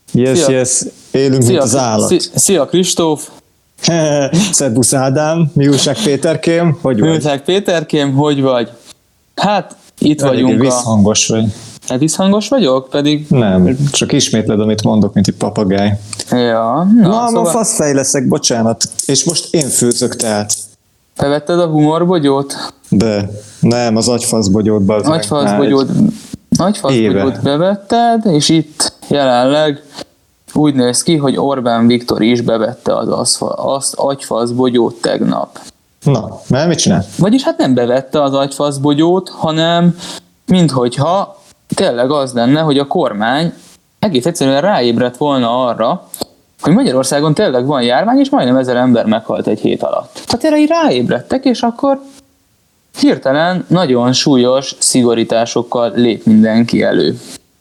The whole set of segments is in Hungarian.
Yes, élünk, mint az állat. Szia Kristóf! Szerbusz Ádám, mi újság Péterkém, hogy vagy? Újság Péterkém, hogy vagy? Hát, itt vagyunk visszhangos vagy. Visszhangos vagyok? Pedig... Nem, csak ismétled, amit mondok, mint egy papagáj. Ja. Ma faszfej leszek, bocsánat. És most én főzök teát. Bevetted a humorbogyót? Nem, az agyfaszbogyót. Agyfaszbogyót bevetted, és itt jelenleg úgy néz ki, hogy Orbán Viktor is bevette az agyfaszbogyót tegnap. Na, mert mit csinál? Vagyis hát nem bevette az agyfaszbogyót, hanem minthogyha tényleg az lenne, hogy a kormány egész egyszerűen ráébredt volna arra, hogy Magyarországon tényleg van járvány, és majdnem 1000 ember meghalt egy hét alatt. Tehát erre így ráébredtek, és akkor hirtelen nagyon súlyos szigorításokkal lép mindenki elő.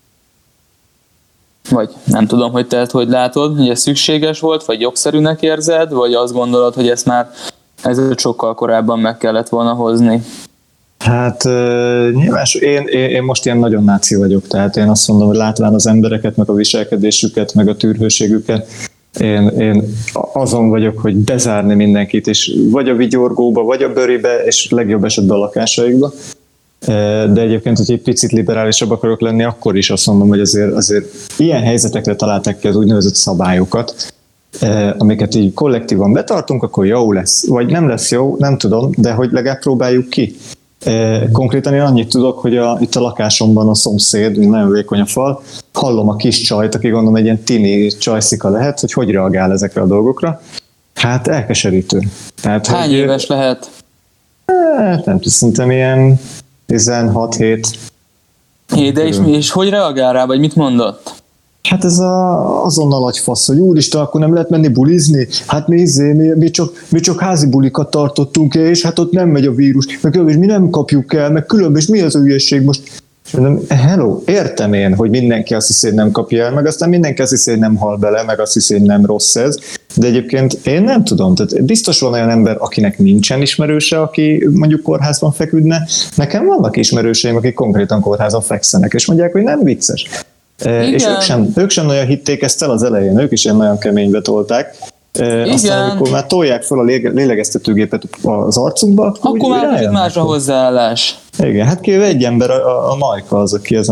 Vagy nem tudom, hogy te ezt hogy látod, hogy ez szükséges volt, vagy jogszerűnek érzed, vagy azt gondolod, hogy ezt már sokkal korábban meg kellett volna hozni? Hát nyilván én most ilyen nagyon náci vagyok, tehát én azt mondom, hogy látván az embereket, meg a viselkedésüket, meg a tűrhőségüket, én azon vagyok, hogy bezárni mindenkit, és vagy a vigyorgóba, vagy a bőribe, és legjobb esetben a lakásaikba. De egyébként, hogy egy picit liberálisabb akarok lenni, akkor is azt mondom, hogy azért ilyen helyzetekre találták ki az úgynevezett szabályokat, amiket így kollektívan betartunk, akkor jó lesz. Vagy nem lesz jó, nem tudom, de hogy legalább próbáljuk ki. Konkrétan én annyit tudok, hogy itt a lakásomban a szomszéd, nagyon vékony a fal, hallom a kis csajt, aki gondolom egy ilyen tini csajszika lehet, hogy reagál ezekre a dolgokra. Hát elkeserítő. Tehát, hány éves lehet? Nem tudom, szerintem ilyen 16-7. De és hogy reagál rá, vagy mit mondott? Hát ez azonnal agyfasz, hogy úristen, akkor nem lehet menni bulizni? Hát mi csak házi bulikat tartottunk el, és hát ott nem megy a vírus, meg és mi nem kapjuk el, meg különben, és mi az a hülyeség most? És mondom, hello, értem én, hogy mindenki azt hiszi, hogy nem kapja el, meg aztán mindenki azt hiszi, hogy nem hal bele, meg azt hiszi, hogy nem rossz ez, de egyébként én nem tudom, tehát biztos van olyan ember, akinek nincsen ismerőse, aki mondjuk kórházban feküdne, nekem vannak ismerőseim, akik konkrétan kórházban fekszenek, és mondják, hogy nem vicces. És ők sem nagyon hitték ezt el az elején, ők is ilyen nagyon keménybe tolták. Aztán, amikor már tolják fel a lélegeztetőgépet az arcunkba, akkor már más a hozzáállás. Igen, hát kivéve egy ember, a Majka az, aki ezen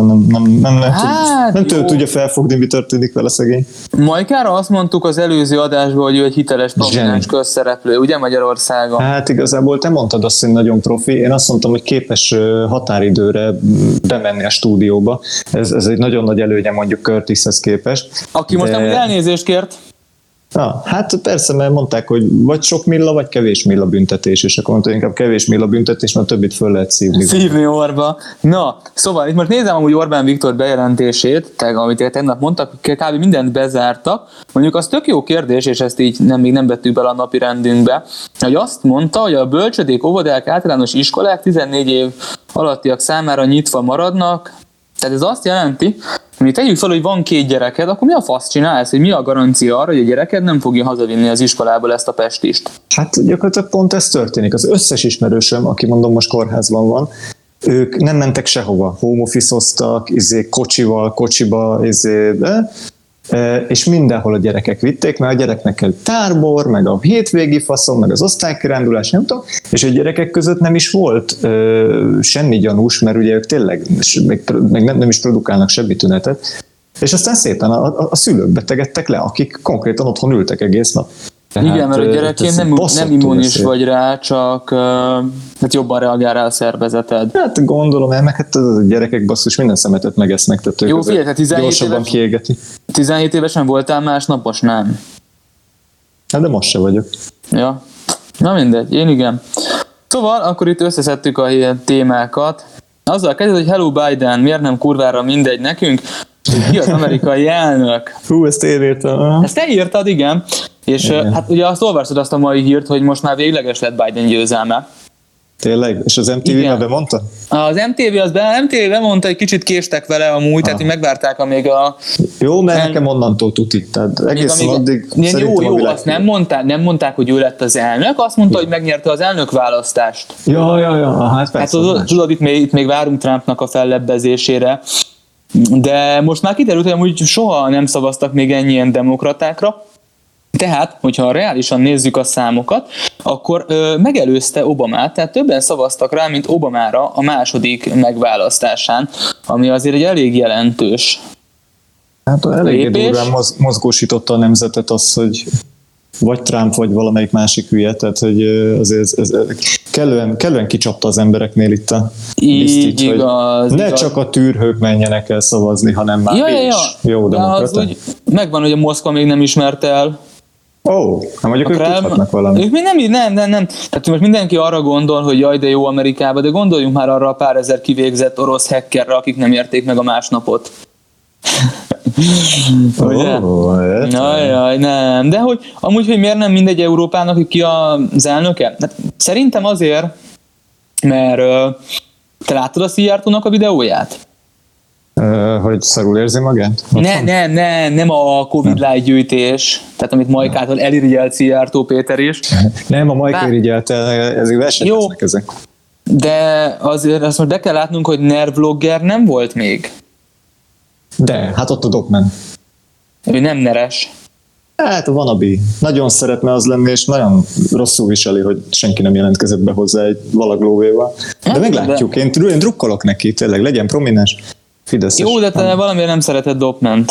nem tudja felfogni, mi történik vele szegény. Majkára azt mondtuk az előző adásban, hogy ő egy hiteles prominens közszereplő, ugye Magyarországon? Hát igazából te mondtad azt, hogy nagyon profi, én azt mondtam, hogy képes határidőre bemenni a stúdióba. Ez egy nagyon nagy előnye mondjuk Curtishez képest. Aki most nem elnézést kért. Hát persze, mert mondták, hogy vagy sok milla, vagy kevés milla büntetés, és akkor mondta, inkább kevés milla büntetés, mert többit föl lehet szívni. Szívni orba. Na, szóval itt most nézem amúgy Orbán Viktor bejelentését, amit tegnap mondtak, hogy kb. Mindent bezártak. Mondjuk az tök jó kérdés, és ezt így még nem vettük bele a napi rendünkbe, hogy azt mondta, hogy a bölcsödék, óvodák, általános iskolák 14 év alattiak számára nyitva maradnak. Tehát ez azt jelenti, hogy tegyük fel, hogy van 2 gyereked, akkor mi a fasz csinálsz, hogy mi a garancia arra, hogy a gyereked nem fogja hazavinni az iskolából ezt a pestist? Hát gyakorlatilag pont ez történik. Az összes ismerősöm, aki mondom most kórházban van, ők nem mentek sehova. Home office-oztak, kocsiba, és mindenhol a gyerekek vitték, mert a gyereknek kell tábor, meg a hétvégi faszom, meg az osztálykirándulás, nem tudom, és a gyerekek között nem is volt semmi gyanús, mert ugye ők tényleg még nem is produkálnak semmi tünetet, és aztán szépen a szülők betegedtek le, akik konkrétan otthon ültek egész nap. Tehát igen, mert a gyerekként nem immunis vagy rá, csak hát jobban reagál rá a szervezeted. Hát gondolom, meg hát a gyerekek basszus minden szemetet megesznek, tehát ők jó, figyelj, 17 évesen voltál másnap, most nem. Hát de most se vagyok. Ja, na mindegy, én igen. Szóval akkor itt összeszedtük a témákat. Azzal kezdett, hogy hello Biden, miért nem kurvára mindegy nekünk? Ki az amerikai elnök? Ezt én írtam. Ezt te írtad, igen. És igen. Hát ugye azt olvastad azt a mai hírt, hogy most már végleges lett Biden győzelme. Tényleg? És az MTV-ben bemondta? Az MTV bemondta, hogy kicsit késtek vele amúgy, tehát hogy megvárták, amíg a... Jó, mert nekem onnantól tutik, tehát egészen addig jó, azt nem mondták, hogy ő lett az elnök, azt mondta, hogy megnyerte az elnök választást. Ja, hát persze. Hát tudod, itt még várunk Trumpnak a fellebbezésére. De most már kiderült, hogy amúgy soha nem szavaztak még ennyien demokratákra, tehát, hogyha reálisan nézzük a számokat, akkor megelőzte Obamát, tehát többen szavaztak rá, mint Obamára a második megválasztásán, ami azért egy elég jelentős Hát elég lépés. durván mozgósította a nemzetet az, hogy vagy Trump, vagy valamelyik másik hülye, tehát hogy azért ez kellően kicsapta az embereknél itt a lisztit, hogy ne csak a tűrhők menjenek el szavazni, hanem már jó demokrata. Megvan, hogy a Moszkva még nem ismerte el. Hát mondjuk ők tudhatnak valamit. Ők még nem. Tehát most mindenki arra gondol, hogy jaj, de jó Amerikába, de gondoljunk már arra a pár ezer kivégzett orosz hackerre, akik nem érték meg a másnapot. Jaj, nem. De hogy amúgy, hogy miért nem mindegy Európának, hogy ki az elnöke? Hát, szerintem azért, mert te láttad a Szijjártónak a videóját? Hogy szarul érzi magát? Nem a Covid light gyűjtés, tehát amit Majkától elirigyelt Szijjártó Péter is. Nem, a Majka irigyelte, ezek versenyeznek ezek. De azért azt most be kell látnunk, hogy nervblogger nem volt még. De, hát ott a Dogman. Ő nem neres. Hát a wannabe. Nagyon szeretne az lenni, és nagyon rosszul viseli, hogy senki nem jelentkezett be hozzá egy valaglóvéval. De meglátjuk, én drukkolok neki, tényleg, legyen prominens. Fideszes. Jó, de te valamiért nem szereted Dogmant.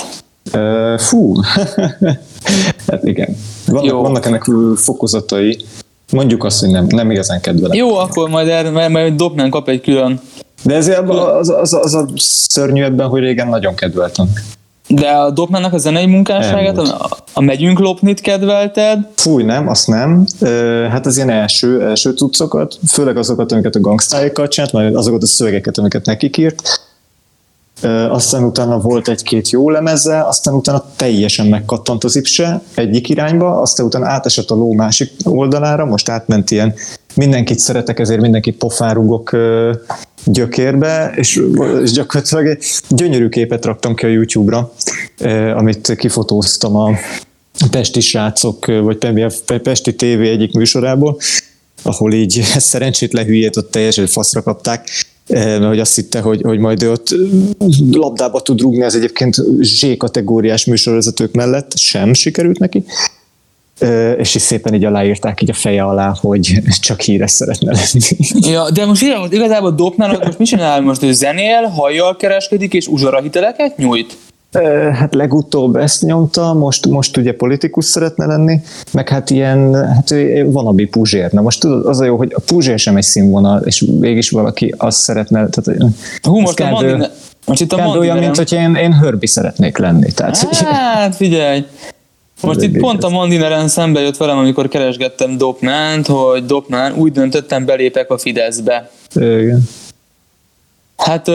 Hát igen. Vannak ennek fokozatai. Mondjuk azt, hogy nem igazán kedvelem. Jó, akkor majd Dogman kap egy külön. De ezért az a szörnyű ebben, hogy régen nagyon kedveltem. De a Dogmannak a zenei munkásságát, a Megyünk lopnit kedvelted? Fúj, nem, azt nem. Hát az ilyen első cuccokat, főleg azokat, amiket a gangstáikkal csinált, majd azokat a szövegeket, amiket nekik írt. Aztán utána volt egy-két jó lemeze, aztán utána teljesen megkattant az ipse egyik irányba, aztán utána átesett a ló másik oldalára, most átment ilyen mindenkit szeretek, ezért mindenkit pofárugok gyökérbe, és gyakorlatilag egy gyönyörű képet raktam ki a YouTube-ra, amit kifotóztam a Pesti srácok, vagy Pesti TV egyik műsorából, ahol így szerencsétlen hülyét ott teljesen faszra kapták, mert hogy azt hitte, hogy majd ő ott labdába tud rúgni, az egyébként Z-kategóriás műsorvezetők mellett sem sikerült neki, és is szépen így aláírták így a feje alá, hogy csak híres szeretne lenni. Ja, de most igazából Dogmának most mit csinál? Most ő zenél, hajjal kereskedik és uzsorahiteleket nyújt? Hát legutóbb ezt nyomta, most ugye politikus szeretne lenni, meg hát ilyen, hát wannabe Puzsér. Na most tudod, az a jó, hogy a Puzsér sem egy színvonal, és mégis valaki azt szeretne, tehát most itt a Mandi olyan, mint hogy én Herbie szeretnék lenni. Tehát, hát figyelj! Most itt pont a Mandineren szembe jött velem, amikor keresgettem Dogmant, hogy Dogman, úgy döntöttem, belépek a Fideszbe. Igen. Hát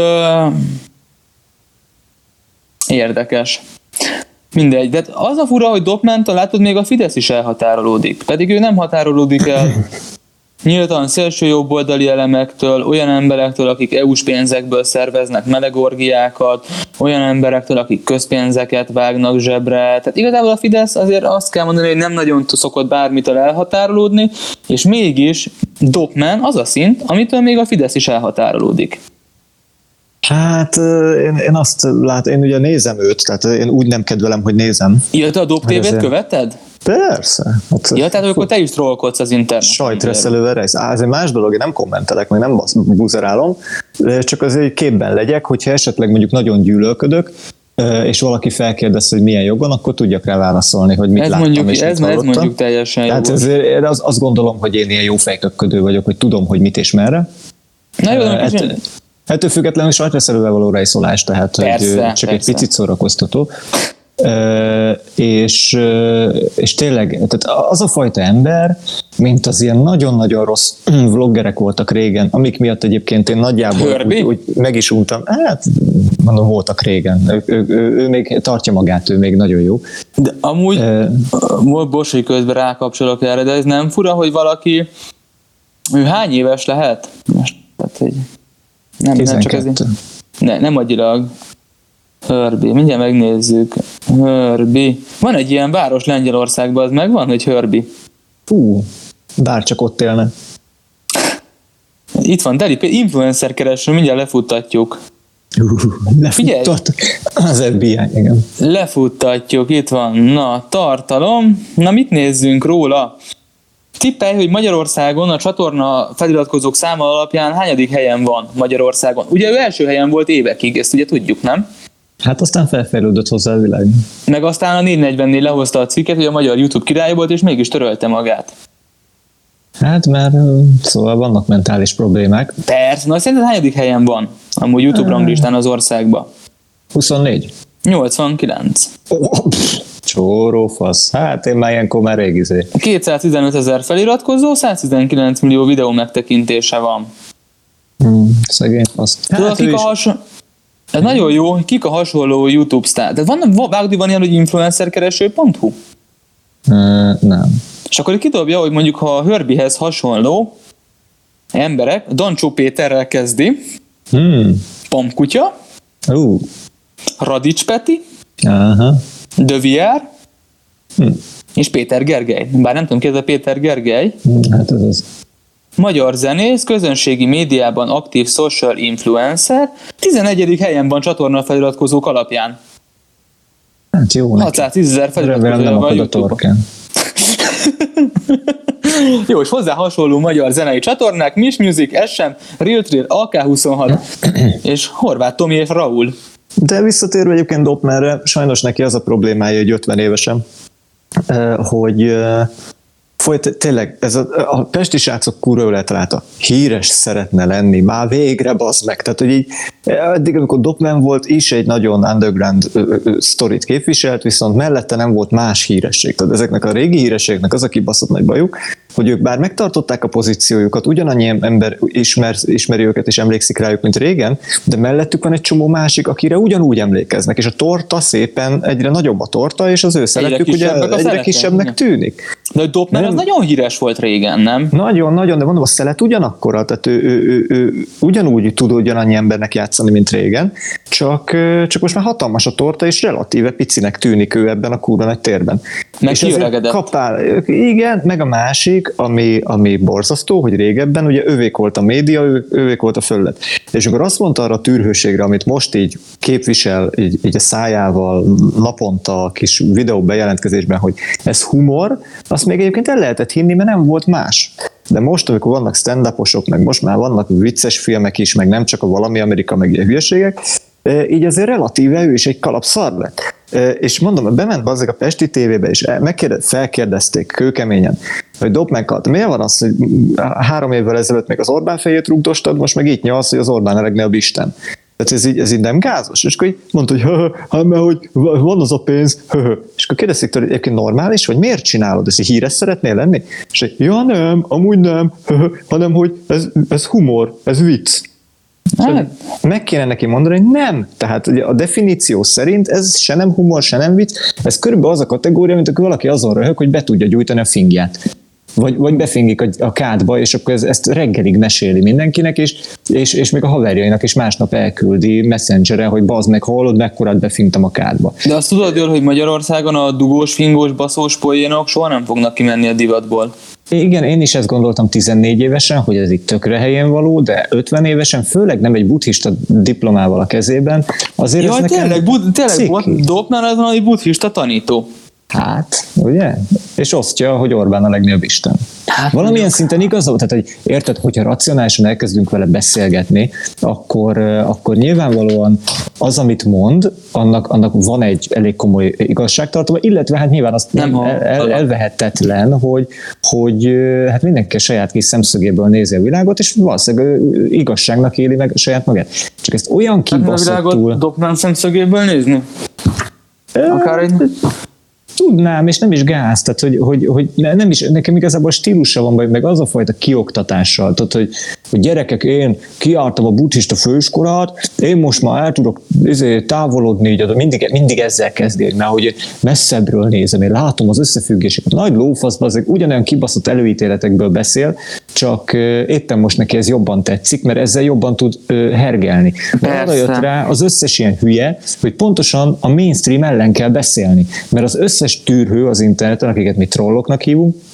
érdekes. Mindegy, de az a fura, hogy Dogmantól látod, még a Fidesz is elhatárolódik. Pedig ő nem határolódik el nyíltan szélsőjobboldali elemektől, olyan emberektől, akik EU-s pénzekből szerveznek melegorgiákat, olyan emberektől, akik közpénzeket vágnak zsebre. Tehát igazából a Fidesz azért azt kell mondani, hogy nem nagyon szokott bármitől elhatárolódni, és mégis Dogman az a szint, amitől még a Fidesz is elhatárolódik. Hát én azt látom, én ugye nézem őt, tehát én úgy nem kedvelem, hogy nézem. Ja, te a Dob TV-t követed? Persze. Hát, ja, tehát akkor te is trollkodsz az interneten. Sajtreszelővel ez egy más dolog, én nem kommentelek, meg nem buzerálom, csak azért képben legyek, hogyha esetleg mondjuk nagyon gyűlölködök, és valaki felkérdez, hogy milyen jogon, akkor tudjak rá válaszolni, hogy mit láttam és mit hallottam. Ez mondjuk teljesen jó. Tehát azt gondolom, hogy én ilyen jó fejköpködő vagyok, hogy tudom, hogy mit és merre. Na jó, ettől függetlenül sajtreszelővel való rejszolás, tehát persze, hogy csak egy picit szórakoztató. És tényleg, tehát az a fajta ember, mint az ilyen nagyon-nagyon rossz vloggerek voltak régen, amik miatt egyébként én nagyjából úgy meg is untam, hát mondom, voltak régen. Ő még tartja magát, ő még nagyon jó. De amúgy, bocs, hogy közben rákapcsolok erre, de ez nem fura, hogy valaki, ő hány éves lehet? Most, tehát, hogy nem csak ez. Nem agyilag. Herbie, mindjárt megnézzük. Herbie. Van egy ilyen város Lengyelországban, az megvan, hogy Herbie. Bárcsak ott élne. Itt van, influencer kereső, mindjárt lefuttatjuk. Lefuttat az FBI, igen. Lefuttatjuk, itt van, na, tartalom. Na, mit nézzünk róla? Tippelj, hogy Magyarországon a csatorna feliratkozók száma alapján hányadik helyen van Magyarországon? Ugye ő első helyen volt évekig, ezt ugye tudjuk, nem? Hát aztán felfejlődött hozzá a világ. Meg aztán a 444 lehozta a cikket, hogy a magyar YouTube király volt, és mégis törölte magát. Hát mert szóval vannak mentális problémák. Persze, na szerinted hányadik helyen van amúgy YouTube ranglistán az országban? 24. 89. Csóró fasz. Hát én már ilyenkor már rég 215 000 feliratkozó, 119 millió videó megtekintése van. Szegény fasz. Tudod, kik ez nagyon jó, kik a hasonló YouTube sztár. Tehát van ilyen, hogy influencerkereső.hu? Nem. És akkor kidobja, hogy mondjuk ha a Herbiehez hasonló emberek, Dancsó Péterrel kezdi, Pampkutya, Radics Peti, De VR, és Péter Gergely. Bár nem tudom ki ez a Péter Gergely. Hát ez az. Magyar zenész, közönségi médiában aktív social influencer, 11. helyen van csatorna feliratkozók alapján. Hát jó 610 000 feliratkozója van YouTube-on. Jó, és hozzá hasonló magyar zenei csatornák, Miss Music, SM, Real Trill, AK26 és Horváth Tomi és Raúl. De visszatérve egyébként Doppmanre, sajnos neki az a problémája, hogy 50 évesen, hogy tényleg ez a pesti srácok kurva jól eltalálta. Híres szeretne lenni, már végre bazd meg. Tehát, hogy így eddig, amikor Doppman volt, is egy nagyon underground sztorit képviselt, viszont mellette nem volt más híresség. Tehát ezeknek a régi hírességnek az a kibaszott nagy bajuk, hogy ők bár megtartották a pozíciójukat, ugyanannyi ember ismeri őket és emlékszik rájuk, mint régen, de mellettük van egy csomó másik, akire ugyanúgy emlékeznek, és a torta szépen egyre nagyobb a torta, és az ő szerepük ugye egyre kisebbnek tűnik. De Doppman az nagyon híres volt régen, nem? Nagyon, de mondom, a szelet ugyanakkora, tehát ő ugyanúgy tud ugyanannyi embernek játszani, mint régen, csak most már hatalmas a torta, és relatíve picinek tűnik ő ebben a kurva nagy térben. Meg kiöregedett. Igen, meg a másik, ami borzasztó, hogy régebben ugye övék volt a média, övék volt a földet. És akkor azt mondta arra a tűrhőségre, amit most így képvisel, így a szájával naponta a kis videó bejelentkezésben, hogy ez humor, azt még egyébként el lehetett hinni, mert nem volt más. De most, amikor vannak stand-uposok, meg most már vannak vicces filmek is, meg nem csak a Valami Amerika, meg ilyen hülyeségek, így azért relatíve ő is egy kalapszar lett. És mondom, bement bazzeg a Pesti tévébe, és felkérdezték kőkeményen, hogy Doppman, miért van az, hogy 3 évvel ezelőtt még az Orbán fejét rugdostad, most meg itt nyalsz, hogy az Orbán a legnagyobb Isten. Tehát ez így nem gázos? És akkor így mondta, hogy mert hogy van az a pénz, és akkor kérdezték tőle, hogy egyébként normális, vagy miért csinálod, ezt híres szeretnél lenni? És így, ja nem, amúgy nem, hanem hogy ez humor, ez vicc. Meg kéne neki mondani, hogy nem. Tehát ugye a definíció szerint ez se nem humor, se nem vicc, ez körülbelül az a kategória, mint akkor valaki azon röhög, hogy be tudja gyújtani a fingját. Vagy befingik a kádba, és akkor ezt reggelig meséli mindenkinek, és még a haverjainak is másnap elküldi Messengeren, hogy bazd meg, hallod, mekkorát befingtam a kádba. De azt tudod jól, hogy Magyarországon a dugós, fingós, baszós poénok soha nem fognak kimenni a divatból. Igen, én is ezt gondoltam 14 évesen, hogy ez itt tökre helyén való, de 50 évesen, főleg nem egy buddhista diplomával a kezében, azért ez nekem tényleg Doppman az valami buddhista tanító. Hát, ugye? És osztja, hogy Orbán a legnagyobb Isten. Hát, valamilyen szinten igaz, tehát, hogy érted, hogyha racionálisan elkezdünk vele beszélgetni, akkor nyilvánvalóan az, amit mond, annak van egy elég komoly igazságtartalma, illetve hát nyilván azt nem elvehetetlen, hogy hát mindenki a saját kis szemszögéből nézi a világot, és valószínűleg igazságnak éli meg a saját magát. Csak ezt olyan kibaszottul... A világot Doppman szemszögéből nézni? Akár egy... Tudnám, és nem is gáz, tehát hogy nem is, nekem igazából stílusa van, meg az a fajta kioktatással, tehát hogy gyerekek, én kiártam a buddhista főiskolát, én most már el tudok távolodni, így mindig ezzel kezdi, mert hogy messzebbről nézem, én látom az összefüggéseket. Nagy lófasz, azért ugyanolyan kibaszott előítéletekből beszél, csak éppen most neki ez jobban tetszik, mert ezzel jobban tud hergelni. Arra jött rá az összes ilyen hülye, hogy pontosan a mainstream ellen kell beszélni, mert az összes tűrhő az interneten, akiket mi trolloknak hívunk,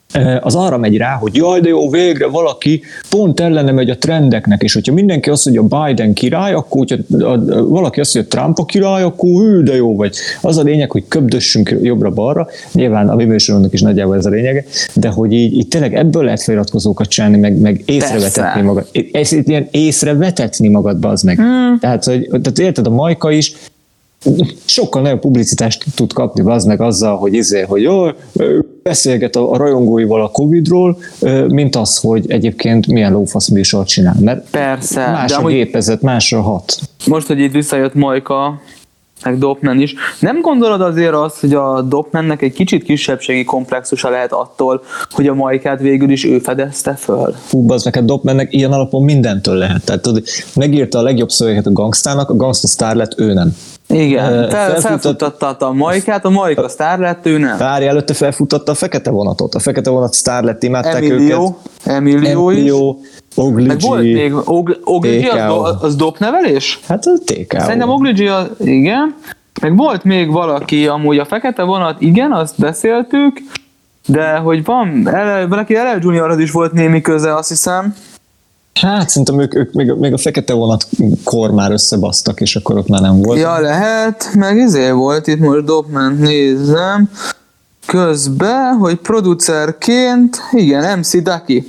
az arra megy rá, hogy jaj, de jó, végre valaki pont ellene megy a trendeknek, és hogyha mindenki azt mondja, Biden király, akkor hogyha valaki azt mondja, Trump a király, akkor de jó vagy. Az a lényeg, hogy köbdössünk jobbra-balra, nyilván a mi műsorunknak is nagyjából ez a lényege, de hogy így tényleg ebből lehet feliratkozókat csinálni, meg észrevetetni magad. Ilyen észrevetetni magadba az meg. Tehát érted, a Majka is sokkal nagyobb publicitást tud kapni az meg azzal, hogy jó, beszélget a rajongóival a Covid-ról, mint az, hogy egyébként milyen lófasz műsort csinál. Mert persze, más a gépezet, másra hat. Most, hogy itt visszajött Majka, meg Dopman is. Nem gondolod azért azt, hogy a Dopmannek egy kicsit kisebbségi komplexusa lehet attól, hogy a Majkát végül is ő fedezte föl? Hú, az neked Dopmannek ilyen alapon mindentől lehet. Tehát tudod, megírta a legjobb szövegeket a gangstának, a gangsta sztár lett, ő nem. Igen, felfuttatta a Majkát, a Majka sztár lett, ő nem. Várj, előtte felfuttatta a Fekete Vonatot. A Fekete Vonat sztár lett, imádták őket. Emilio is. Ogligi. Meg volt még Ogligi, az dopnevelés? Hát az TK. Szerintem Ogligi az, igen. Meg volt még valaki, amúgy a Fekete Vonat, igen, azt beszéltük, de hogy valaki LL Juniorhoz is volt némi köze, azt hiszem. Hát szerintem ők még a Fekete Vonatkor már összebasztak, és akkor ott már nem volt. Ja, lehet, meg volt itt most Dopman, nézzem. Közben, hogy producerként, igen, MC Ducky.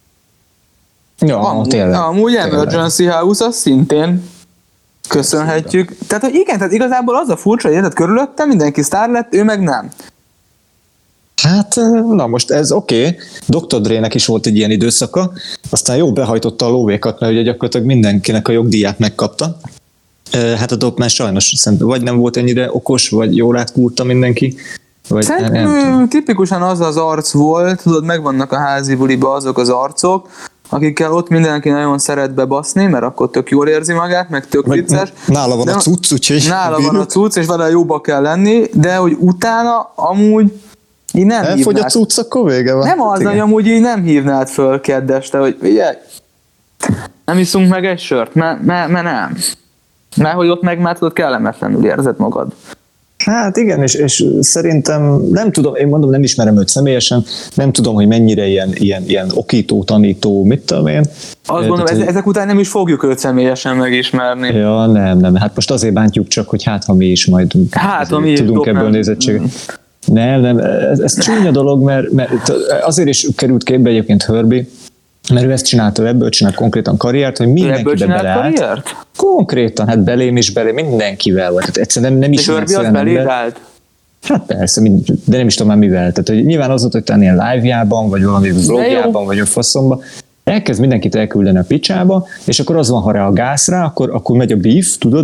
Ja, tényleg. Amúgy Emergency House, az szintén köszönhetjük. Tehát, hogy igen, tehát igazából az a furcsa, hogy érted, körülöttem mindenki sztár lett, ő meg nem. Hát, na most ez oké. Dr. Dre-nek is volt egy ilyen időszaka, aztán jó behajtotta a lóvékat, mert ugye gyakorlatilag mindenkinek a jogdíját megkapta. Hát a Dopman sajnos vagy nem volt ennyire okos, vagy jól átkúrta mindenki. Szerintem tipikusan az az arc volt, tudod, megvannak a házi buliba azok az arcok, akikkel ott mindenki nagyon szeret bebaszni, mert akkor tök jól érzi magát, meg tök vicces. Nála van a cucc, úgyhogy... Nála van a cucc, és vele jóba kell lenni, de hogy utána amúgy így nem elfogy hívnád. A cucc, akkor vége van. Nem az, hogy amúgy így nem hívnád föl keddeste, hogy figyelj, nem iszunk meg egy sört, mert nem. Mert hogy ott meg már tudod, kellemetlenül érzed magad. Hát igen, és szerintem, nem tudom, én mondom, nem ismerem őt személyesen, nem tudom, hogy mennyire ilyen okító, tanító, mit tudom én. Azt gondolom, ezek után nem is fogjuk őt személyesen megismerni. Ja, nem. Hát most azért bántjuk csak, hogy ha mi is majd tudunk ebből nézettséget. Nem, ez csúnya dolog, mert azért is került képbe egyébként Herbie, mert ő ezt csinálta, ebből csinált konkrétan karriert, hogy mindenkibe beleállt. Konkrétan, hát belém is mindenkivel volt. Tehát egyszerűen nem is Herbie az beléd állt? Hát persze, de nem is tudom már mivel. Tehát hogy nyilván az volt, hogy talán ilyen live-jában, vagy valami vlogjában, vagy a faszomba, elkezd mindenkit elküldeni a picsába, és akkor az van, ha reagálsz rá, akkor megy a beef, tudod,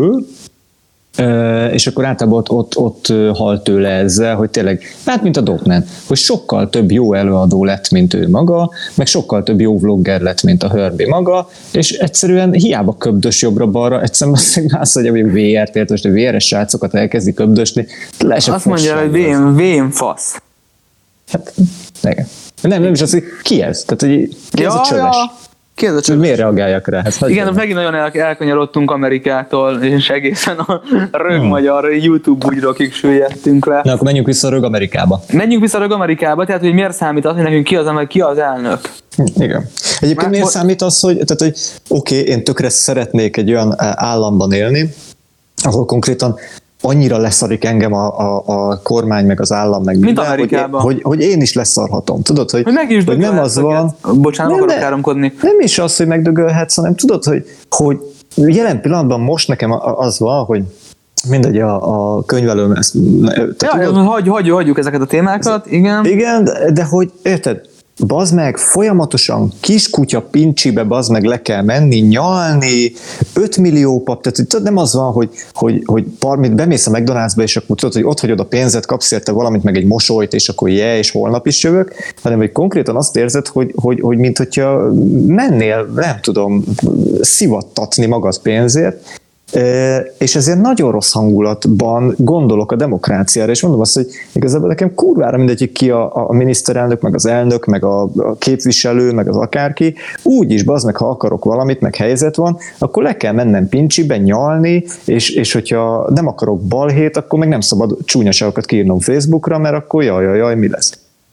és akkor általában ott halt tőle ezzel, hogy tényleg, hát mint a Dopman, hogy sokkal több jó előadó lett, mint ő maga, meg sokkal több jó vlogger lett, mint a Herbie maga, és egyszerűen hiába köbdös jobbra-balra, egyszerűen azt mondja, hogy VR-t, most a VR-es srácokat elkezdi köbdösni, azt mondja, hogy vén fasz. Hát, igen. Nem is az, hogy ki ez? Tehát, hogy ki ez a csöves? Miért reagáljak rá? Hát, igen, megint nagyon elkanyarodtunk Amerikától, és egészen a rög magyar YouTube bugyrokig süllyedtünk le. Na, akkor menjünk vissza a rög Amerikába. Tehát hogy miért számít az, hogy nekünk ki az elnök? Igen. Egyébként miért számít az, hogy oké, én tökre szeretnék egy olyan államban élni, ahol konkrétan annyira leszarik engem a kormány, meg az állam, meg mint Amerikában. Hogy én is leszarhatom. Tudod, hogy nem az van... Bocsánat, akarok káromkodni. Nem is az, hogy megdögölhetsz, hanem tudod, hogy jelen pillanatban most nekem az van, hogy mindegy, a könyvelőm ezt... Hagyjuk ezeket a témákat, igen. Igen, de hogy érted, bazd meg, folyamatosan kiskutya pincsibe bazd meg le kell menni, nyalni, 5 millió pap, tehát tudod, nem az van, hogy bemész a McDonald'sba, és akkor tudod, hogy ott hagyod a pénzet, kapsz érte valamit, meg egy mosolyt, és akkor és holnap is jövök, hanem hogy konkrétan azt érzed, hogy mint hogyha mennél, nem tudom, szivattatni magad pénzért, és ezért nagyon rossz hangulatban gondolok a demokráciára, és mondom azt, hogy igazából nekem kurvára mindegy, hogy ki a miniszterelnök, meg az elnök, meg a képviselő, meg az akárki, úgyis bazd meg, ha akarok valamit, meg helyzet van, akkor le kell mennem pincsibe, nyalni, és hogyha nem akarok balhét, akkor meg nem szabad csúnyaságokat kiírnom Facebookra, mert akkor jaj, mi lesz.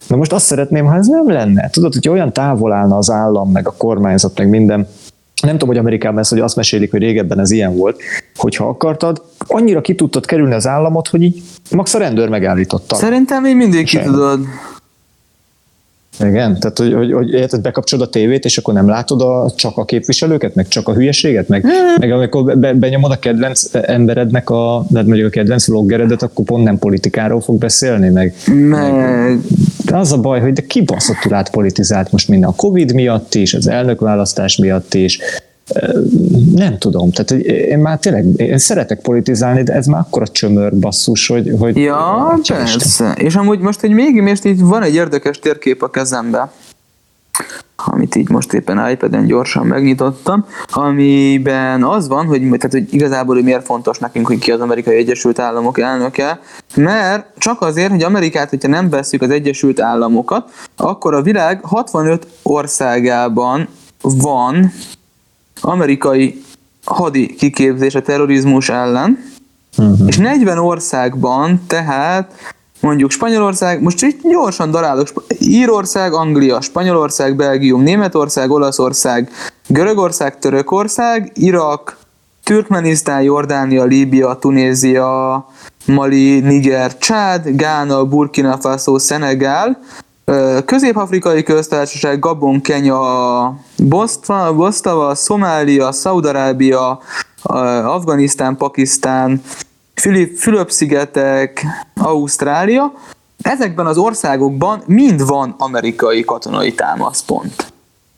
Na most azt szeretném, ha ez nem lenne. Tudod, hogy olyan távol állna az állam, meg a kormányzat, meg minden. Nem tudom, hogy Amerikában ez, hogy azt mesélik, hogy régebben ez ilyen volt, hogyha akartad, annyira ki tudtad kerülni az államot, hogy így max a rendőr megállította. Szerintem még mindig ki tudod. Igen, tehát hogy érted, bekapcsolod a tévét, és akkor nem látod csak a képviselőket, meg csak a hülyeséget, meg amikor benyomod a kedvenc emberednek mondjuk a kedvenc vloggeredet, akkor pont nem politikáról fog beszélni, meg de az a baj, hogy de kibaszottul átpolitizált most minden a Covid miatt is, az elnökválasztás miatt is, nem tudom, tehát én már tényleg, én szeretek politizálni, de ez már akkora csömör basszus, hogy ja, persze. És amúgy most, hogy még így van egy érdekes térkép a kezembe, amit így most éppen iPad-en gyorsan megnyitottam, amiben az van, hogy igazából hogy miért fontos nekünk, hogy ki az Amerikai Egyesült Államok elnöke, mert csak azért, hogy Amerikát, hogyha nem vesszük az Egyesült Államokat, akkor a világ 65 országában van amerikai hadi kiképzés a terrorizmus ellen, és 40 országban, tehát mondjuk Spanyolország, most így gyorsan darálok, Írország, Anglia, Spanyolország, Belgium, Németország, Olaszország, Görögország, Törökország, Irak, Türkmenisztán, Jordánia, Líbia, Tunézia, Mali, Niger, Csád, Gána, Burkina Faso, Szenegál, Közép-Afrikai Köztársaság, Gabon, Kenya, Bosztava, Szomália, Szaúd-Arábia, Afganisztán, Pakisztán, Fülöp-szigetek, Ausztrália. Ezekben az országokban mind van amerikai katonai támaszpont.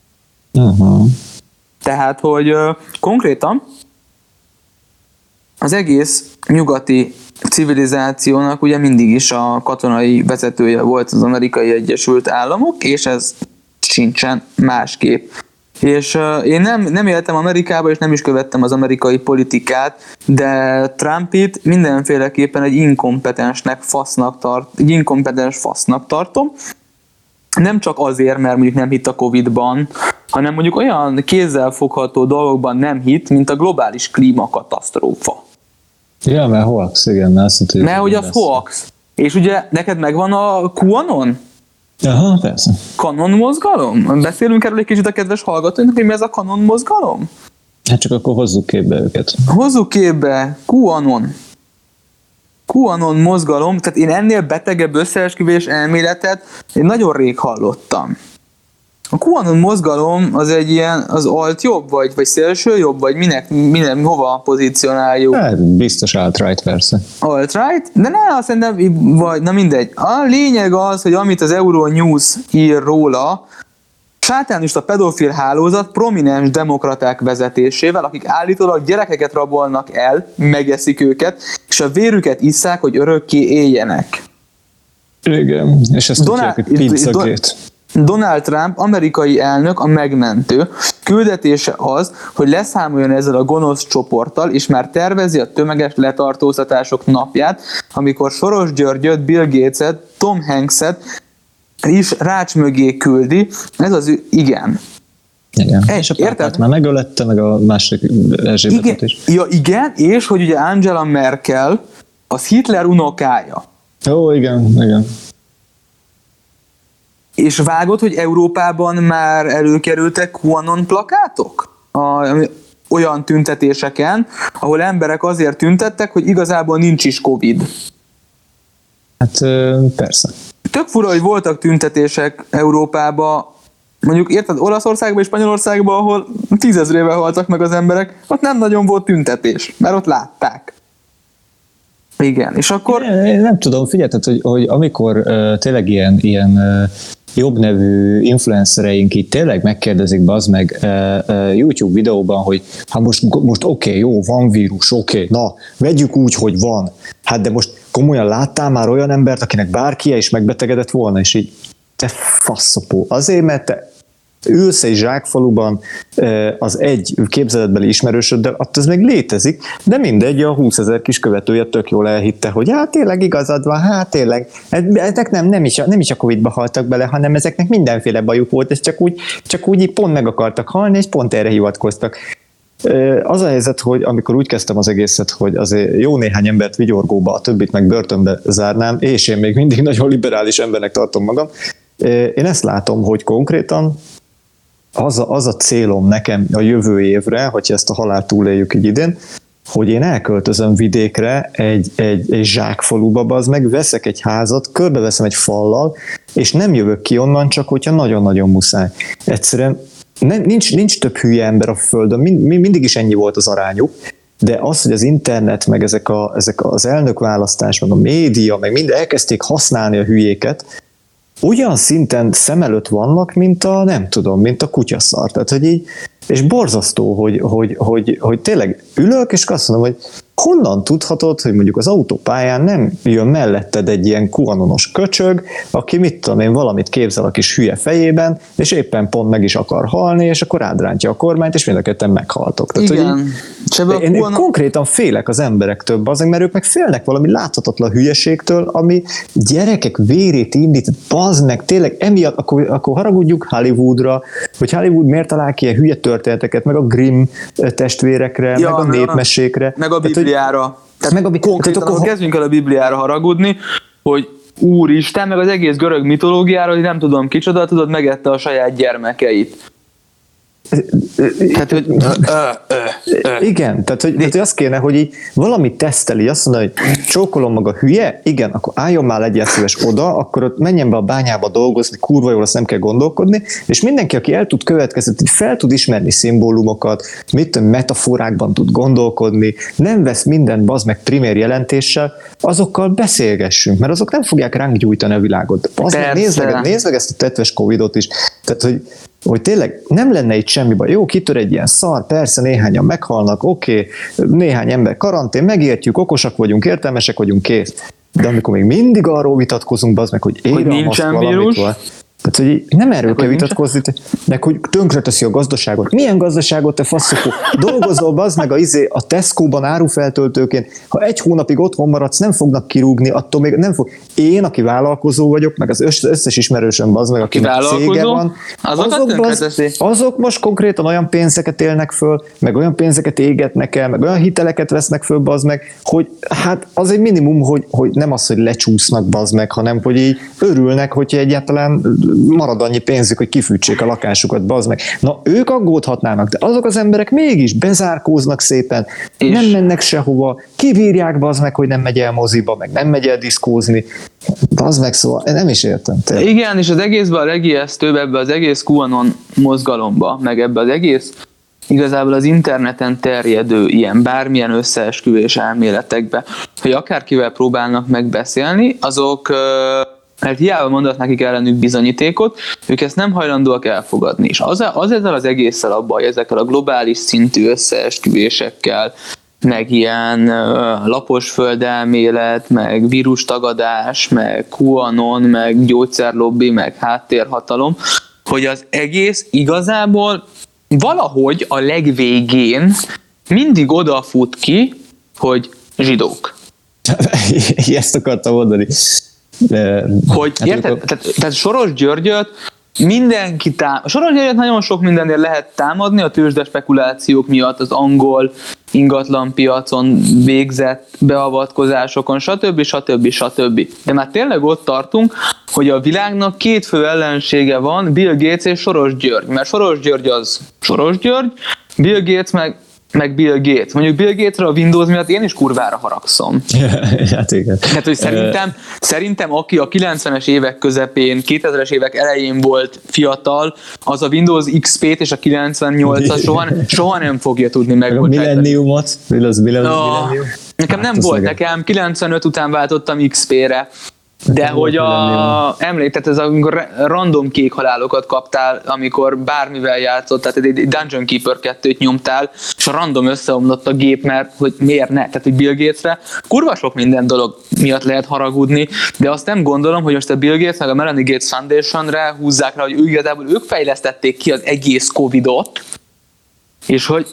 Tehát, hogy konkrétan az egész nyugati civilizációnak ugye mindig is a katonai vezetője volt az Amerikai Egyesült Államok, és ez sincsen másképp. És én nem éltem Amerikába, és nem is követtem az amerikai politikát, de Trumpit mindenféleképpen egy inkompetens fasznak tartom. Nem csak azért, mert mondjuk nem hitt a Covid-ban, hanem mondjuk olyan kézzelfogható dolgokban nem hitt, mint a globális klímakatasztrófa. Ja, mert hoax, igen. Mert hogy az hoax. És ugye neked megvan a QAnon? Aha, persze. Kanon mozgalom? Beszélünk erről egy kicsit a kedves hallgatóinak, hogy mi ez a kanon mozgalom? Hát csak akkor hozzuk képbe őket. Hozzuk képbe. QAnon mozgalom, tehát én ennél betegebb összeesküvés elméletet én nagyon rég hallottam. A QAnon mozgalom az egy ilyen, az alt jobb, vagy szélső jobb, vagy hova pozícionáljuk? Hát biztos alt-right, persze. Alt-right? De azt szerintem, na mindegy. A lényeg az, hogy amit az Euronews ír róla, sátánista pedofil hálózat prominens demokraták vezetésével, akik állítólag gyerekeket rabolnak el, megeszik őket, és a vérüket isszák, hogy örökké éljenek. Igen, és ezt tudják, hogy Pizzagate. Donald Trump, amerikai elnök, a megmentő, küldetése az, hogy leszámoljon ezzel a gonosz csoporttal, és már tervezi a tömeges letartóztatások napját, amikor Soros Györgyöt, Bill Gateset, Tom Hankset is rács mögé küldi. Ez az igen. Igen. És a pápát már megölette, meg a másik Erzsébetet is. Ja, igen, és hogy ugye Angela Merkel az Hitler unokája. Ó, igen. És vágod, hogy Európában már előkerültek QAnon plakátok? Olyan tüntetéseken, ahol emberek azért tüntettek, hogy igazából nincs is Covid. Hát persze. Tök fura, hogy voltak tüntetések Európában, mondjuk érted, Olaszországban és Spanyolországban, ahol 10 000-ével haltak meg az emberek, ott nem nagyon volt tüntetés, mert ott látták. Igen, és akkor... Én nem tudom, figyelted, hogy amikor tényleg ilyen jobb nevű influencereink így tényleg megkérdezik bazd meg YouTube videóban, hogy hát most oké, jó, van vírus, oké, na, vegyük úgy, hogy van. Hát de most komolyan láttál már olyan embert, akinek bárki is megbetegedett volna, és így te faszopó. Azért, mert te ülsz egy zsákfaluban az egy képzeletbeli ismerősöddel, az még létezik, de mindegy, a 20 000 kis követője tök jól elhitte, hogy hát tényleg igazad van, hát tényleg, ezek nem is a Covid-ba haltak bele, hanem ezeknek mindenféle bajuk volt, ez csak úgy pont meg akartak halni, és pont erre hivatkoztak. Az a helyzet, hogy amikor úgy kezdtem az egészet, hogy azért jó néhány embert vigyorgóba, a többit meg börtönbe zárnám, és én még mindig nagyon liberális embernek tartom magam, én ezt látom, hogy konkrétan az a célom nekem a jövő évre, hogyha ezt a halált túléljük így idén, hogy én elköltözöm vidékre egy zsákfaluba, az meg veszek egy házat, körbeveszem egy fallal, és nem jövök ki onnan, csak hogyha nagyon-nagyon muszáj. Egyszerűen nincs több hülye ember a földön, mindig is ennyi volt az arányuk, de az, hogy az internet, meg ezek az elnökválasztás, meg a média, meg mind elkezdték használni a hülyéket, olyan szinten szem előtt vannak, mint a kutyaszar. Tehát, hogy így, és borzasztó, hogy tényleg ülök, és azt mondom, hogy honnan tudhatod, hogy mondjuk az autópályán nem jön melletted egy ilyen QAnonos köcsög, aki mit tudom én, valamit képzel a kis hülye fejében, és éppen pont meg is akar halni, és akkor rádrántja a kormányt, és mind a ketten meghaltok. Tehát, igen. Én konkrétan félek az emberektől, azért, mert ők meg félnek valami láthatatlan hülyeségtől, ami gyerekek vérét indít, bazd meg, tényleg emiatt, akkor haragudjuk Hollywoodra, hogy Hollywood miért talál ki ilyen hülye történeteket, meg a Grimm testvérekre, meg a népmesékre. Meg a Bibliára. Konkrétan kezdjünk el a Bibliára haragudni, hogy Úristen, meg az egész görög mitológiára, hogy nem tudom kicsoda, tudod, megette a saját gyermekeit. Tehát, hogy igen, tehát hogy azt kéne, hogy így valamit teszteli, azt mondja, hogy csókolom maga hülye, igen, akkor álljon már legyen szíves oda, akkor ott menjen be a bányába dolgozni, kurva jól, azt nem kell gondolkodni, és mindenki, aki el tud következni, fel tud ismerni szimbólumokat, metaforákban tud gondolkodni, nem vesz mindent bazd meg primér jelentéssel, azokkal beszélgessünk, mert azok nem fogják ránk gyújtani a világot. Nézd meg ezt a tetves Covidot is. Tehát, hogy tényleg nem lenne itt semmi baj. Jó, kitör egy ilyen szar, persze néhányan meghalnak, oké, néhány ember karantén, megértjük, okosak vagyunk, értelmesek vagyunk, kész. De amikor még mindig arról vitatkozunk, bazd meg, hogy ére a maszk valamit van. Tehát, hogy nem erről kell vitatkozni, meg hogy tönkreteszi a gazdaságot. Milyen gazdaságot, te faszokó? Dolgozol, bazd meg a Tesco-ban árufeltöltőként, ha egy hónapig otthon maradsz, nem fognak kirúgni, attól még nem fog. Én, aki vállalkozó vagyok, meg az összes ismerősöm, bazd meg, akinek cége van, azok most konkrétan olyan pénzeket élnek föl, meg olyan pénzeket égetnek el, meg olyan hiteleket vesznek föl, bazd meg, hogy hát az egy minimum, hogy nem az, hogy lecsúsznak, bazd meg, hanem hogy így örülnek, hogyha egyáltalán marad annyi pénzük, hogy kifűtsék a lakásukat, bazd meg. Na, ők aggódhatnának, de azok az emberek mégis bezárkóznak szépen, és nem mennek sehova, kibírják, bazd meg, hogy nem megy el moziba, meg nem megy el diszkózni. Bazd meg, szóval nem is értem. Tényleg. Igen, és az egészben a legijesztőbb ebbe az egész QAnon mozgalomba, meg ebbe az egész igazából az interneten terjedő ilyen bármilyen összeesküvés elméletekbe, hogy akárkivel próbálnak megbeszélni, azok mert hiába mondanak nekik ellenük bizonyítékot, ők ezt nem hajlandóak elfogadni. És az ezzel az egésszel a baj, ezekkel a globális szintű összeesküvésekkel, meg ilyen lapos földelmélet, meg vírustagadás, meg QAnon, meg gyógyszerlobbi, meg háttérhatalom, hogy az egész igazából valahogy a legvégén mindig odafut ki, hogy zsidók. Ezt akartam mondani. Hogy érted? Tehát Soros Györgyöt mindenki Soros Györgyöt nagyon sok mindenért lehet támadni a tőzsde spekulációk miatt, az angol ingatlanpiacon végzett beavatkozásokon, stb. De már tényleg ott tartunk, hogy a világnak két fő ellensége van, Bill Gates és Soros György. Mert Soros György az Soros György, Bill Gates meg Bill Gates. Mondjuk Bill Gatesre a Windows miatt én is kurvára haragszom. Hát igen. Hát, hogy szerintem aki a 90-es évek közepén, 2000-es évek elején volt fiatal, az a Windows XP-t és a 98-at soha nem fogja tudni megbocsájtani. A millenniumot? Nekem nem volt, nekem 95 után váltottam XP-re. De hogy emlékted, ez amikor random kék halálokat kaptál, amikor bármivel játszott, tehát egy Dungeon Keeper 2-t nyomtál, és a random összeomlott a gép, mert hogy miért ne? Tehát, hogy Bill Gatesre kurva sok minden dolog miatt lehet haragudni, de azt nem gondolom, hogy most a Bill Gates meg a Melanie Gates Foundation-re húzzák rá, hogy igazából ők fejlesztették ki az egész Covidot, és hogy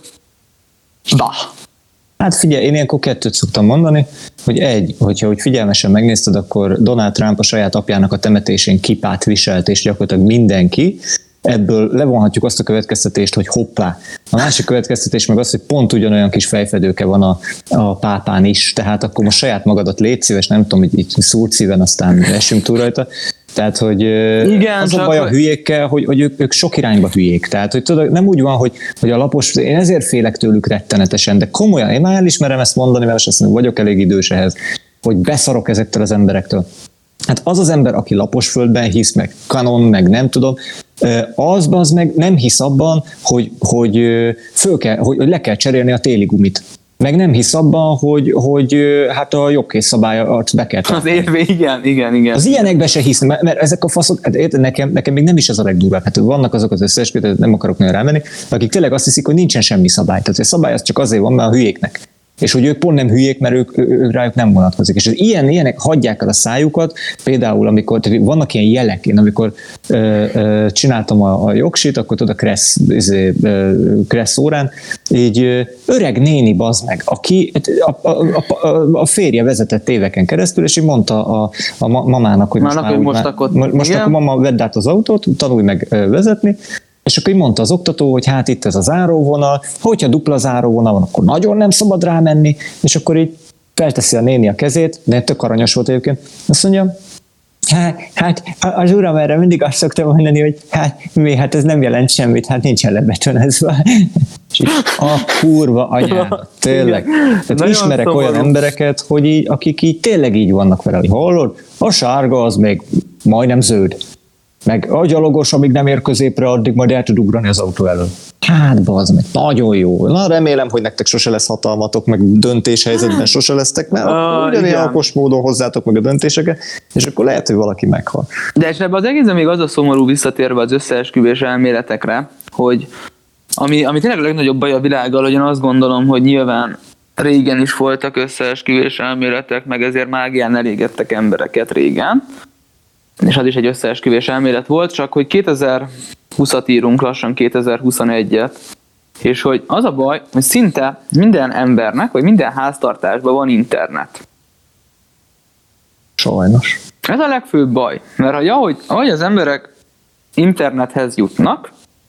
Hát figyelj, én ilyenkor kettőt szoktam mondani, hogy hogyha úgy figyelmesen megnézted, akkor Donald Trump a saját apjának a temetésén kipát viselt, és gyakorlatilag mindenki. Ebből levonhatjuk azt a következtetést, hogy hoppá. A másik következtetés meg az, hogy pont ugyanolyan kis fejfedőke van a pápán is, tehát akkor most saját magadat légy szíves, nem tudom, így szúrt szíven, aztán esünk túl rajta. Tehát, hogy igen, az a baj a hülyékkel, hogy ők sok irányba hülyék. Tehát, hogy tudod, nem úgy van, hogy a lapos, én ezért félek tőlük rettenetesen, de komolyan, én már elismerem ezt mondani, mert azt mondom, vagyok elég idős ehhez, hogy beszarok ezektől az emberektől. Hát az az ember, aki laposföldben hisz, meg kanon, meg nem tudom, az meg nem hisz abban, hogy le kell cserélni a téli gumit. Meg nem hisz abban, hogy hát a jogkész szabályat be kell tartani. Az érve, igen. Az ilyenekben se hisz, mert ezek a faszok, nekem még nem is az a legdurvább. Hát vannak azok az összeesküvők, nem akarok nagyon rámenni, akik tényleg azt hiszik, hogy nincsen semmi szabály. Tehát a szabály az csak azért van, mert a hülyéknek. És hogy ők pont nem hülyék, mert ők rájuk nem vonatkozik. És ilyenek hagyják el a szájukat, például amikor vannak ilyen jelek, én amikor csináltam a jogsit, akkor tudod a Kressz órán, így öreg néni bazd meg, aki a férje vezetett éveken keresztül, és így mondta a mamának, hogy most akkor mama, vedd át az autót, tanulj meg vezetni, és akkor így mondta az oktató, hogy hát itt ez a záróvonal, hogyha dupla záróvonal van, akkor nagyon nem szabad rámenni, és akkor így felteszi a néni a kezét, de tök aranyos volt egyébként, azt mondja, hát az uram erre mindig azt szokta mondani, hogy hát ez nem jelent semmit, hát nincsen lebetonezve. A kurva anyád, tényleg. Tehát ismerek szomorú olyan embereket, hogy így, akik így tényleg így vannak vele, hogy hallod, a sárga az még majdnem zöld. Meg a gyalogos, amíg nem ér középre, addig majd el tud ugrani az autó elől. Hát bazd meg, nagyon jó. Na remélem, hogy nektek sose lesz hatalmatok, meg döntéshelyzetben sose lesztek, mert ugyanilyen okos módon hozzátok meg a döntéseket, és akkor lehet, hogy valaki meghal. De és ebben az egészen még az a szomorú, visszatérve az összeesküvés elméletekre, hogy ami tényleg a legnagyobb baj a világgal, hogy én azt gondolom, hogy nyilván régen is voltak összeesküvés elméletek, meg ezért mágián elégettek embereket régen, és az is egy összeesküvés elmélet volt, csak hogy 2020-at írunk, lassan 2021-et, és hogy az a baj, hogy szinte minden embernek, vagy minden háztartásban van internet. Sajnos. Ez a legfőbb baj, mert ahogy az emberek internethez jutnak,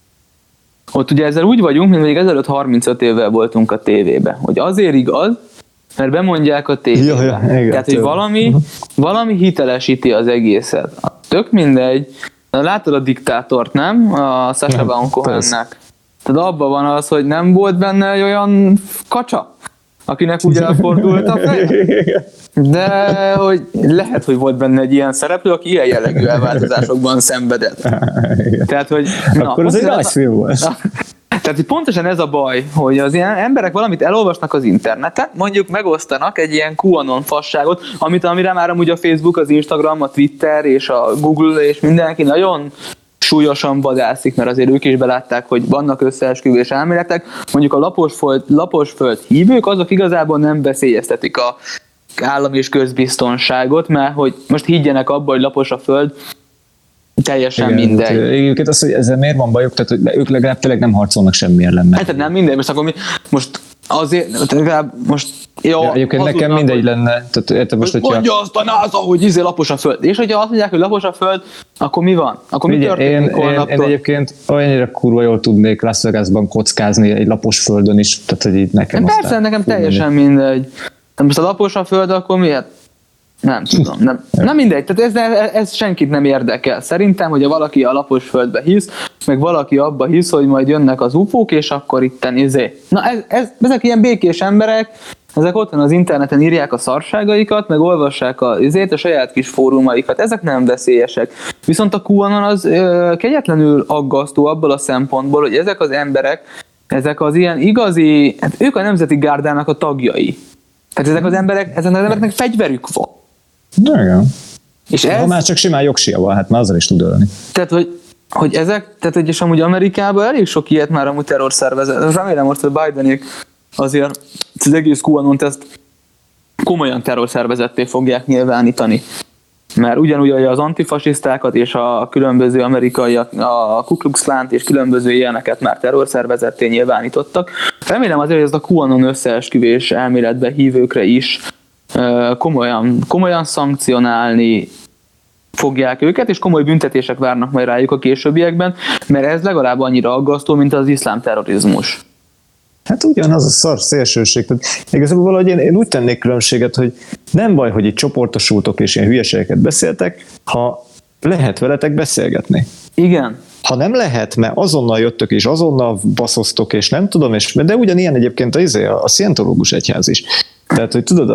ott ugye ezzel úgy vagyunk, mint mondjuk ezelőtt 35 évvel voltunk a tévében, hogy azért igaz, mert bemondják a tévében. Igen, tehát, hogy valami hitelesíti az egészet. Tök mindegy. Látod a diktátort, nem? A Sacha Baron Cohennek. Tehát abban van az, hogy nem volt benne olyan kacsa, akinek úgy elfordult a feje. De hogy lehet, hogy volt benne egy ilyen szereplő, aki ilyen jellegű elváltozásokban szenvedett. Tehát, hogy... Akkor az egy rajzfilm volt. Tehát pontosan ez a baj, hogy az ilyen emberek valamit elolvasnak az interneten, mondjuk megosztanak egy ilyen QAnon fasságot, amire már amúgy a Facebook, az Instagram, a Twitter és a Google és mindenki nagyon súlyosan vadászik, mert azért ők is belátták, hogy vannak összeesküvés elméletek. Mondjuk a laposföld hívők, azok igazából nem veszélyeztetik a állami és közbiztonságot, mert hogy most higgyenek abba, hogy lapos a föld, teljesen igen, mindegy. Egyébként az, hogy ezzel miért van bajuk, tehát hogy ők legalább tényleg nem harcolnak semmi ellen. Hát nem mindegy, most akkor most azért, legalább most jó. Ja, egyébként nekem mindegy lenne. Tehát most, mondja azt a NASA, hogy lapos a föld. És hogyha azt mondják, hogy lapos a föld, akkor mi van? Akkor mi történik holnaptól? Én egyébként olyannyira kurva jól tudnék Las Vegasban kockázni egy lapos földön is, tehát hogy így nekem persze, nekem teljesen mindegy. De most a lapos a föld, akkor miért? Nem tudom, nem mindegy, tehát ez senkit nem érdekel. Szerintem, hogyha valaki a lapos földbe hisz, meg valaki abba hisz, hogy majd jönnek az UFO-k, és akkor itten Na ezek ilyen békés emberek, ezek otthon az interneten írják a szarságaikat, meg olvassák a saját kis fórumaikat, ezek nem veszélyesek. Viszont a QAnon az kegyetlenül aggasztó abból a szempontból, hogy ezek az emberek, ezek az ilyen igazi, hát ők a nemzeti gárdának a tagjai. Tehát ezek az embereknek fegyverük van. Igen. És ha már csak simán jogsia van, hát már azzal is tud ölni. Tehát, hogy és amúgy Amerikában elég sok ilyet már amúgy terrorszervezet. Remélem most, hogy Bidenék azért az egész QAnon-t ezt komolyan terrorszervezetté fogják nyilvánítani. Mert ugyanúgy az antifasisztákat és a különböző amerikaiak, a Ku Klux Klánt és különböző ilyeneket már terrorszervezetté nyilvánítottak. Remélem azért, hogy ezt a QAnon összeesküvés elméletbe hívőkre is komolyan szankcionálni fogják őket, és komoly büntetések várnak majd rájuk a későbbiekben, mert ez legalább annyira aggasztó, mint az iszlám terrorizmus. Hát ugyanaz a szar szélsőség. Tehát igazából valahogy én úgy tennék különbséget, hogy nem baj, hogy itt csoportosultok és ilyen hülyeségeket beszéltek, ha lehet veletek beszélgetni. Igen. Ha nem lehet, mert azonnal jöttök és azonnal baszoztok, és nem tudom, de ugyanilyen egyébként a szientológus egyház is. Tehát, hogy tudod,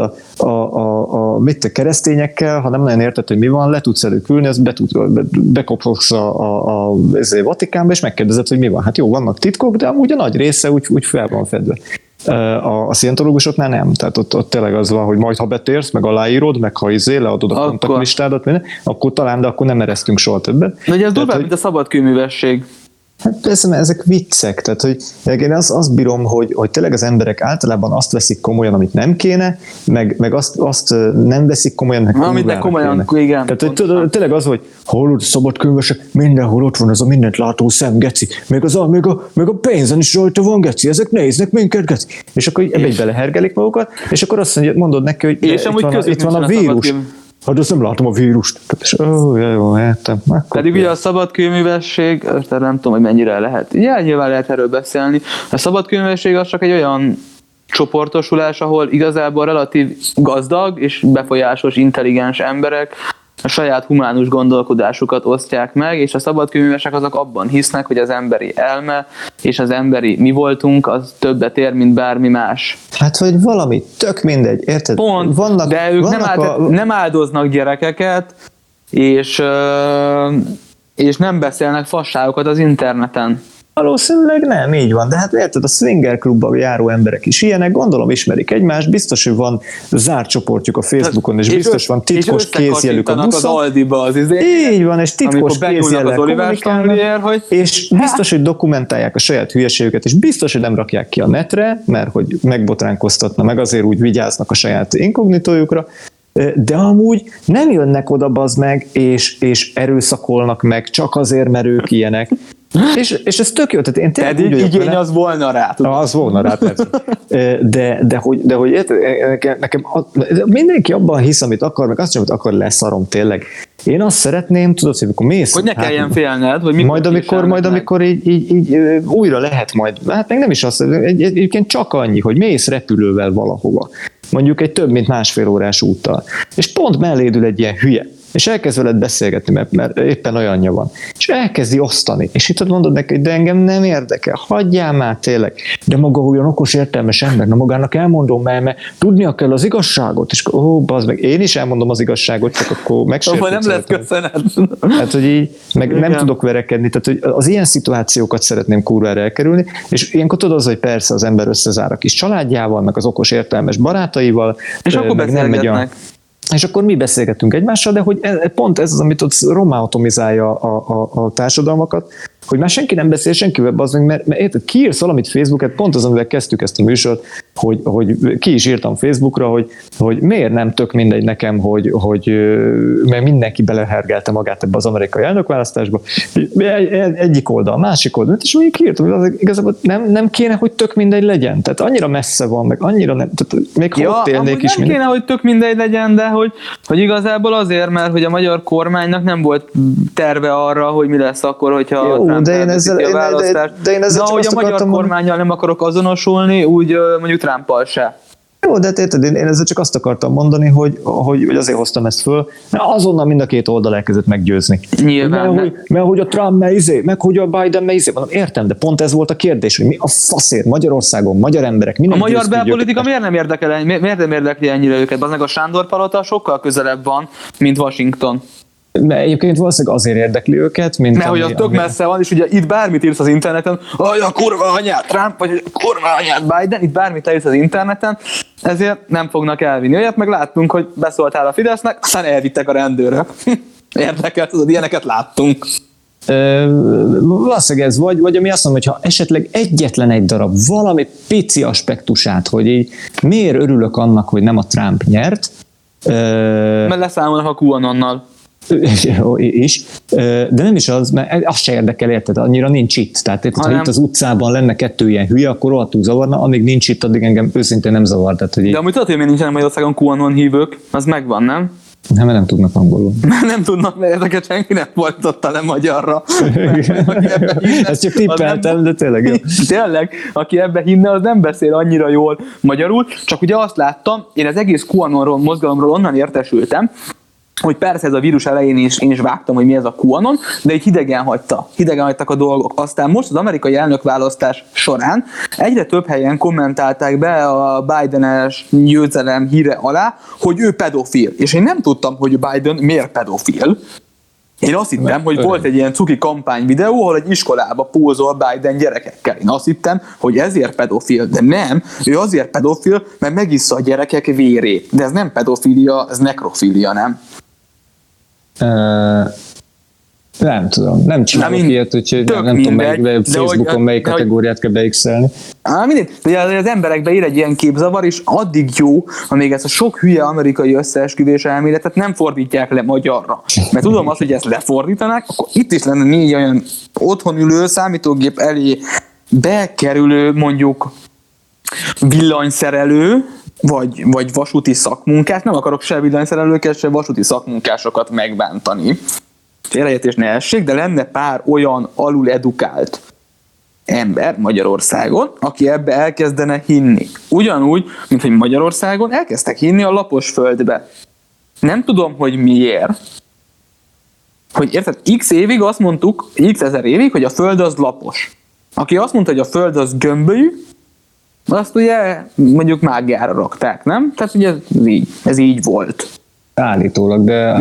a keresztényekkel, ha nem nagyon érted, hogy mi van, le tudsz elők ülni, azt bekopogsz a Vatikánba, és megkérdezed, hogy mi van. Hát jó, vannak titkok, de amúgy a nagy része úgy fel van fedve. A szientológusoknál nem. Tehát ott tényleg az van, hogy majd ha betérsz, meg aláírod, meg ha leadod a kontaktlistádat, akkor talán, de akkor nem eresztünk soha többet. De ugye ez durvább, mint a szabadkőművesség. Hát persze, mert ezek viccek, tehát hogy én azt bírom, hogy tényleg az emberek általában azt veszik komolyan, amit nem kéne, meg azt nem veszik komolyan, meg amit ne komolyan, igen. Tehát hogy tényleg az, hogy hallod, szabadkönyvesek, mindenhol ott van az a mindent látó szem, geci, még a pénzen is rajta van, geci, ezek néznek minket, geci. És akkor ebbe így belehergelik magukat, és akkor azt mondod neki, hogy itt van a vírus. Hát azt nem látom a vírust. Jó, értem. Pedig ugye a szabadkőművesség, nem tudom, hogy mennyire lehet. Ja, nyilván lehet erről beszélni. A szabadkőművesség az csak egy olyan csoportosulás, ahol igazából relatív gazdag és befolyásos, intelligens emberek a saját humánus gondolkodásukat osztják meg, és a szabadkőművesek azok abban hisznek, hogy az emberi elme és az emberi mi voltunk, az többet ér, mint bármi más. Hát, hogy valami tök mindegy, érted? Pont, de ők nem áldoznak gyerekeket, és nem beszélnek fasságokat az interneten. Valószínűleg nem, így van. De hát érted, a swinger klubban járó emberek is ilyenek, gondolom ismerik egymást, biztos, hogy van zárt csoportjuk a Facebookon, és biztos van titkos kézjelük a buszon. Az Aldiba az így van, és titkos kézjellel kommunikálnak, és biztos, hogy dokumentálják a saját hülyeségüket, és biztos, hogy nem rakják ki a netre, mert hogy megbotránkoztatna, meg azért úgy vigyáznak a saját inkognitójukra, de amúgy nem jönnek oda bazd meg, és erőszakolnak meg, csak azért, mert ők ilyenek. És ez tök jó, tehát én tényleg úgy vagyok igény vele. Az volna rá. Az volna rá, persze. De hogy nekem mindenki abban hisz, amit akar, meg azt sem, amit akar, leszarom tényleg. Én azt szeretném, tudod, hogy amikor mész... Hogy ne kelljen félned, hogy mikor majd amikor így újra lehet majd, hát meg nem is az, egyébként csak annyi, hogy mész repülővel valahova. Mondjuk egy több mint másfél órás úttal. És pont melléd ül egy ilyen hülye. És elkezd veled beszélgetni, mert éppen olyanja van. És elkezdi osztani. És itt mondod neki, hogy de engem nem érdekel, hagyjál már tényleg. De maga olyan okos, értelmes ember, na magának elmondom, mert tudnia kell az igazságot. És bazd meg, én is elmondom az igazságot, csak akkor megsértődsz. Nem lesz köszönet. Hát, hogy így, meg nem tudok verekedni. Tehát, hogy az ilyen szituációkat szeretném kurvára elkerülni, és ilyenkor tudod az, hogy persze az ember összezár a kis családjával, meg az okos, értelmes barátaival. És akkor beszélgetnek. És akkor mi beszélgetünk egymással, de hogy pont ez az, amit ott romátomizálja a társadalmakat, hogy már senki nem beszél senkivel, mert érted, kiírsz valamit Facebookot, pont az, amivel kezdtük ezt a műsort, hogy ki is írtam Facebookra, hogy miért nem tök mindegy nekem, mert mindenki belehergelte magát ebbe az amerikai elnökválasztásba, egyik oldal, másik oldal, és úgy kiírtam, hogy igazából nem kéne, hogy tök mindegy legyen, tehát annyira messze van, meg annyira nem, tehát még ha ott élnék is. Nem kéne, hogy tök mindegy legyen, de hogy igazából azért, mert hogy a magyar kormánynak nem volt terve arra, hogy mi lesz akkor, hogyha jó, de én ezzel csak ahogy a magyar kormánnyal nem akarok azonosulni, úgy mondjuk Trumpal se. Jó, de érted, én ezzel csak azt akartam mondani, hogy azért hoztam ezt föl, mert azonnal mind a két oldal elkezdett meggyőzni. Nyilván. Mert hogy a Trump meg hogy a Biden mondom, értem, de pont ez volt a kérdés, hogy mi a faszért Magyarországon, magyar emberek, a magyar belpolitika miért nem érdekli ennyire őket? Az meg a Sándor palota sokkal közelebb van, mint Washington. Mert egyébként valószínűleg azért érdekli őket, mert hogy az tök messze van, és ugye itt bármit írsz az interneten, hogy a kurva anyád Trump, vagy a kurva anyád Biden, itt bármit írsz az interneten, ezért nem fognak elvinni olyat, meg láttunk, hogy beszóltál a Fidesznek, aztán elvittek a rendőrök. Érdekel, tudod, ilyeneket láttunk. Valószínűleg ez vagy ami azt mondom, hogy ha esetleg egyetlen egy darab valami pici aspektusát, hogy így miért örülök annak, hogy nem a Trump nyert. Mert leszámolnak a QAnonnal. is, de nem is az, mert azt se érdekel, érted, annyira nincs itt. Tehát ha itt az utcában lenne kettő ilyen hülye, akkor rohadtul zavarna, amíg nincs itt, addig engem őszintén nem zavar. Tehát, hogy de amúgy tudod, hogy miért nincsenek Magyarországon QAnon hívők, az megvan, nem? Nem, mert nem tudnak angolul. Nem tudnak, mert ezeket senki nem fordította le magyarra. Ezt csak tippeltem, de tényleg jó. Tényleg, aki ebbe hinne, az nem beszél annyira jól magyarul, csak ugye azt láttam, én az egész QAnon mozgalomról onnan értesültem, hogy persze ez a vírus elején én is vágtam, hogy mi ez a QAnon, de így hidegen hagytak a dolgok. Aztán most az amerikai elnökválasztás során egyre több helyen kommentálták be a Biden-es győzelem híre alá, hogy ő pedofil. És én nem tudtam, hogy Biden miért pedofil. Én azt hittem, hogy volt egy ilyen cuki kampány videó, ahol egy iskolába pózol Biden gyerekekkel. Én azt hittem, hogy ezért pedofil, de nem, ő azért pedofil, mert megissza a gyerekek vérét. De ez nem pedofília, ez nekrofilia, nem? Nem tudom, nem csinálok ilyet, úgyhogy nem tudom, Facebookon melyik kategóriát kell beixelni. Mindegy, de az emberekbe ír egy ilyen képzavar, és addig jó, amíg ezt a sok hülye amerikai összeesküvés elméletet nem fordítják le magyarra. Mert tudom azt, hogy ezt lefordítanák, akkor itt is lenne 4 olyan otthon ülő, számítógép elé bekerülő, mondjuk villanyszerelő, vagy vasúti szakmunkás, nem akarok se villanyszerelőket, se vasúti szakmunkásokat megbántani. Félreértés ne essék, de lenne pár olyan alul edukált ember Magyarországon, aki ebbe elkezdene hinni. Ugyanúgy, mint hogy Magyarországon elkezdtek hinni a lapos földbe. Nem tudom, hogy miért. Hogy érted, x évig azt mondtuk, x ezer évig, hogy a föld az lapos. Aki azt mondta, hogy a föld az gömbölyű, azt ugye mondjuk mágiára rakták, nem? Tehát ugye ez így volt. Állítólag, de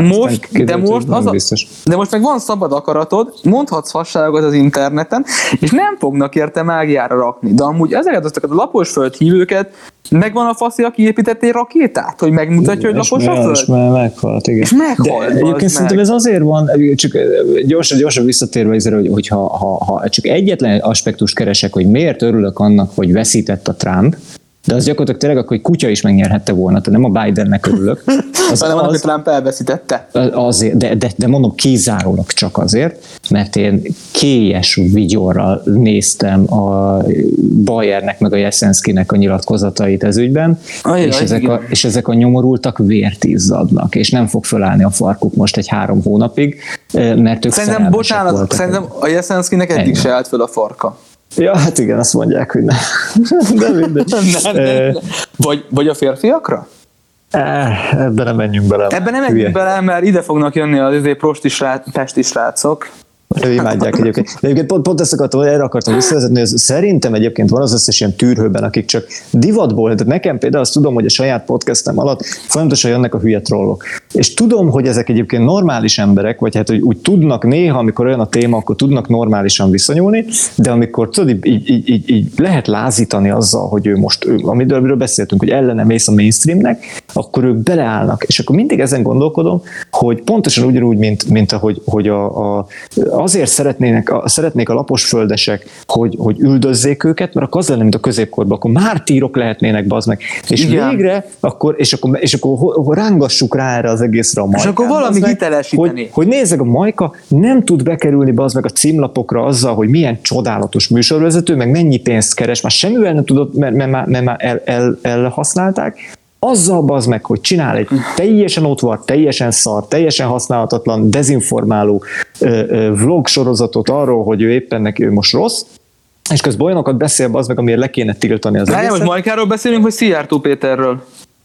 most meg van szabad akaratod, mondhatsz fasságokat az interneten, és nem fognak érte mágiára rakni. De amúgy ezeket a lapos földhívőket megvan a faszi, aki épített egy rakétát, hogy megmutatja, hogy lapos a föld? És már meghalt, igen. És meghalt. Egyébként szerintem ez azért van, csak gyorsan visszatérve ezzel, hogy ha csak egyetlen aspektust keresek, hogy miért örülök annak, hogy veszített a Trump, de az gyakorlatilag tényleg, hogy kutya is megnyerhette volna, tehát nem a Bidennek örülök. Hanem annak, hogy Trump elveszítette. Azért, de mondom kizárólag csak azért, mert én kélyes vigyorral néztem a Bayernek meg a Jeszenszkinek a nyilatkozatait ez ügyben, és ezek a nyomorultak vért izzadnak, és nem fog fölállni a farkuk most egy 3 hónapig, mert ők Szerintem a Jeszenszkinek eddig se állt föl a farka. Ja, hát igen, azt mondják, hogy nem. De mindegy. Vagy a férfiakra? Ebben nem menjünk bele. Ebben nem menjünk bele, mert ide fognak jönni az pesti srácok. Imádják egyébként. De egyébként pont ezt erre akartam visszavezetni, hogy szerintem egyébként van az összes ilyen tűrhőben, akik csak divatból, tehát nekem például azt tudom, hogy a saját podcastem alatt folyamatosan jönnek a hülye trollok. És tudom, hogy ezek egyébként normális emberek, vagy hát hogy úgy tudnak néha, amikor olyan a téma, akkor tudnak normálisan viszonyulni, de amikor tudod, így lehet lázítani azzal, hogy ő most, amiről beszéltünk, hogy ellene mész a mainstreamnek, akkor ők beleállnak. És akkor mindig ezen gondolkodom, hogy pontosan ugyanúgy, mint ahogy azért szeretnék a laposföldesek, hogy üldözzék őket, mert akkor az lenne, mint a középkorban, akkor mártírok lehetnének, bazd meg. És igen. Végre, és akkor rángassuk rá erre az egészre a Majkát. És akkor valami hitelesíteni. Hogy nézzek, a Majka nem tud bekerülni, bazd meg, a címlapokra azzal, hogy milyen csodálatos műsorvezető, meg mennyi pénzt keres, már semmivel nem tudott, mert már elhasználták. Azzal bazd meg, hogy csinál egy teljesen ottvar, teljesen szar, teljesen használhatatlan, dezinformáló vlog sorozatot arról, hogy ő éppen neki ő most rossz, és közben olyanokat beszél bazd meg, amiért le kéne tiltani az egészet. Most Majkáról beszélünk, vagy Szijjártó Péterről?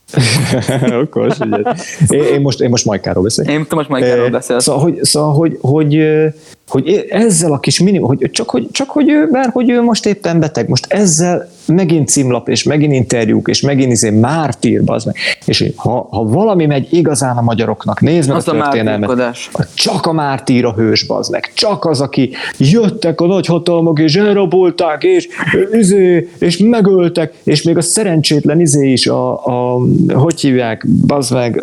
Okos, én most Majkáról beszélek. Én most Majkáról beszélek. Szóval, hogy ezzel a kis minimum, hogy ő most éppen beteg, most ezzel megint címlap, és megint interjúk, és megint mártír, bazd meg. És ha valami megy igazán a magyaroknak, nézd meg a történelmet, csak a mártír a hős, bazd meg. Csak az, aki jöttek a nagyhatalmak, és elrabolták, és megöltek, és még a szerencsétlen is, hogy hívják, bazd meg,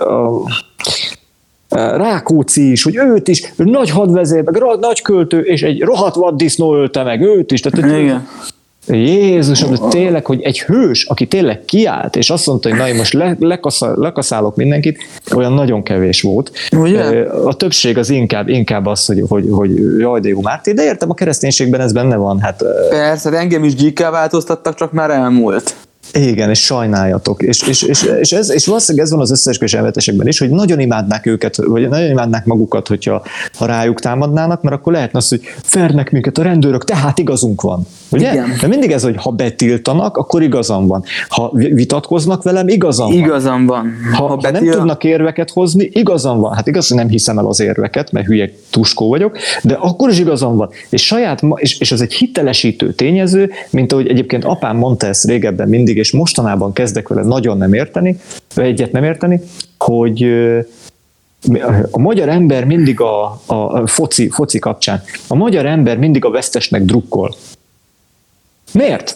Rákóczi is, hogy őt is, nagy hadvezér, meg nagy költő, és egy rohadt vaddisznó ölte meg őt is. Tehát, igen. Jézusom, tényleg, hogy egy hős, aki tényleg kiállt, és azt mondta, hogy na, én most lekaszálok mindenkit, olyan nagyon kevés volt. Ugye? A többség az inkább az, hogy jaj, de jó mártír, de értem, a kereszténységben ez benne van. Hát, persze, engem is gyíkká változtattak, csak már elmúlt. Igen, és sajnáljatok. És valószínűleg ez van az összeesküvés elméletekben is, hogy nagyon imádnák őket, vagy nagyon imádnák magukat, ha rájuk támadnának, mert akkor lehetne az, hogy vernek minket a rendőrök, tehát igazunk van. Ugye? De mindig ez, hogy ha betiltanak, akkor igazam van. Ha vitatkoznak velem, igazam van. Ha nem tudnak érveket hozni, igazam van. Hát igaz, hogy nem hiszem el az érveket, mert hülye tuskó vagyok, de akkor is igazam van. És ez egy hitelesítő tényező, mint ahogy egyébként apám mondta ezt régebben mindig, és mostanában kezdek vele nagyon nem érteni, hogy a magyar ember mindig a foci kapcsán, a magyar ember mindig a vesztesnek drukkol. Miért?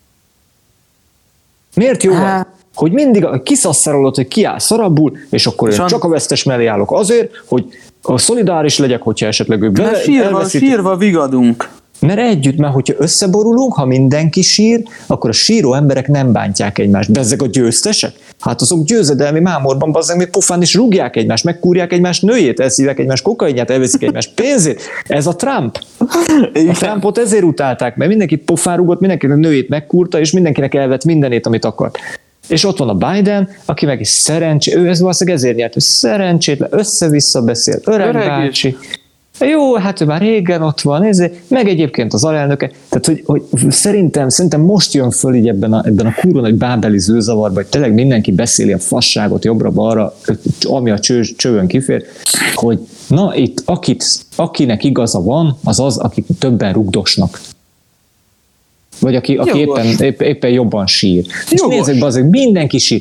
Miért jó az? Hogy mindig kiszasszarolod, hogy ki áll szarabbul, és akkor én csak a vesztes mellé állok. Azért, hogy szolidáris legyek, hogyha esetleg ő sírva vigadunk. Mert együtt, mert hogyha összeborulunk, ha mindenki sír, akkor a síró emberek nem bántják egymást. De ezek a győztesek? Hát azok győzedelmi mámorban bazzeg még pofán is rúgják egymást, megkúrják egymást nőjét, elszívják egymást kokainját, elveszik egymást pénzét. Ez a Trump. A Trumpot ezért utálták, mert mindenkit pofán rúgott, mindenkinek a nőjét megkúrta, és mindenkinek elvett mindenét, amit akart. És ott van a Biden, aki meg is ő ez valószínűleg ezért nyert, hogy szerencsétlen, össze-vissza beszél, öreg bácsi. Jó, hát ő már régen ott van, meg egyébként az alelnöke, tehát hogy szerintem most jön föl így ebben a kurva nagy bábeli zűrzavarban, hogy tényleg mindenki beszéli a fasságot jobbra-balra, ami a csövön kifér, hogy na itt akinek igaza van, az, akik többen rugdosnak. Vagy aki éppen jobban sír. És nézzük be, azért mindenki sír.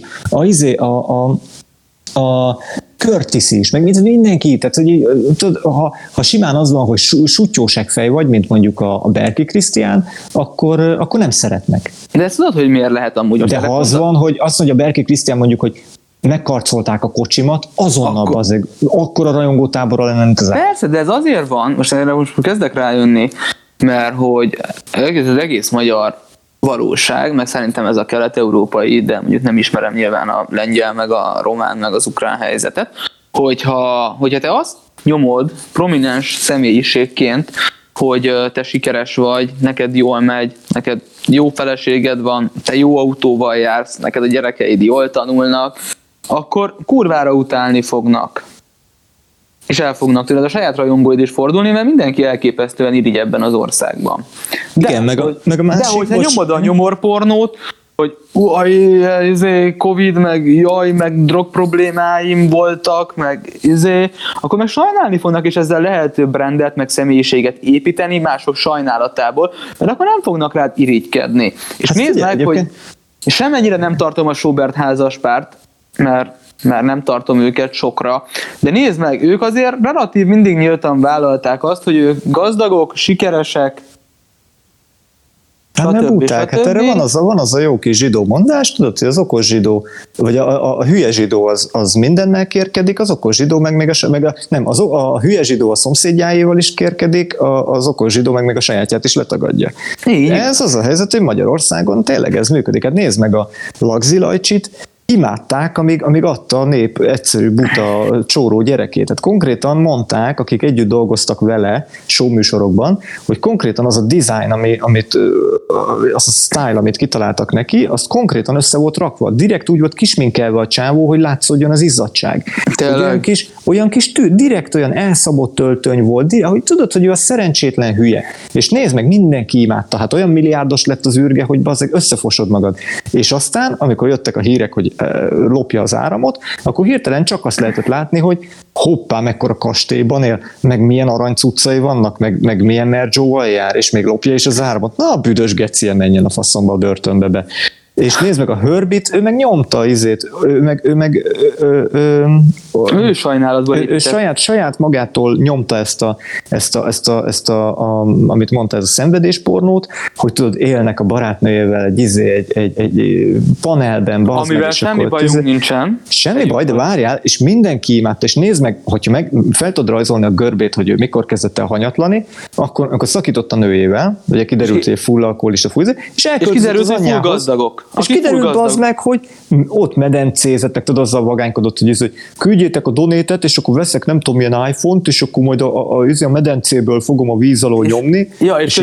A Curtis is, meg mindenki, tehát hogy tudod, ha simán az van, hogy sutyóságfej vagy, mint mondjuk a Berki Krisztián, akkor nem szeretnek. De ezt tudod, hogy miért lehet amúgy? De ha az van, hogy azt mondja Berki Krisztián mondjuk, hogy megkarcolták a kocsimat, azonnal akkor a rajongótáborra lenne, mint az Persze, de ez azért van, most kezdek rájönni, mert hogy az egész magyar valóság, meg szerintem ez a kelet-európai, de mondjuk nem ismerem nyilván a lengyel, meg a román, meg az ukrán helyzetet, hogyha te azt nyomod prominens személyiségként, hogy te sikeres vagy, neked jól megy, neked jó feleséged van, te jó autóval jársz, neked a gyerekeid jól tanulnak, akkor kurvára utálni fognak. És el fognak tőled a saját rajongóid is fordulni, mert mindenki elképesztően irigy ebben az országban. Igen, meg a másik... De hogyha nyomod a nyomorpornót, hogy Covid, meg drog problémáim voltak, akkor meg sajnálni fognak, és ezzel lehet brandet, meg személyiséget építeni mások sajnálatából, mert akkor nem fognak rád irigykedni. És nézd meg, hogy semmennyire nem tartom a Schubert házaspárt, mert nem tartom őket sokra. De nézd meg, ők azért relatív mindig nyíltan vállalták azt, hogy ők gazdagok, sikeresek, hát nem búták, hát erre van az a jó kis zsidó mondás, tudod, hogy az okos zsidó, vagy a hülye zsidó az mindennel kérkedik, az okos zsidó a hülye zsidó a szomszédjáéval is kérkedik, az okos zsidó meg a sajátját is letagadja. Így. Ez az a helyzet, hogy Magyarországon tényleg ez működik. Hát nézd meg a Lagzi Lajcsit, imádták, amíg adta a nép egyszerű buta csóró gyerekét. Tehát konkrétan mondták, akik együtt dolgoztak vele showműsorokban, hogy konkrétan az a design, az a style, amit kitaláltak neki, azt konkrétan össze volt rakva. Direkt úgy volt kisminkelve a csávó, hogy látszódjon az izzadság. Olyan kis direkt olyan elszabott töltöny volt, ahogy tudod, hogy ő a szerencsétlen hülye. És nézd meg, mindenki imádta. Hát olyan milliárdos lett az űrge, hogy bazzeg összefosod magad. És aztán, amikor jöttek a hírek, hogy lopja az áramot, akkor hirtelen csak azt lehetett látni, hogy hoppá, mekkora kastélyban él, meg milyen aranycuccai vannak, meg milyen Merjóval jár, és még lopja is az áramot. Na, a büdös gecie menjen a faszomba a börtönbe be. És nézd meg a Herbit, ő meg nyomta ő sajnálatban. Ő saját magától nyomta ezt amit mondta, ez a szenvedéspornót, hogy tudod, élnek a barátnőjével egy panelben. Amivel semmi bajunk nincsen. Semmi baj, de várjál, és mindenki imádta, és nézd meg, hogyha fel tudod rajzolni a görbét, hogy ő mikor kezdett el hanyatlani, akkor szakított a nőjével, ugye kiderült, hogy full alkoholista, és kiderült, hogy full gazdagok. És kiderült az meg, hogy ott medencézettek, tudod, azzal vagánykodott, hogy küldjétek a donétet, és akkor veszek nem tudom milyen iPhone-t, és akkor majd a medencéből fogom a víz alól nyomni. Ja, és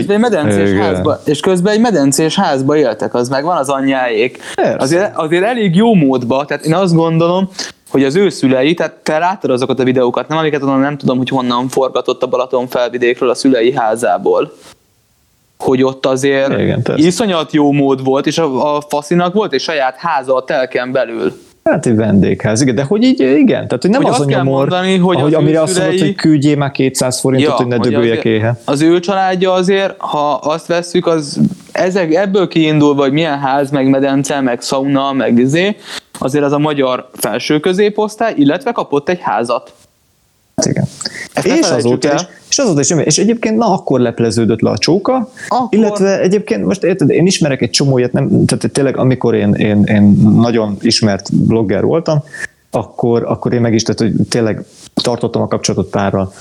közben egy medencés házba éltek, az meg van az anyjáék. Azért elég jó módba, tehát én azt gondolom, hogy az ő szülei, tehát te láttad azokat a videókat, nem, amiket onnan nem tudom, hogy honnan forgatott a Balaton felvidékről a szülei házából. Hogy ott azért iszonyat jó mód volt, és a faszinak volt egy saját háza a telken belül. Hát egy vendégház, igen, de hogy így, igen, tehát hogy nem hogy az a nyomor, mondani, hogy amire azt mondod, hogy küldjél már 200 forintot, hogy ne dögöljek éhe. Az ő családja azért, ha azt vesszük, az ebből kiindulva, hogy milyen ház, meg medence, meg szauna, meg azért az a magyar felső középosztály, illetve kapott egy házat. Igen. És azóta is, és egyébként akkor lepleződött le a csóka, illetve egyébként most érted, én ismerek egy csomó ilyet, tehát tényleg amikor én nagyon ismert blogger voltam, akkor én meg is, tehát hogy tényleg tartottam a kapcsolatot párral,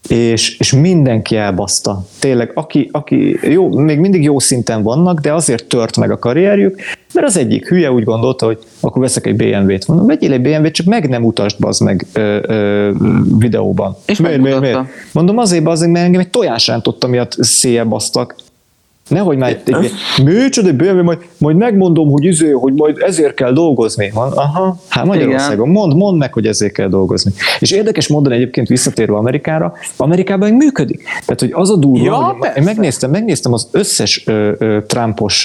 és mindenki elbaszta. Tényleg, aki jó, még mindig jó szinten vannak, de azért tört meg a karrierjük, mert az egyik hülye úgy gondolta, hogy akkor veszek egy BMW-t. Mondom, vegyél egy BMW-t, csak meg nem utasd, bazd meg videóban. És miért? Mondom, azért, mert engem egy tojásrántott, miatt széjjel basztak. Nehogy már egy BMW, majd megmondom, hogy majd ezért kell dolgozni. Aha, hát Magyarországon, mondd meg, hogy ezért kell dolgozni. És érdekes módon egyébként visszatérve Amerikában működik. Tehát, hogy az a durva, hogy én megnéztem az összes Trumpos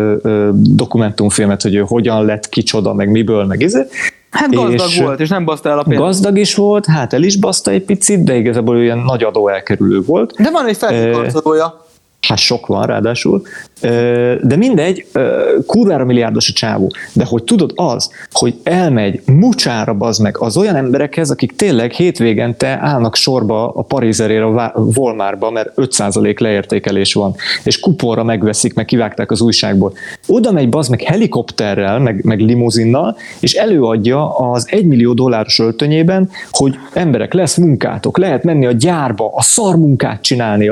dokumentumfilmet, hogy ő hogyan lett, kicsoda, meg miből, meg ezért. Hát gazdag volt, és nem baszta el a pénzt. Gazdag is volt, hát el is baszta egy picit, de igazából olyan nagy adó elkerülő volt. De van egy felkikarcolója. Hát sok van ráadásul, de mindegy, kurvára milliárdos a csávó. De hogy tudod az, hogy elmegy mucsára bazd meg az olyan emberekhez, akik tényleg hétvégente állnak sorba a Parizerére a Walmartba, mert 5% leértékelés van, és kuponra megveszik, meg kivágták az újságból. Oda megy bazd meg helikopterrel, meg limuzinnal, és előadja az $1 millió öltönyében, hogy emberek, lesz munkátok, lehet menni a gyárba, a szarmunkát csinálni,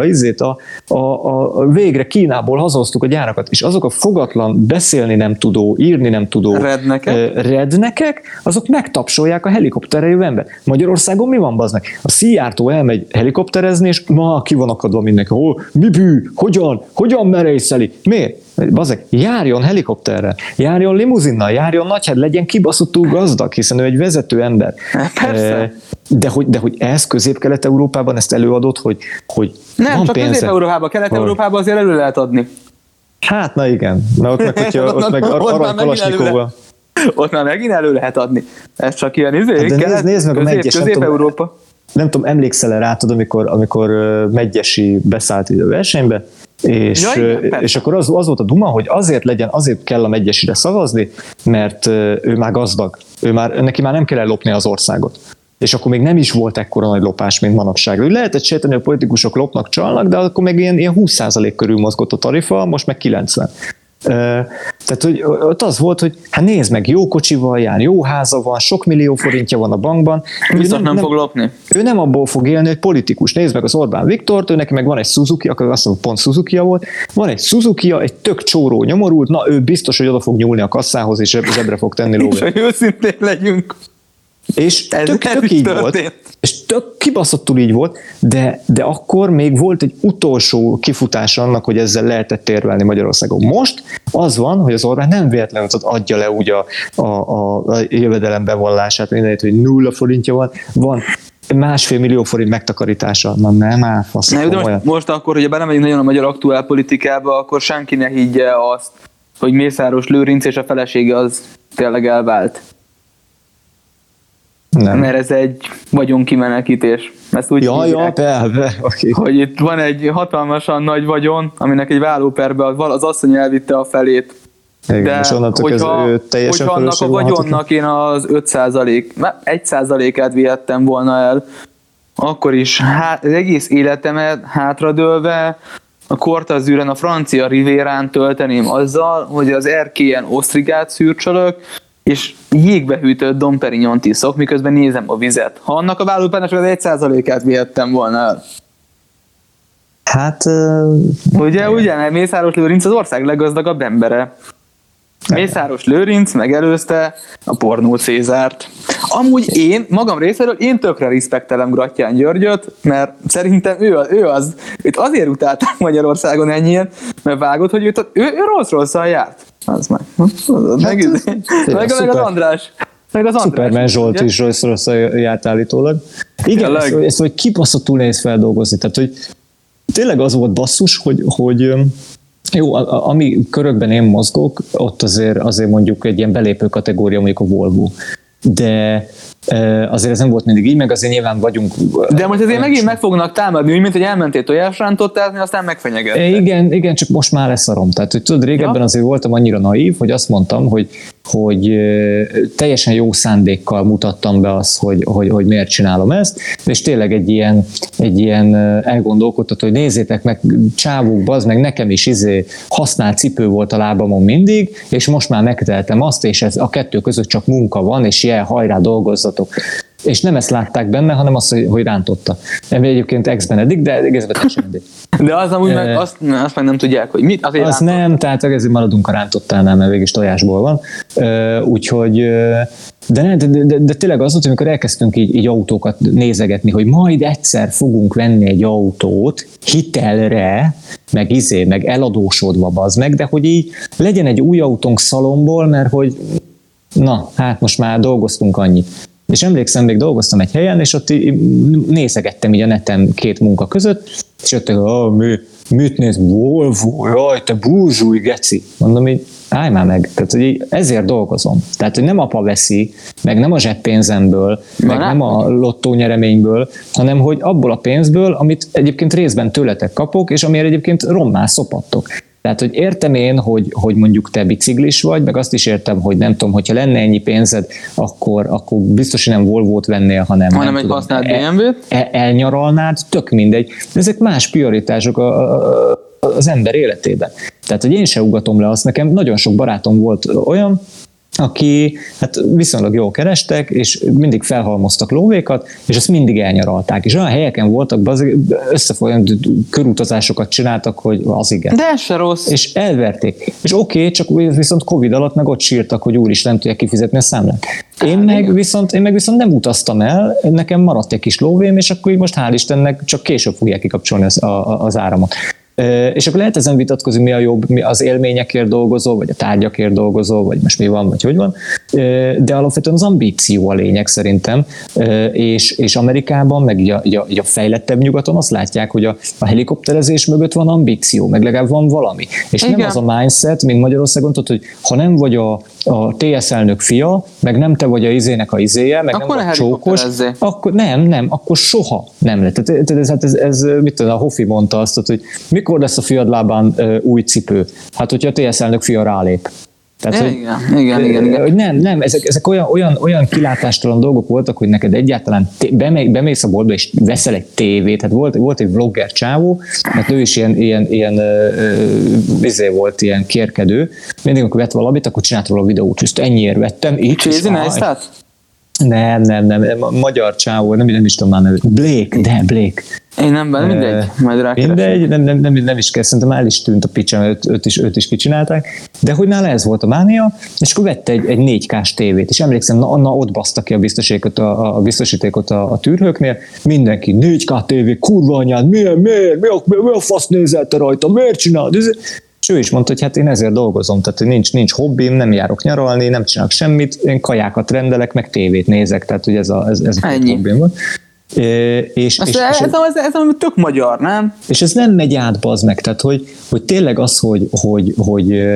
végre Kínából hazahoztuk a gyárakat, és azok a fogatlan, beszélni nem tudó, írni nem tudó rednekek, azok megtapsolják a helikopterre jövő ember. Magyarországon mi van, baznak? A Szijjártó elmegy helikopterezni, és ma ki van akadva mindenki. Mi bű? Hogyan merészeli? Miért? Bazeg, járjon helikopterrel, járjon limuzinnal, járjon nagyhád, legyen kibaszottul gazdag, hiszen ő egy vezető ember. Persze. De hogy ez Közép-Kelet-Európában ezt előadott, hogy nem, van csak Közép-Európában, Kelet-Európában azért elő lehet adni. Hát, na igen. Na, ott meg aranykalasnyikóval. Ott már megint elő lehet adni. Ez csak ilyen nézd meg a Medgyes, Közép-Európa. Nem tudom, emlékszel-e rá, amikor Medgyesi beszállt a versenybe, és akkor az volt a duma, hogy azért kell a Medgyesire szavazni, mert ő már gazdag. Neki már nem kell ellopni az országot. És akkor még nem is volt ekkora nagy lopás, mint manapság. Lehetett sejteni, hogy a politikusok lopnak, csalnak, de akkor még ilyen 20% körül mozgott a tarifa, most meg 90%. Tehát, hogy ott az volt, hogy hát nézd meg, jó kocsival jár, jó háza van, sok millió forintja van a bankban. Viszont nem fog lopni. Ő nem abból fog élni, hogy politikus. Nézd meg az Orbán Viktort, ő neki meg van egy Suzuki, akkor azt mondom, pont Suzuki-ja volt, van egy Suzuki-ja, egy tök csóró nyomorult, na ő biztos, hogy oda fog nyúlni a kasszához, és zsebre fog tenni lóvét. És hogy őszintén legyünk. És tök így volt, és tök kibaszottul így volt, de akkor még volt egy utolsó kifutás annak, hogy ezzel lehetett érvelni Magyarországon. Most az van, hogy az Orbán nem véletlenül adja le úgy a jövedelem bevallását, mindenit, hogy 0 forintja van 1,5 millió forint megtakarítása. Na nem áll, fasz. Most akkor, hogyha belemegyünk nagyon a magyar aktuál politikába, akkor senki ne higgye azt, hogy Mészáros Lőrinc és a felesége az tényleg elvált. Nem. Mert ez egy vagyonkimenekítés. Ezt úgy okay. Hogy itt van egy hatalmasan nagy vagyon, aminek egy vállóperbe az asszony elvitte a felét. Igen, de hogyha annak a vagyonnak én az 1%-át vihettem volna el, akkor is az egész életemet hátradőlve a Kortazűren, a francia rivérán tölteném azzal, hogy az erkélyen osztrigát szürcsölök, és jégbe hűtött Dom Perignont iszok, miközben nézem a vizet. Ha annak a vállópárnak az 1%-át vihettem volna el. Hát... Ugye, mert Mészáros Lőrinc az ország leggazdagabb embere. Mészáros Lőrinc megelőzte a Pornó Cézárt. Amúgy én, magam részéről, én tökre respektelem Grattyán Györgyöt, mert szerintem ő az, őt azért utálták Magyarországon ennyien, mert vágott, hogy ő Rolls-Royce-szal járt. Az meg. Meg az András. Superman Zsolt is Rolls-Royce-szal járt állítólag. Igen, ezt hogy kibaszottul nehéz feldolgozni. Tehát, hogy tényleg az volt basszus, hogy jó, ami körökben én mozgok, ott azért mondjuk egy ilyen belépő kategória, mondjuk a Volvo. De azért ez nem volt mindig így, meg azért nyilván vagyunk... De most azért megint meg fognak támadni, úgy, mint hogy elmentél tojásrántottazni, aztán megfenyegettek. Igen, csak most már leszarom. Tehát, hogy tudod, régebben azért voltam annyira naív, hogy azt mondtam, hogy teljesen jó szándékkal mutattam be azt, hogy miért csinálom ezt, és tényleg egy ilyen elgondolkodtató, hogy nézzétek meg, csávuk, bazd meg, nekem is használt cipő volt a lábamon mindig, és most már megteltem azt, és ez a kettő között csak munka van, és ilyen hajrá dolgozzatok. És nem ezt látták benne, hanem azt, hogy rántotta. Egyébként ex-Benedikt, de egész Benedikt. De az amúgy meg azt meg nem tudják, hogy mit. Azért azt nem, tehát ezért maradunk a rántottálnál, mert végig tojásból van. Úgyhogy, de tényleg az volt, amikor elkezdtünk így autókat nézegetni, hogy majd egyszer fogunk venni egy autót hitelre, meg eladósodva bazd meg, de hogy így legyen egy új autónk szalomból, mert hogy na, hát most már dolgoztunk annyit. És emlékszem, még dolgoztam egy helyen, és ott nézegettem így a neten két munka között, és ott mit néz? Volvo, jaj, te burzsúj, geci. Mondom így, állj már meg. Tehát, hogy ezért dolgozom. Tehát, hogy nem apa veszi, meg nem a zseppénzemből, meg nem a lottónyereményből, hanem, hogy abból a pénzből, amit egyébként részben tőletek kapok, és amiért egyébként rommá szopattok. Tehát, hogy értem én, hogy mondjuk te biciklis vagy, meg azt is értem, hogy nem tudom, hogyha lenne ennyi pénzed, akkor biztos, hogy nem Volvót vennél, hanem egy használt BMW-t. Elnyaralnád, tök mindegy. Ezek más prioritások az ember életében. Tehát, hogy én se ugatom le azt, nekem nagyon sok barátom volt olyan, aki hát viszonylag jól kerestek, és mindig felhalmoztak lóvékat, és azt mindig elnyaralták. És olyan helyeken voltak, összefolyam körutazásokat csináltak, hogy az igen. De ez se rossz. És elverték. És oké, csak viszont Covid alatt meg ott sírtak, hogy úristen, nem tudják kifizetni a számlát. Én meg viszont nem utaztam el, nekem maradt egy kis lóvém, és akkor most hál' Istennek csak később fogják kikapcsolni az áramot. És akkor lehet ezen vitatkozni, mi a jobb, mi az élményekért dolgozó, vagy a tárgyakért dolgozó, vagy most mi van, vagy hogy van, de alapvetően az ambíció a lényeg szerintem, és Amerikában, meg így a fejlettebb nyugaton azt látják, hogy a helikopterezés mögött van ambíció, meg legalább van valami. És igen. Nem az a mindset, mint Magyarországon, tudod, hogy ha nem vagy a TSZ elnök fia, meg nem te vagy a izének a izéje, meg akkor nem vagy csókos, akkor nem, akkor soha nem lett. Tehát ez mit tudom, a Hoffi mondta azt, hogy mikor lesz a fiad lábán új cipő? Hát, hogyha a TSZ elnök fia rálép. Tehát, igen. Nem, ezek olyan kilátástalan dolgok voltak, hogy neked egyáltalán bemész a boltba és veszel egy tévét. Hát volt egy vlogger csávó, mert ő is ilyen volt, ilyen kérkedő. Mindig, amikor vett valamit, akkor csinált róla a videót, és ennyiért vettem. Crazy Neistat? Nem, magyar csávó, nem is tudom már nevét. Blake. Én nem, mindegy, majd rákeresek. Mindegy, nem is kell, szerintem el is tűnt a picsem, őt is kicsinálták, de hogy nála ez volt a mánia, és akkor vette egy 4K-s tévét, és emlékszem, ott baszta ki a biztosítékot a tűrhőknél, mindenki 4K tévé, kurva anyád, mi a fasz nézel te rajta, miért csinálod? És ő is mondta, hogy hát én ezért dolgozom, tehát nincs hobbim, nem járok nyaralni, nem csinálok semmit, én kajákat rendelek, meg tévét nézek, tehát hogy ez a hobbim van. Ez tök magyar, nem? És ez nem megy át, bazd meg, tehát hogy tényleg az, hogy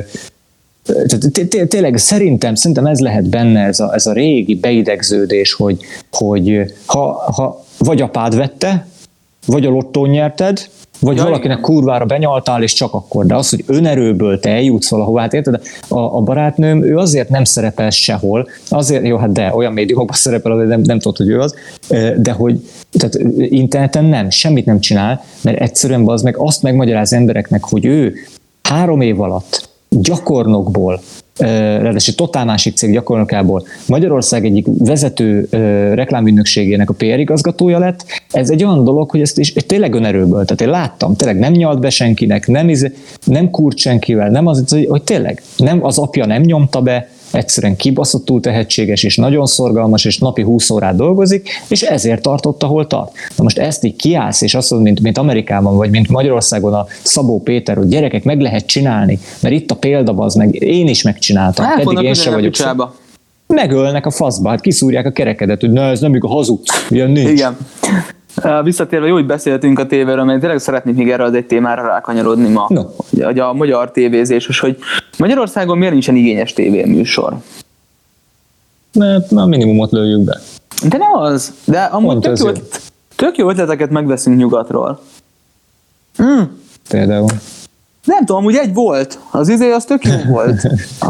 tényleg szerintem ez lehet benne, ez a régi beidegződés, hogy ha vagy apád vette, vagy a lottón nyerted, vagy valakinek kurvára benyaltál, és csak akkor. De az, hogy önerőből te eljutsz valahová, hát érted? A barátnőm, ő azért nem szerepel sehol, azért, jó, hát de olyan médiumokban szerepel, nem tudod, hogy ő az, de hogy tehát interneten semmit nem csinál, mert egyszerűen azt megmagyaráz embereknek, hogy ő 3 év alatt gyakornokból ráadásul totál másik cég gyakornokából Magyarország egyik vezető reklámügynökségének a PR igazgatója lett, ez egy olyan dolog, hogy ezt is tényleg önerőből, tehát én láttam, tényleg nem nyalt be senkinek, nem kúrt senkivel, nem az, hogy tényleg nem, az apja nem nyomta be, egyszerűen kibaszottul tehetséges, és nagyon szorgalmas, és napi 20 órát dolgozik, és ezért tartott, ahol tart. Na most ezt így kiállsz, és azt mondod, mint Amerikában, vagy mint Magyarországon a Szabó Péter, hogy gyerekek, meg lehet csinálni, mert itt a példa, az meg én is megcsináltam, pedig én sem vagyok. Megölnek a faszba, hát kiszúrják a kerekedet, hogy ez nem igaz, hazudsz, ilyen nincs. Igen. Visszatérve, jó, hogy beszéltünk a tévéről, mert tényleg szeretnék még erre az egy témára rákanyarodni ma, hogy a magyar tévézés, és hogy Magyarországon miért nincsen igényes tévéműsor? Mert a minimumot lőjük be. De nem az, de amúgy tök jó ötleteket megveszünk nyugatról. Például. Nem tudom, amúgy egy volt, az tök jó volt.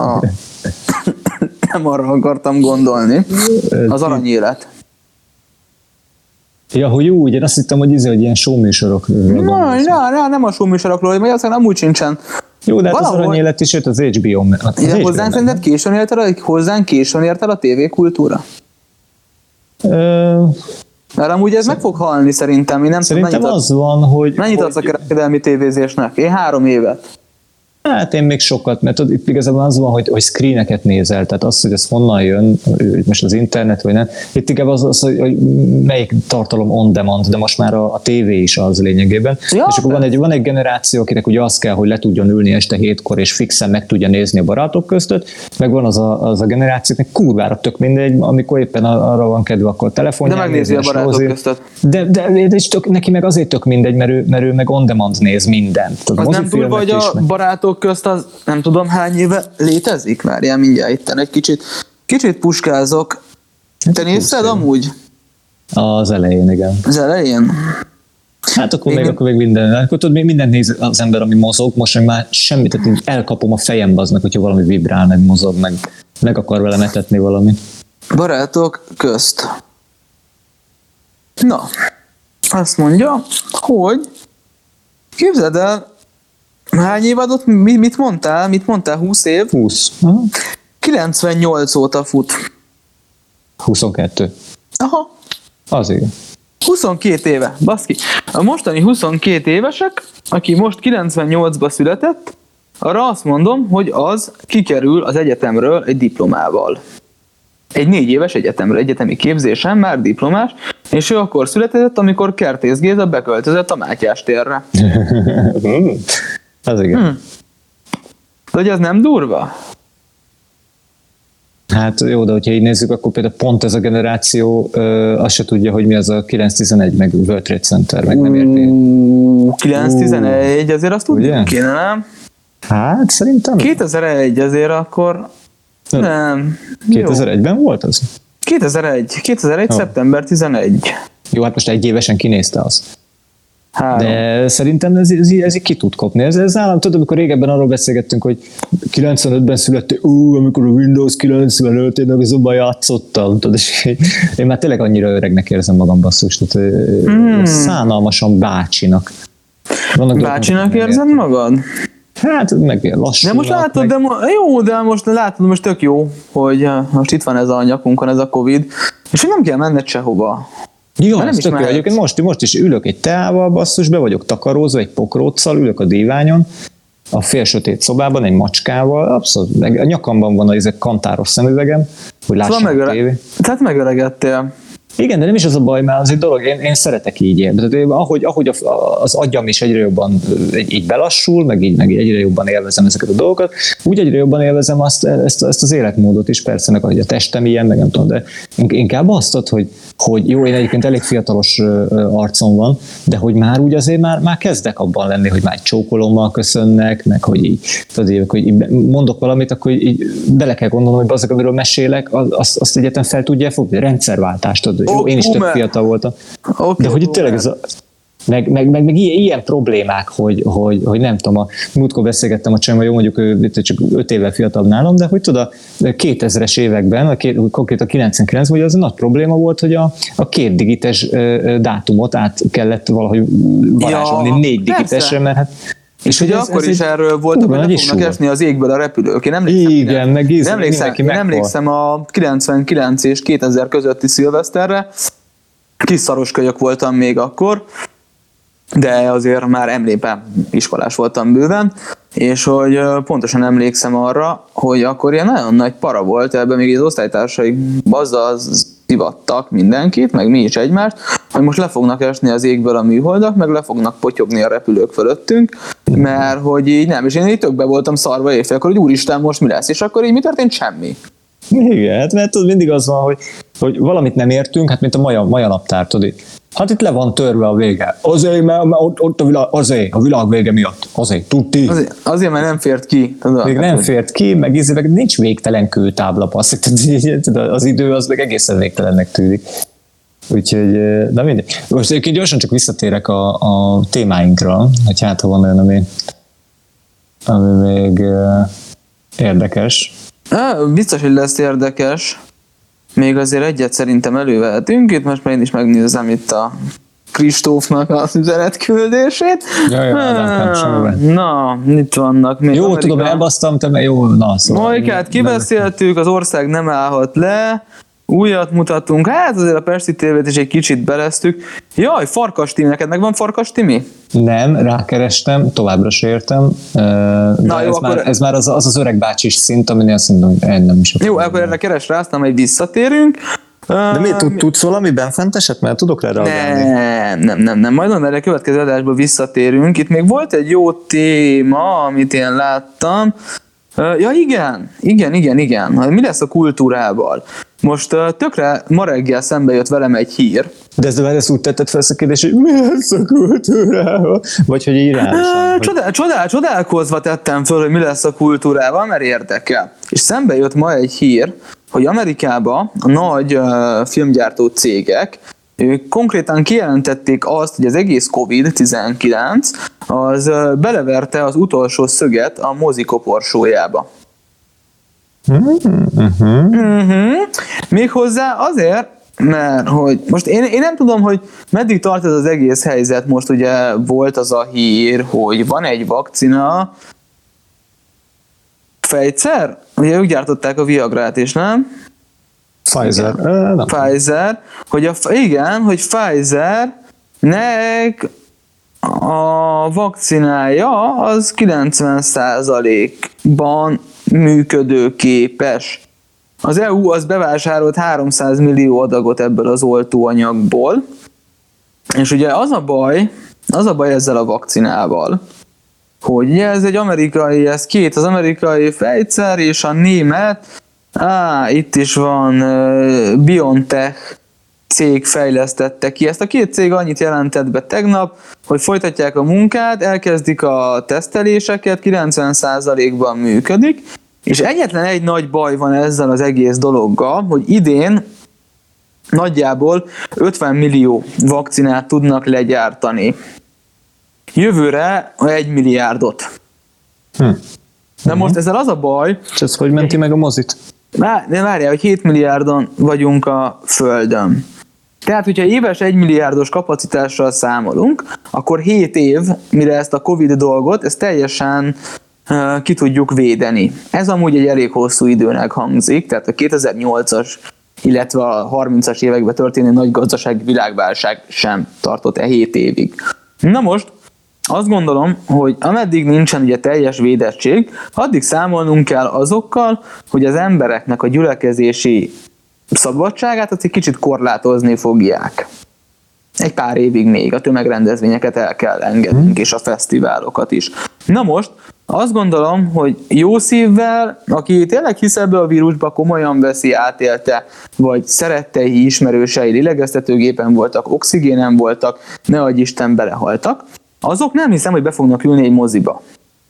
Nem arra akartam gondolni. Az aranyélet. Ja, hogy jó, ugye azt hittem, hogy ilyen showműsorok. Nem a showműsorokról, hogy Magyarországon amúgy sincsen. Jó, de hát az aranyélet is jött az HBO-n. Hozzánk szerinted későn ért el a tévékultúra? Mert amúgy ez meg fog halni szerintem. Én nem szerintem az van, hogy... Mennyit adsz a kereskedelmi tévézésnek? Én 3 évet. Hát én még sokat, mert itt igazából az van, hogy screeneket nézel, tehát az, hogy ez honnan jön, most az internet vagy nem. Itt inkább az hogy melyik tartalom on demand, de most már a tévé is az lényegében. Ja, és akkor van egy generáció, akinek ugye az kell, hogy le tudjon ülni este 7-kor, és fixen meg tudja nézni a barátok között, meg van az a generáció, akinek kurvára tök mindegy, amikor éppen arra van kedve, akkor telefonján. De megnézi a barátok között. De neki meg azért tök mindegy, mert ő meg on demand néz mindent. Az nem durva, hogy a barátok közt az nem tudom hány éve létezik? Várjál mindjárt itten egy kicsit puskázok. Te nézted amúgy? Az elején, igen. Az elején? Hát akkor még minden. Akkor tudod, még mindent néz az ember, ami mozog, most már semmit, tehát elkapom a fejembe aznak, hogyha valami vibrál, meg mozog, meg akar vele etetni valamit. Barátok közt. Na, azt mondja, hogy képzeld el, hány évadot, mit mondtál? 20 év? 20. Aha. 98 óta fut. 22. Aha. Az igen. 22 éve, baszki. A mostani 22 évesek, aki most 98-ba született, arra azt mondom, hogy az kikerül az egyetemről egy diplomával. Egy 4 éves egyetemről, egyetemi képzésen, már diplomás, és ő akkor született, amikor Kertész Géza beköltözött a Mátyás térre. Az igen. De hogy ez nem durva? Hát jó, de hogyha így nézzük, akkor például pont ez a generáció azt se tudja, hogy mi az a 911, meg World Trade Center, meg nem érti. 911, azért azt tudjuk kéne, nem? Hát szerintem. 2001, azért akkor nem. 2001-ben volt az? 2001, szeptember 11. Jó, hát most egy évesen kinézte az. De szerintem ez így ki tud kopni. Ez állam, tudod, amikor régebben arról beszélgettünk, hogy 95-ben születtél, amikor a Windows 95, én meg azonban játszottam, tudod, és én már tényleg annyira öregnek érzem magam, basszus, tehát szánalmasan bácsinak. Bácsinak érzed magad? Hát meg lassan. De most látod, de most látod, most tök jó, hogy most itt van ez a nyakunkon, ez a Covid, és hogy nem kell menned sehova. Ja, ez tök jó. Egyébként most is ülök egy teával, basszus, be vagyok takarózva, egy pokróccal, ülök a díványon, a félsötét szobában, egy macskával, abszolút, a nyakamban van a kantáros szemüvegem, hogy lássam a tévé. Tehát megöregedtél. Igen, de nem is az a baj, mert az egy dolog, én szeretek így élni. Tehát ahogy az agyam is egyre jobban így belassul, meg egyre jobban élvezem ezeket a dolgokat, úgy egyre jobban élvezem ezt az életmódot is, persze, meg ahogy a testem ilyen, meg nem tudom, de inkább azt, hogy jó, én egyébként elég fiatalos arcom van, de hogy már úgy azért már kezdek abban lenni, hogy már egy csókolommal köszönnek, meg hogy így, tudod, hogy így mondok valamit, akkor így bele kell gondolnom, hogy azok, amiről mesélek, azt egyetem fel tudja fogni, rendszerváltást, tudod. Jó, én is tök fiatal voltam. De hogy itt tényleg ez a... Meg ilyen problémák, hogy nem tudom, a múltkor beszélgettem a csajommal, jó, mondjuk ő csak 5 évvel fiatalabb nálam, de hogy tudod, a 2000-es években, konkrétan a 99-ben, hogy az a nagy probléma volt, hogy a 2 digites dátumot át kellett valahogy varázsolni 4 digitesre, mert hát És ugye akkor is erről voltak, hogy le fognak esni az égből a repülők. Én emlékszem a 99 és 2000 közötti szilveszterre, kis szaroskölyök voltam még akkor, de azért már emlékszem, iskolás voltam bőven, és hogy pontosan emlékszem arra, hogy akkor ilyen nagyon nagy para volt, ebben még az osztálytársaik azzal szivattak mindenkit, meg mi is egymást, hogy most le fognak esni az égből a műholdak, meg le fognak potyogni a repülők fölöttünk, mert hogy így nem, és én így tökbe voltam szarva éjfélkor, hogy úristen, most mi lesz, és akkor így mi történt? Semmi. Igen, hát mert tudod, mindig az van, hogy valamit nem értünk, hát mint a maja naptár, tudod. Hát itt le van törve a vége. Azért, mert ott a világ vége miatt. Azért, tudti. Azért, mert nem fért ki. Még nem fért ki, meg nincs végtelen kőtábla, az idő az meg egészen végtelennek tűnik. Úgyhogy, de mindegy. Most egyébként gyorsan csak visszatérek a témáinkra, hogy hát ha van olyan, ami még érdekes. Biztos, hogy lesz érdekes. Még azért egyet szerintem elővehetünk, itt most már én is megnézem itt a Kristófnak az üzenetküldését. Na, itt vannak még. Jó, Amerika... tudom, elbasztam, te jó, na szóval. Majkát kibeszéltük, az ország nem állhat le, újat mutattunk, hát azért a Pesti tévét is egy kicsit beleztük. Jaj, Farkas Timi, neked megvan Farkas Timi? Nem, rákerestem, továbbra se értem. Na, jó, ez már az öreg bácsis szint, aminél szerintem nem is. Jó, akkor erre keres rá, aztán majd visszatérünk. De miért tudsz valami benfenteset? Mert tudok rá reagálni. Nem. Majd erre a következő adásban visszatérünk. Itt még volt egy jó téma, amit én láttam. Ja, igen. Mi lesz a kultúrával? Most tökre ma reggel szembe jött velem egy hír. De ezt úgy tetted fel ezt a kérdést, hogy mi lesz a kultúrával? Vagy hogy így Csodálkozva tettem föl, hogy mi lesz a kultúrával, mert érdekel. És szembe jött ma egy hír, hogy Amerikában a nagy filmgyártó cégek ők konkrétan kijelentették azt, hogy az egész COVID-19 az beleverte az utolsó szöget a mozi koporsójába. Méghozzá azért, mert hogy most én nem tudom, hogy meddig tart ez az egész helyzet. Most ugye volt az a hír, hogy van egy vakcina, Pfizer, ugye ők gyártották a Viagrát is, nem? Pfizer. Pfizer, hogy hogy Pfizernek a vakcinája az 90%-ban működőképes. Az EU az bevásárolt 300 millió adagot ebből az oltóanyagból, és ugye az a baj ezzel a vakcinával, hogy ugye ez egy amerikai, az amerikai Pfizer és a német, itt is van BioNTech cég fejlesztette ki. Ezt a két cég annyit jelentett be tegnap, hogy folytatják a munkát, elkezdik a teszteléseket, 90%-ban működik, és egyetlen egy nagy baj van ezzel az egész dologgal, hogy idén nagyjából 50 millió vakcinát tudnak legyártani. Jövőre 1 milliárdot. De most ezzel az a baj... És ez hogy menti meg a mozit? Várjál, hogy 7 milliárdon vagyunk a Földön. Tehát, hogyha éves 1 milliárdos kapacitással számolunk, akkor 7 év, mire ezt a Covid dolgot, ezt teljesen ki tudjuk védeni. Ez amúgy egy elég hosszú időnek hangzik, tehát a 2008-as, illetve a 30-as években történő nagy gazdasági világválság sem tartott 7 évig. Na most, azt gondolom, hogy ameddig nincsen ugye teljes védettség, addig számolnunk kell azokkal, hogy az embereknek a gyülekezési szabadságát azt egy kicsit korlátozni fogják. Egy pár évig még a tömegrendezvényeket el kell engednünk, és a fesztiválokat is. Na most, azt gondolom, hogy jó szívvel, aki tényleg hisz ebbe a vírusba, komolyan veszi, átélte, vagy szerettei, ismerősei lélegeztetőgépen voltak, oxigénen voltak, ne adj Isten, belehaltak, azok nem hiszem, hogy be fognak ülni egy moziba.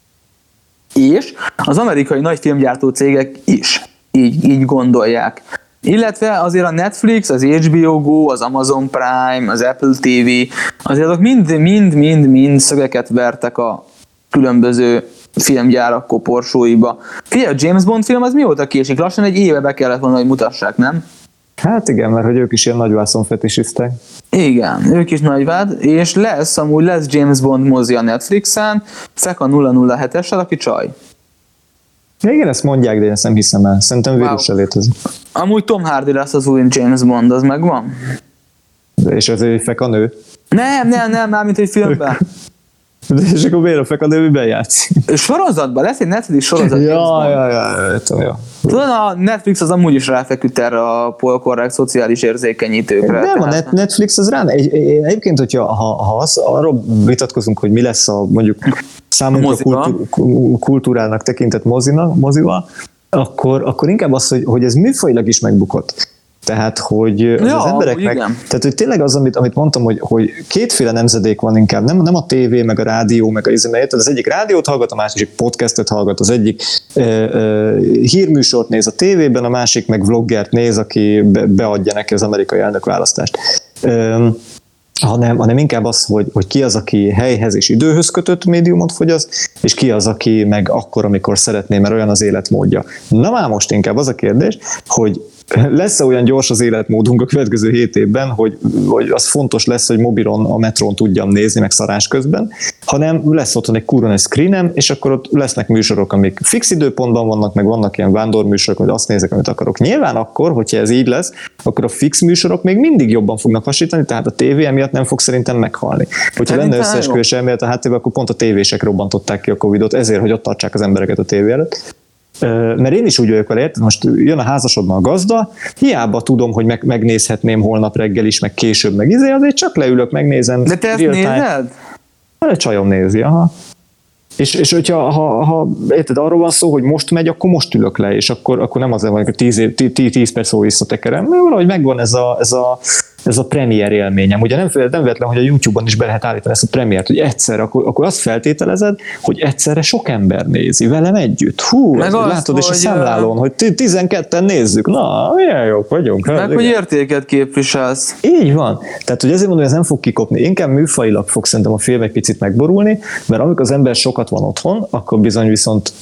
És az amerikai nagy filmgyártó cégek is így gondolják. Illetve azért a Netflix, az HBO Go, az Amazon Prime, az Apple TV, azért azok mind szögeket vertek a különböző filmgyárak koporsóiba. Figyelj, a James Bond film az mióta késik? Lassan egy éve be kellett volna, hogy mutassák, nem? Hát igen, mert hogy ők is ilyen nagyvászon fetisiztek. Igen, ők is nagyvád, és lesz James Bond mozi a Netflixen, Feka 007-essel, aki csaj. Ja, igen, ezt mondják, de én ezt nem hiszem el. Szerintem vírussal létezik. Amúgy Tom Hardy lesz az új James Bond, az megvan? De és az egy feka nő? Nem, mármint egy filmben. De és akkor miért a feka nő miben játszik? Sorozatban, lesz egy Netflix sorozat. Ja. Tudod, a Netflix az amúgy is ráfeküdt erre a polkorrekt szociális érzékenyítőkre. Nem, a Netflix az rá. Egyébként, hogyha ha arról vitatkozunk, hogy mi lesz a mondjuk számunkra kultúrának tekintett mozival, akkor inkább az, hogy ez műfajilag is megbukott. Tehát, hogy az embereknek, tehát, hogy tényleg az, amit mondtam, hogy kétféle nemzedék van inkább, nem a tévé, meg a rádió, meg az egyik rádiót hallgat, a másik podcastet hallgat, az egyik hírműsort néz a tévében, a másik meg vloggert néz, aki beadja neki az amerikai elnökválasztást. Hanem inkább az, hogy ki az, aki helyhez és időhöz kötött médiumot fogyaszt, és ki az, aki meg akkor, amikor szeretné, mert olyan az életmódja. Na már most inkább az a kérdés, hogy lesz-e olyan gyors az életmódunk a következő 7 évben, hogy az fontos lesz, hogy mobilon a metrón tudjam nézni, meg szarás közben, hanem lesz otthon egy kurva egy screenem, és akkor ott lesznek műsorok, amik fix időpontban vannak, meg vannak ilyen vándorműsorok, hogy azt nézek, amit akarok. Nyilván akkor, hogyha ez így lesz, akkor a fix műsorok még mindig jobban fognak hasítani, tehát a tévé emiatt nem fog szerintem meghalni. Hogyha lenne összeesküvés elmélet a háttérben, akkor pont a tévések robbantották ki a Covidot, ezért, hogy ott tartsák az embereket a tévé előtt. Mert én is úgy vagyok vele, érted? Most jön a házasodban a gazda, hiába tudom, hogy megnézhetném holnap reggel is, meg később, meg azért csak leülök, megnézem. De te ezt nézed? A csajom nézi, aha. És hogyha ha érted, arról van szó, hogy most megy, akkor most ülök le, és akkor nem azért van, hogy 10 perc szó visszatekerem, mert valahogy megvan ez a premier élményem. Ugye nem véletlen, hogy a YouTube-on is be lehet állítani ezt a premiért, hogy egyszerre, akkor azt feltételezed, hogy egyszerre sok ember nézi velem együtt. Hú, látod, és a számlálón, hogy 12-en nézzük. Na, milyen jók vagyunk. Meg, hogy értéket képviselsz. Így van. Tehát, hogy ezért mondom, hogy ez nem fog kikopni. Inkább műfajilag fog szerintem a film egy picit megborulni, mert amikor az ember sokat van otthon, akkor bizony viszont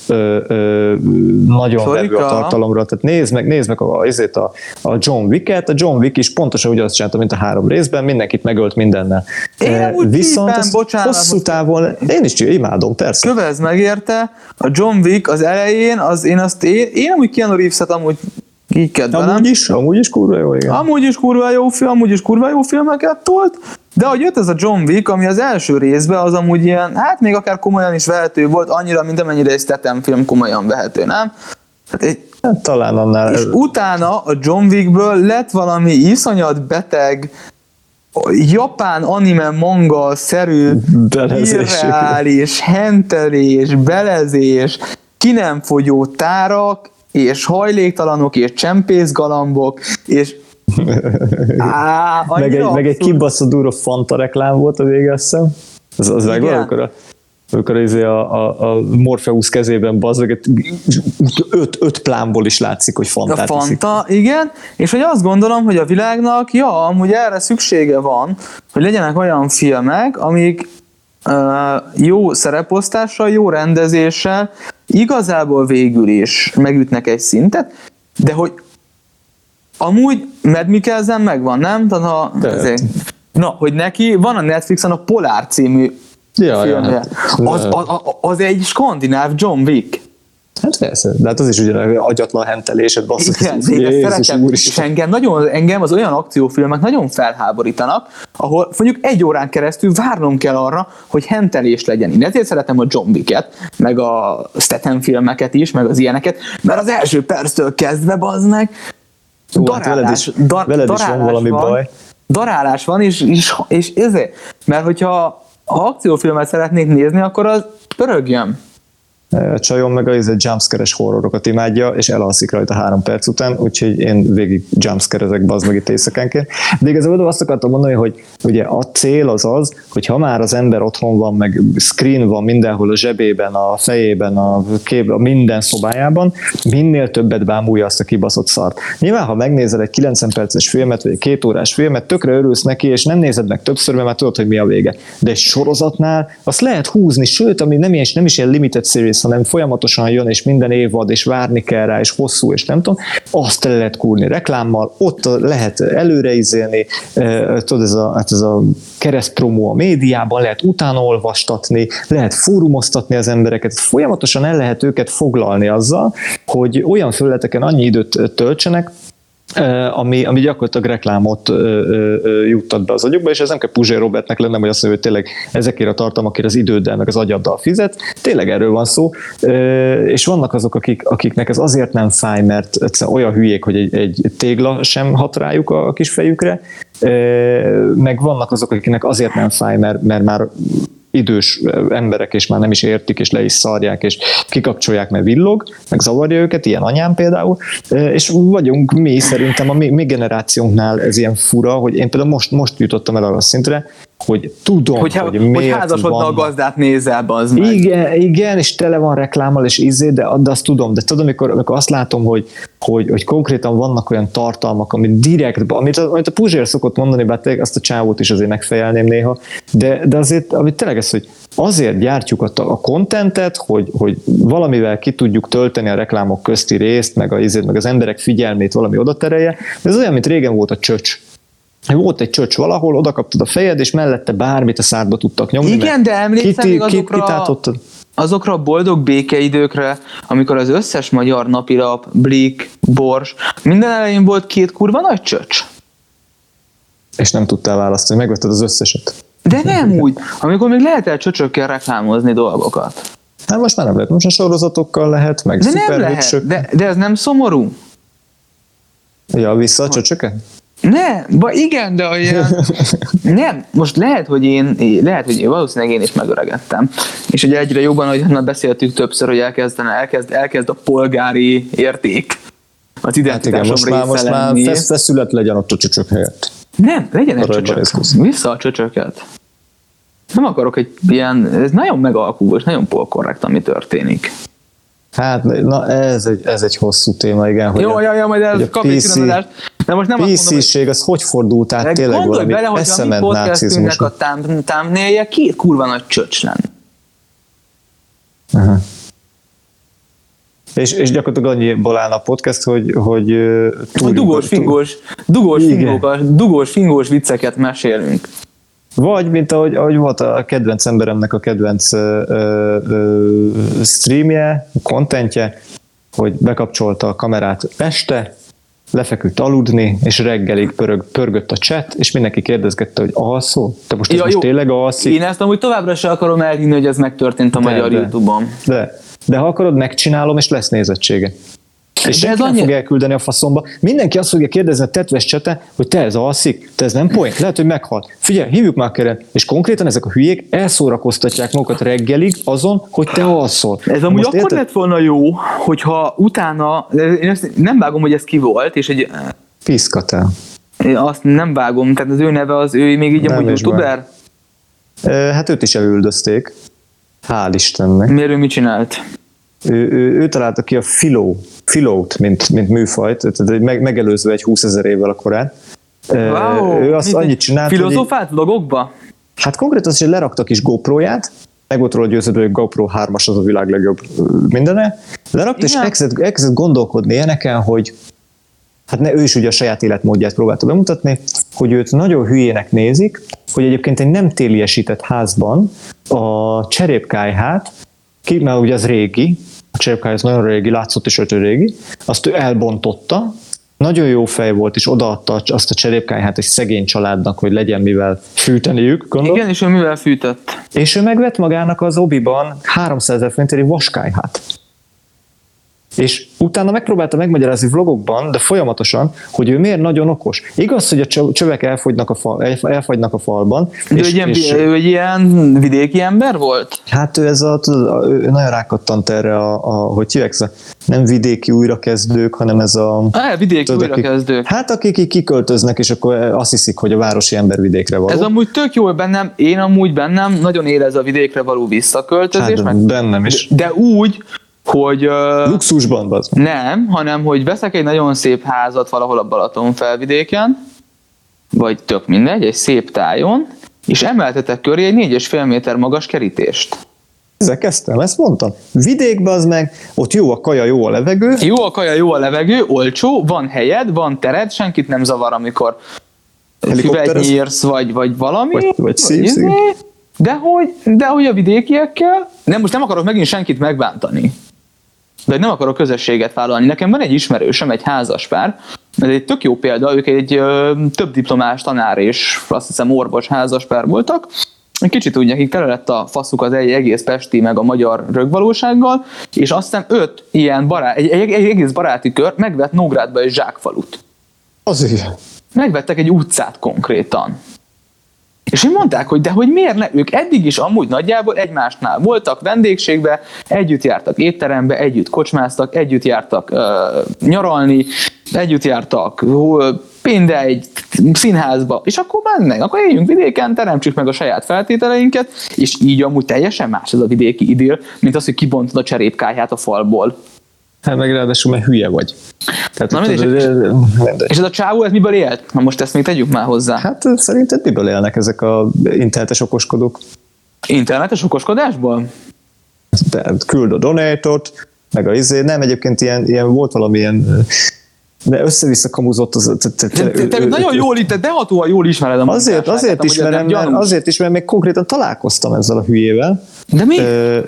nagyon vevő a tartalomra. Tehát nézd meg a John Wick-et. A John Wick is pontosan ugyanazt csinálta, mint a 3 részben, mindenkit megölt mindennel. Viszont hosszú távon, én is imádom, persze. Kövezd meg érte, a John Wick az elején, én amúgy Keanu Reeves-et amúgy így kedvelem. Amúgy is kurva jó, igen. Amúgy is kurva jó filmeket tolt, de ahogy jött ez a John Wick, ami az első részben, az amúgy ilyen, hát még akár komolyan is vehető volt, annyira, mint amennyire egy Statham film komolyan vehető, nem? Hát talán annál. És utána a John Wickből lett valami iszonyat beteg, japán anime manga-szerű, irreális, hentelés, belezés, ki nem fogyó tárak, és csempészgalambok, és meg egy kibaszott durva Fanta reklám volt a vége, azt hiszem. Az megvan, amikor a Morpheus kezében bazdmeg, 5 plánból is látszik, hogy Fantát a Fanta, igen, és hogy azt gondolom, hogy a világnak, amúgy erre szüksége van, hogy legyenek olyan filmek, amik jó szereposztással, jó rendezéssel, igazából végül is megütnek egy szintet, de hogy amúgy Mad Mikkelsen megvan, nem? Hogy neki van a Netflixen a Polár című filmje. Az egy skandináv John Wick. Hát persze, de hát az is ugyanúgy agyatlan hentelésed, basszus. Igen, és engem az olyan akciófilmek nagyon felháborítanak, ahol mondjuk 1 órán keresztül várnom kell arra, hogy hentelés legyen. Én ezért szeretem a John Wicket, meg a Statham filmeket is, meg az ilyeneket, mert az első perctől kezdve bazd meg, veled is van valami baj. Darálás van, és ezért, mert hogyha akciófilmet szeretnék nézni, akkor az pörögjön. A csajom meg a jumpscare-es horrorokat imádja, és elalszik rajta 3 perc után, úgyhogy én végig jumpscare-ezek bazd meg itt éjszakánként. De igazából azt akartam mondani, hogy ugye a cél az, hogy ha már az ember otthon van, meg screen van mindenhol a zsebében, a fejében, a minden szobájában, minél többet bámulja azt a kibaszott szart. Nyilván, ha megnézel egy 90 perces filmet, vagy egy 2 órás filmet, tökre örülsz neki, és nem nézed meg többször, mert már tudod, hogy mi a vége. De egy sorozatnál azt lehet húzni, sőt, ami nem is ilyen limited series lineáris, hanem folyamatosan jön, és minden évad, és várni kell rá, és hosszú, és nem tudom, azt el lehet kúrni reklámmal, ott lehet előreizélni, tudod, ez a keresztpromó a médiában, lehet utána olvastatni, lehet fórumoztatni az embereket, folyamatosan el lehet őket foglalni azzal, hogy olyan felületeken annyi időt töltsenek, ami gyakorlatilag reklámot juttat be az agyukba, és ez nem kell Puzsér Robertnek lennem, hogy azt mondja, hogy tényleg ezekért a tartalmakért az időddel, meg az agyaddal fizet, tényleg erről van szó, és vannak azok, akiknek ez azért nem fáj, mert egyszerűen olyan hülyék, hogy egy tégla sem hat rájuk a kis fejükre, meg vannak azok, akiknek azért nem fáj, mert már idős emberek, és már nem is értik, és le is szarják, és kikapcsolják, mert villog, meg zavarja őket, ilyen anyám például, és vagyunk mi, szerintem a mi generációnknál ez ilyen fura, hogy én például most jutottam el arra a szintre, hogy tudom, hogy miért házasodna a gazdát nézel, bazd meg. Igen, és tele van reklámmal, és de azt tudom, de tudod, amikor azt látom, hogy konkrétan vannak olyan tartalmak, amit direkt, amit a Puzsér szokott mondani, bár azt a csávót is azért megfejelném néha, de azért, amit tényleg ez, hogy azért gyártjuk a contentet, hogy valamivel ki tudjuk tölteni a reklámok közti részt, meg az emberek figyelmét valami oda terelje, de ez olyan, mint régen volt a csöcs. Volt egy csöcs valahol, oda kaptad a fejed, és mellette bármit a szádba tudtak nyomni. Igen, de emlékszem még azokra a boldog békeidőkre, amikor az összes magyar napilap, Blik, Bors, minden elején volt 2 kurva nagy csöcs. És nem tudtál választani, megvetted az összeset. De nem úgy, amikor még lehet el csöcsökkel reklámozni dolgokat. Hát most már nem lehet, most a sorozatokkal lehet, meg szuperhősök. De ez nem szomorú? Ja, vissza a csöcsöket? Igen, de nem, most lehet, hogy valószínűleg én is megöregettem. És ugye egyre jobban, ahogy beszéltük többször, hogy elkezd a polgári érték az identitásom része most lenni. Már feszület legyen ott a csöcsök helyett. Nem, legyen egy csöcsök. Vissza a csöcsöket. Nem akarok egy ilyen, ez nagyon megalkul, és nagyon polkorrekt, ami történik. Hát, na ez egy hosszú téma, igen. Hogy majd ez kap egy különödást. De most nem PC-ség, az hogy fordult át tényleg valami eszement nácizmus? Gondolj bele, hogy a mi thumbnailje 2 kurva nagy csöcs lenne. Aha. És gyakorlatilag annyiból áll a podcast, hogy dugós, fingós vicceket mesélünk. Vagy, mint ahogy volt a kedvenc emberemnek a kedvenc streamje, contentje, hogy bekapcsolta a kamerát este, lefeküdt aludni, és reggelig pörgött a chat, és mindenki kérdezgette, hogy alszol? Te most ez most tényleg alszik? Én ezt amúgy továbbra sem akarom elhinni, hogy ez megtörtént a magyar YouTube-on. De ha akarod, megcsinálom, és lesz nézettsége. És senki nem fog elküldeni a faszomba. Mindenki azt fogja kérdezni a tetves csete, hogy te ez alszik, te ez nem point, lehet, hogy meghal. Figyelj, hívjuk már keren. És konkrétan ezek a hülyék elszórakoztatják magukat reggelig azon, hogy te alszol. Ez amúgy most akkor lett volna jó, hogyha utána, én ezt nem vágom, hogy ez ki volt, és egy... Piszkatel. Azt nem vágom, tehát az ő neve ő még így amúgy youtuber? Hát őt is elüldözték. Hál' Istennek. Miért ő mit csinált? Ő találta ki a Philót, mint műfajt, tehát megelőzve egy 20 000 évvel a korán. Wow, ő azt annyit csinált, filozofált vlogokba? Hát konkrétan az, hogy lerakta kis GoPro-ját, meg volt róla győződve, hogy GoPro 3-as az a világ legjobb mindene. Lerakta, és elkezdett gondolkodni ilyeneken, hogy hát ő is ugye a saját életmódját próbálta bemutatni, hogy őt nagyon hülyének nézik, hogy egyébként egy nem téliesített házban a cserépkályhát, mert ugye az régi, a cserépkály az nagyon régi, látszott is, hogy régi, azt ő elbontotta, nagyon jó fej volt, és odaadta azt a cserépkályhát egy szegény családnak, hogy legyen mivel fűteniük, gondolom. Igen, és ő mivel fűtött? És ő megvett magának az Obiban 300 000 forintért egy vaskályhát. És utána megpróbálta megmagyarázni vlogokban, de folyamatosan, hogy ő miért nagyon okos. Igaz, hogy a csövek elfagynak a falban. Ő egy ilyen vidéki ember volt? Hát ő ő nagyon rákattant erre, hogy hívják, nem vidéki újrakezdők, hanem ez a... vidéki újrakezdők. Hát akik kiköltöznek, és akkor azt hiszik, hogy a városi ember vidékre való. Ez amúgy tök jó bennem, én amúgy bennem nagyon érez a vidékre való visszaköltözés. Hát bennem is. De úgy, hogy... Luxusban, az. Nem, hanem hogy veszek egy nagyon szép házat valahol a Balaton felvidéken, vagy tök mindegy, egy szép tájon, és emeltetek köré egy 4,5 méter magas kerítést. Ezzel kezdtem, ezt mondtam. Vidékben az meg, ott jó a kaja, jó a levegő. Jó a kaja, jó a levegő, olcsó, van helyed, van tered, senkit nem zavar, amikor füvet nyírsz, vagy valami. Vagy szívsz. De hogy a vidékiekkel, most nem akarok megint senkit megbántani, de nem akarok közösséget vállalni. Nekem van egy ismerősöm, egy házaspár, ez egy tök jó példa, ők egy több diplomás tanár és azt hiszem orvos házaspár voltak. Egy kicsit úgy nekik tele lett a faszuk az egész pesti meg a magyar rögvalósággal, és aztán 5 ilyen egy egész baráti kör megvett Nógrádba egy zsákfalut. Azért. Megvettek egy utcát konkrétan. És így mondták, hogy de hogy miért ne? Ők eddig is amúgy nagyjából egymásnál voltak vendégségbe, együtt jártak étterembe, együtt kocsmáztak, együtt jártak nyaralni, együtt jártak mindegy színházba, és akkor mennek, akkor éljünk vidéken, teremtsük meg a saját feltételeinket, és így amúgy teljesen más ez a vidéki idill, mint az, hogy kibontod a cserépkályhát a falból. Hát meg ráadásul, mert hülye vagy. Tehát na, és ez a csávó, ez miből élt? Na most ezt még tegyük már hozzá. Hát szerinted miből élnek ezek a internetes okoskodók? Internetes okoskodásból? De küld a donate-ot, meg a nem, egyébként ilyen volt valamilyen, de össze-vissza kamuzott az... Te nagyon jól itt, behatóan jól ismered a munkását. Azért ismerem, még konkrétan találkoztam ezzel a hülyével. De mi?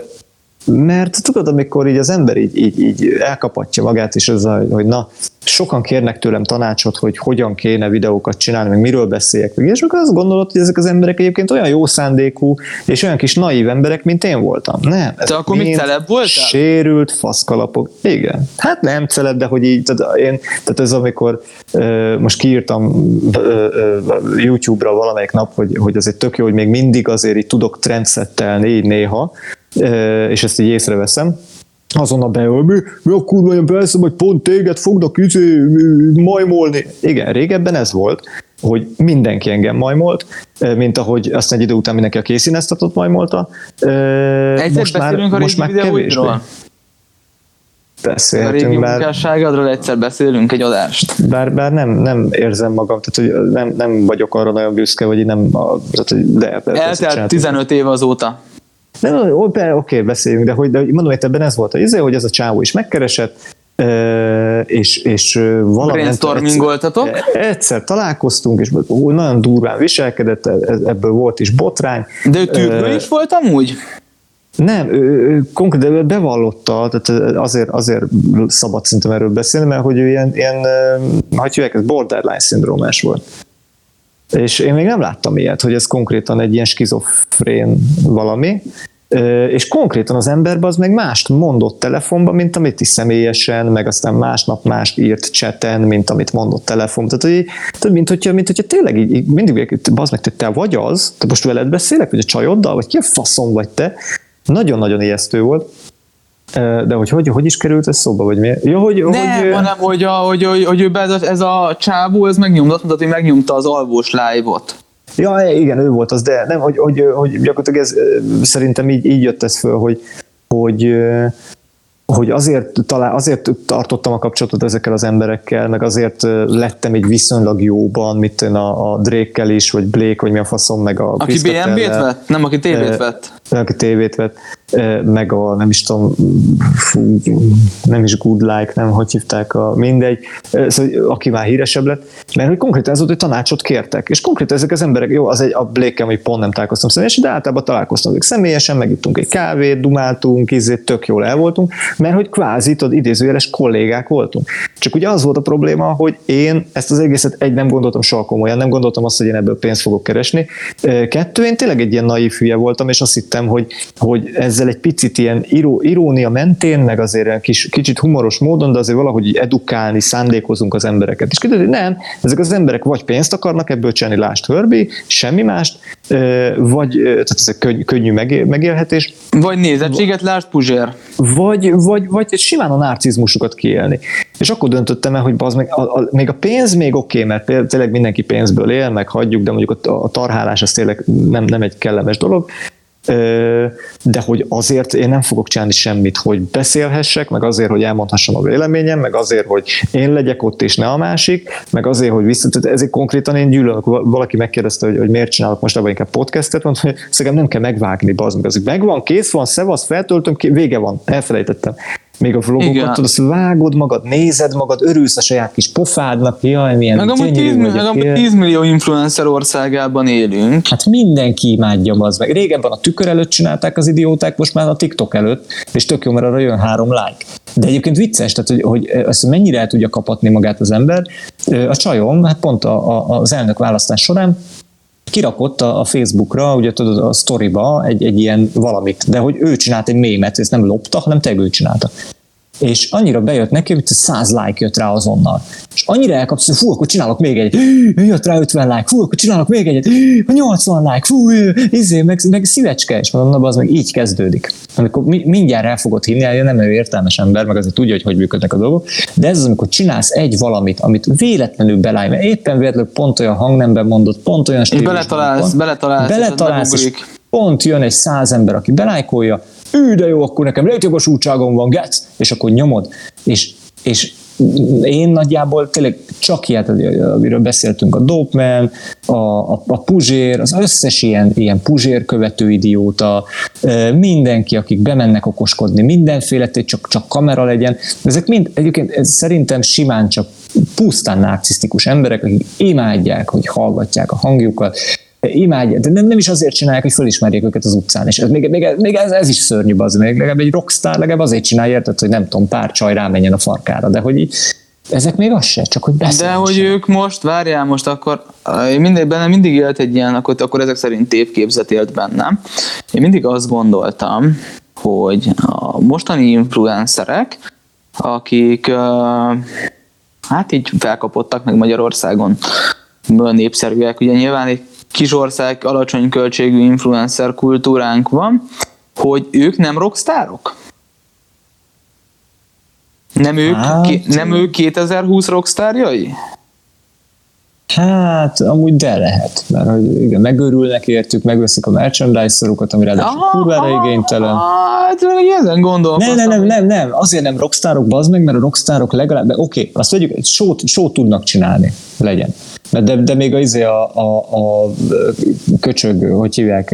Mert tudod, amikor így az ember így elkapatja magát, és ez hogy na, sokan kérnek tőlem tanácsot, hogy hogyan kéne videókat csinálni, meg miről beszéljek, és akkor azt gondolod, hogy ezek az emberek egyébként olyan jó szándékú, és olyan kis naív emberek, mint én voltam. Nem. Te akkor még celeb voltál? Sérült faszkalapok. Igen. Hát nem celeb, de hogy így, tehát ez amikor most kiírtam YouTube-ra valamelyik nap, hogy azért tök jó, hogy még mindig azért így tudok trendszettelni így néha, és ezt így észreveszem, azonnal beöl, mi a kurva olyan persze, hogy pont téged fognak majmolni. Igen, régebben ez volt, hogy mindenki engem majmolt, mint ahogy aztán egy idő után mindenki a készíneztatott majmolta. Egyszer beszélünk a régi videóidról? Beszélhetünk. A régi munkásságodról egyszer beszélünk egy adást. Bár nem érzem magam, tehát hogy nem vagyok arra nagyon büszke, vagy nem... De eltelt 15 év azóta. Oké, beszéljünk, de mondom, hogy ebben ez volt hogy ez a csávó is megkeresett, és valami... Brainstormingoltatok? Egyszer találkoztunk, és nagyon durván viselkedett, ebből volt is botrány. De ő tűrő is volt amúgy? Nem, ő konkrétan bevallotta, tehát azért szabad szerintem erről beszélni, mert hogy ő ilyen hogy hívják, ez borderline szindrómás volt. És én még nem láttam ilyet, hogy ez konkrétan egy ilyen skizofrén valami, és konkrétan az emberben az meg mást mondott telefonban, mint amit is személyesen, meg aztán másnap mást írt chaten, mint amit mondott telefonban. Tehát, mint hogyha tényleg így mindig, bazd meg, te vagy az, te most veled beszélek, vagy a csajoddal, vagy ki a faszom vagy te? Nagyon-nagyon ijesztő volt. De hogy is került ez szóba, vagy mi? Ja, hanem, hogy ő ez a csávó, ez megnyomta, hogy megnyomta az alvós live-ot. Ja, igen, ő volt az, de nem, hogy gyakorlatilag ez szerintem így jött ez föl, hogy azért tartottam a kapcsolatot ezekkel az emberekkel, meg azért lettem egy viszonylag jóban, mint a Drake-kel is, vagy Blake, vagy mi a faszom, meg a aki BMW-t vett? Nem, aki tévét vett. Aki tévét vett, meg a, nem is tudom, nem is Good Like, nem, hogy hívták, mindegy, szóval, aki már híresebb lett, mert hogy konkrétan ez volt, hogy tanácsot kértek, és konkrétan ezek az emberek, jó, a Blake-kel, hogy pont nem találkoztam személyesen, de általában találkoztam ők személyesen, megittunk egy kávét, dumáltunk, tök jól el voltunk, mert hogy kvázi, idézőjeles kollégák voltunk. Csak ugye az volt a probléma, hogy én ezt az egészet nem gondoltam soha komolyan, nem gondoltam azt, hogy én ebből pénzt fogok keresni. 2, én tényleg egy ilyen naív hülye voltam, és azt hittem, hogy ezzel egy picit ilyen irónia mentén, meg azért kicsit humoros módon, de azért valahogy így edukálni, szándékozunk az embereket. És kiderült, hogy nem, ezek az emberek vagy pénzt akarnak ebből csinálni, lásd Herbie, semmi mást, vagy tehát ez egy könnyű megélhetés. Vagy nézettséget, lásd Puzsér. Vagy simán a narcizmusukat kiélni. És akkor döntöttem el, hogy még a pénz még oké, mert tényleg mindenki pénzből él, meg hagyjuk, de mondjuk a tarhálás az tényleg nem egy kellemes dolog. de hogy azért én nem fogok csinálni semmit, hogy beszélhessek, meg azért, hogy elmondhassam a véleményem, meg azért, hogy én legyek ott és ne a másik, meg azért, hogy ezért konkrétan én gyűlölöm, amikor valaki megkérdezte, hogy miért csinálok most abban inkább podcastet, mondtam, hogy szerintem nem kell megvágni, bazd meg, megvan, kész van, szevasz, feltöltöm, vége van, elfelejtettem. Még a vlogokat, azt vágod magad, nézed magad, örülsz a saját kis pofádnak, jaj, milyen meg amúgy 10 millió influencer országában élünk. Hát mindenki imádja, az meg. Régebben a tükör előtt csinálták az idióták, most már a TikTok előtt, és tök jó, mert arra jön 3 like. De egyébként vicces, tehát hogy ezt mennyire el tudja kapatni magát az ember. A csajom, hát pont az elnök választás során kirakott a Facebookra, ugye tudod, a sztoriba egy ilyen valamit, de hogy ő csinált egy mémet, ezt nem lopta, hanem tényleg ő csinálta. És annyira bejött neki, hogy 100 like jött rá azonnal. És annyira elkapsz, hogy fú, akkor csinálok még egyet. Jött rá 50 like, fú, akkor csinálok még egyet. 80 like, fú, meg szívecske. És mondom, az meg így kezdődik. Amikor mindjárt el fogod hinni, nem ő értelmes ember, meg azért tudja, hogy működnek a dolgok, de ez az, amikor csinálsz egy valamit, amit véletlenül belállj, mert éppen véletlenül pont olyan hangnemben mondott, pont olyan stílusban. És beletalálsz, pont jön egy 100 ember, aki belájkolja, de jó, akkor nekem létjogosultságom van, gec, és akkor nyomod. És én nagyjából tényleg csak ilyet, amiről beszéltünk, a Dopeman, a Puzsér, az összes ilyen Puzsér követő idióta, mindenki, akik bemennek okoskodni, mindenféle, csak kamera legyen. Ezek mind egyébként szerintem simán csak pusztán narcisztikus emberek, akik imádják, hogy hallgatják a hangjukat, imádják, de nem is azért csinálják, hogy felismerjék őket az utcán, és még ez is szörnyű, az még legalább egy rockstar legalább azért csinálja, érted, hogy nem tudom, pár csaj rámenjen a farkára, de hogy így, ezek még az se, csak hogy beszélni. De hogy sem. Ők most, várjál most, akkor bennem mindig élt egy ilyen, akkor ezek szerint tévképzet élt bennem. Én mindig azt gondoltam, hogy a mostani influencerek, akik hát így felkapottak meg Magyarországon, népszerűek, ugye nyilván egy kis ország, alacsony költségű influencer kultúránk van, hogy ők nem rockstárok? Nem ők 2020 rockstárjai? Hát, amúgy de lehet, mert hogy igen, megőrülnek értük, megveszik a merchandise-szorukat, ami ráadásul kurvára igénytelen. Hát, ezen gondolkoztam. Nem, azért nem rockstárok, bazd meg, mert a rockstárok legalább, de oké, azt vegyük, egy show tudnak csinálni, legyen. De még a köcsög, hogy hívják,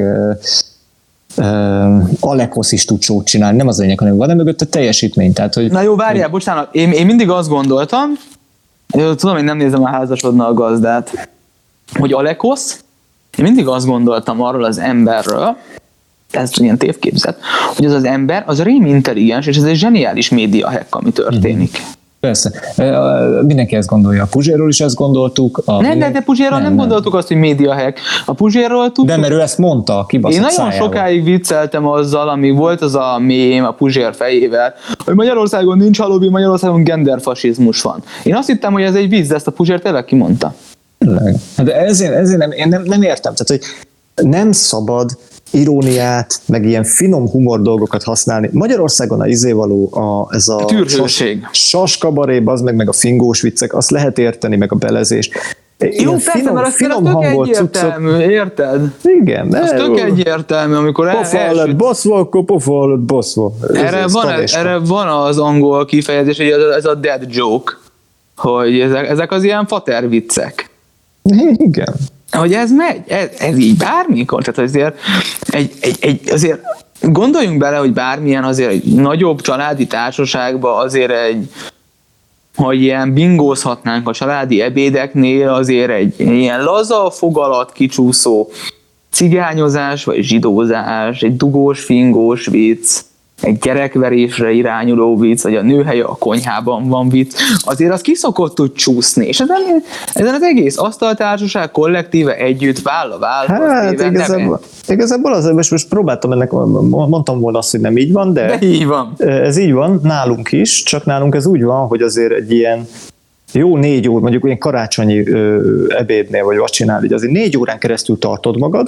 Alekosz is tud show-t csinálni, nem az lényeg, hanem van mögött a teljesítmény. Tehát, hogy, na jó, várjál, bocsánat, én mindig azt gondoltam, tudom, hogy nem nézem a házasodna a gazdát, hogy Alekosz, én mindig azt gondoltam arról az emberről, ez ilyen tévképzet, hogy az ember, az rém intelligens, és ez egy zseniális média hack, ami történik. Persze. Mindenki ezt gondolja. A Puzsérról is ezt gondoltuk. De Puzsérról nem gondoltuk azt, hogy média hack. A Puzsérról tudtuk. De mert ő ezt mondta a kibaszott szájával. Én nagyon sokáig vicceltem azzal, amíg volt az a mém a Puzsér fejével, hogy Magyarországon nincs Halloween, Magyarországon genderfasizmus van. Én azt hittem, hogy ez egy vicc, de ezt a Puzsér tényleg kimondta. De ezért nem értem. Tehát, hogy nem szabad iróniát, meg ilyen finom humor dolgokat használni. Magyarországon a ez a tűrhőség. Saskabaré, az meg a fingós viccek, azt lehet érteni, meg a belezés. Jó, persze, mert az tök egyértelmű, érted? Igen. Az tök egyértelmű, amikor pofa alatt baszva, akkor pofa alatt baszva. Erre van az angol kifejezés, hogy ez a dead joke, hogy ezek az ilyen fater viccek. Igen. Hogy ez megy, ez így bármikor, tehát azért gondoljunk bele, hogy bármilyen azért egy nagyobb családi társaságban azért hogy ilyen bingózhatnánk a családi ebédeknél, azért egy ilyen laza fogalat kicsúszó cigányozás, vagy zsidózás, egy dugós, fingós vicc, egy gyerekverésre irányuló vicc, vagy a nőhelye a konyhában van vicc, azért az kiszokott tud csúszni, és ezen az egész asztaltársaság kollektíve együtt váll. Hát igazából azért most próbáltam ennek, mondtam volna azt, hogy nem így van, de így van. Ez így van, nálunk is, csak nálunk ez úgy van, hogy azért egy ilyen jó 4 óra, mondjuk ilyen karácsonyi ebédnél vagy vacsinál, hogy azért 4 órán keresztül tartod magad,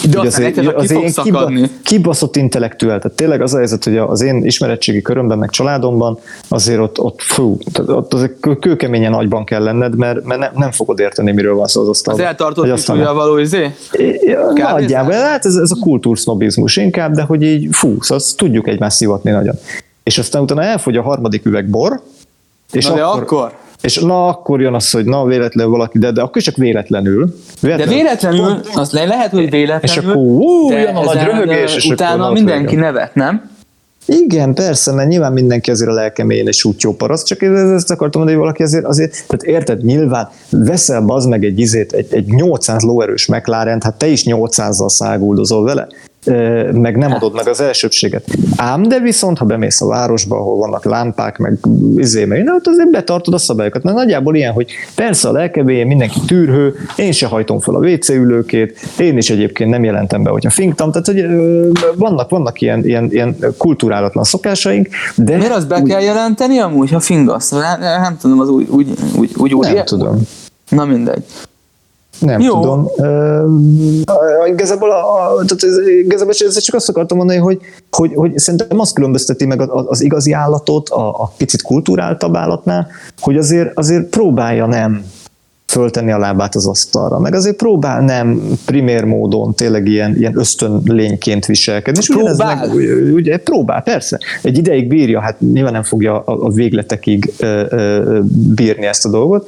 De aztán neked ki fog szakadni. Kibaszott intellektuál, tehát tényleg az a helyzet, hogy az én ismeretségi körömben, meg családomban azért ott azért kőkeményen agyban kell lenned, mert nem fogod érteni, miről van szó az asztalban. Az eltartott kisúlyjal való nagyjából, hát ez a kultúrsznobizmus inkább, de hogy így azt tudjuk egymást szivatni nagyon. És aztán utána elfogy a harmadik üveg bor, és és akkor jön az, hogy véletlenül valaki, de akkor csak véletlenül. De véletlenül, az lehet, hogy véletlenül, és akkor jön a nagy röhögés, és utána mindenki nevet, nem? Igen, persze, mert nyilván mindenki azért a lelkeméjén és úgy jó paraszt, csak ezt akartam mondani, hogy valaki azért, tehát érted, nyilván veszel bazd meg egy 800 lóerős McLarent, hát te is 800-zal száguldozol vele, meg nem adod meg az elsőbséget. Ám de viszont, ha bemész a városba, ahol vannak lámpák, meg ott azért betartod a szabályokat, mert nagyjából ilyen, hogy persze a lelkebélyén mindenki tűrhő, én se hajtom fel a WC ülőkét, én is egyébként nem jelentem be, hogyha finktam, tehát hogy vannak ilyen kulturálatlan szokásaink, de... Miért azt be kell jelenteni amúgy, ha fingasz? Nem tudom, az úgy nem tudom. Na mindegy. Nem jó. Tudom. Igazából ezzel csak azt akartam mondani, hogy szerintem azt különbözteti meg az igazi állatot a picit kulturáltabb állatnál, hogy azért próbálja nem föltenni a lábát az asztalra, meg azért próbál nem primér módon tényleg ilyen ösztönlényként viselkedni. És ugye próbál, persze. Egy ideig bírja, hát nyilván nem fogja a végletekig bírni ezt a dolgot.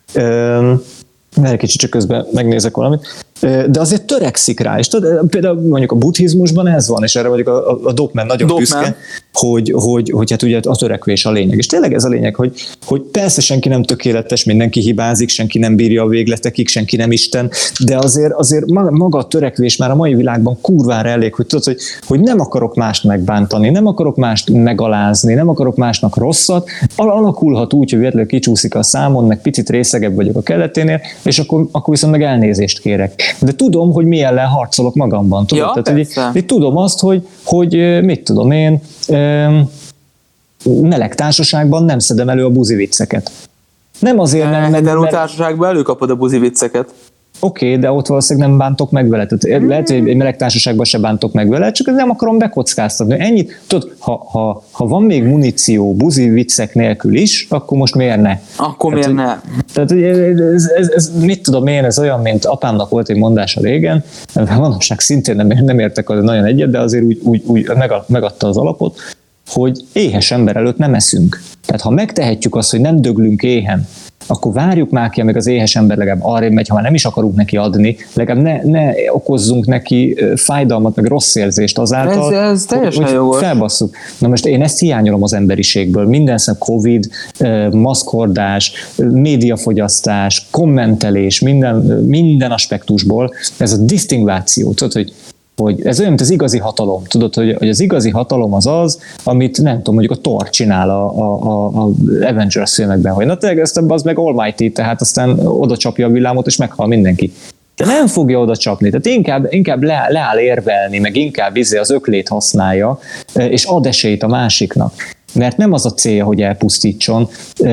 Egy kicsit csak közben megnézek valamit, de azért törekszik rá, és tudod, például mondjuk a buddhizmusban ez van, és erre mondjuk a Dogman nagyon büszke, hogy hát ugye a törekvés a lényeg. És tényleg ez a lényeg, hogy persze senki nem tökéletes, mindenki hibázik, senki nem bírja a végletekig, senki nem Isten, de azért maga a törekvés már a mai világban kurvára elég, hogy tudod, hogy nem akarok mást megbántani, nem akarok mást megalázni, nem akarok másnak rosszat, alakulhat úgy, hogy véletlenül kicsúszik a számon, meg picit részegebb vagyok a keleténél, és akkor viszont meg elnézést kérek. De tudom, hogy mi ellen harcolok magamban. Tudod? Ja, tehát, hogy tudom azt, hogy mit tudom én, meleg társaságban nem szedem elő a buzi vicceket. Nem azért nem... Heteró társaságban előkapod a buzi vicceket. Oké, de ott valószínűleg nem bántok meg vele. Tehát lehet, hogy egy meleg társaságban se bántok meg vele, csak nem akarom bekockáztatni. Ennyit, tudod, ha van még muníció buzi viccek nélkül is, akkor most miért ne? Akkor miért ne? Tehát ez mit tudom én, ez olyan, mint apámnak volt egy mondása régen, manapság szintén nem értek az nagyon egyet, de azért úgy megadta az alapot, hogy éhes ember előtt nem eszünk. Tehát ha megtehetjük azt, hogy nem döglünk éhen, akkor várjuk már ki, amíg az éhes ember legalább arrébb megy, ha már nem is akarunk neki adni, legalább ne okozzunk neki fájdalmat, meg rossz érzést azáltal, ez teljesen hogy jogos. felbasszuk. Na most én ezt hiányolom az emberiségből. Minden szem Covid, maszkordás, médiafogyasztás, kommentelés, minden aspektusból, ez a disztingváció, tudod, hogy ez olyan, mint az igazi hatalom. Tudod, hogy az igazi hatalom az, amit nem tudom, mondjuk a Thor csinál a Avengers filmekben, hogy na tényleg ezt az meg Almighty, tehát aztán oda csapja a villámot, és meghal mindenki. De nem fogja oda csapni, tehát inkább leáll érvelni, meg inkább az öklét használja, és ad esélyt a másiknak. Mert nem az a célja, hogy elpusztítson,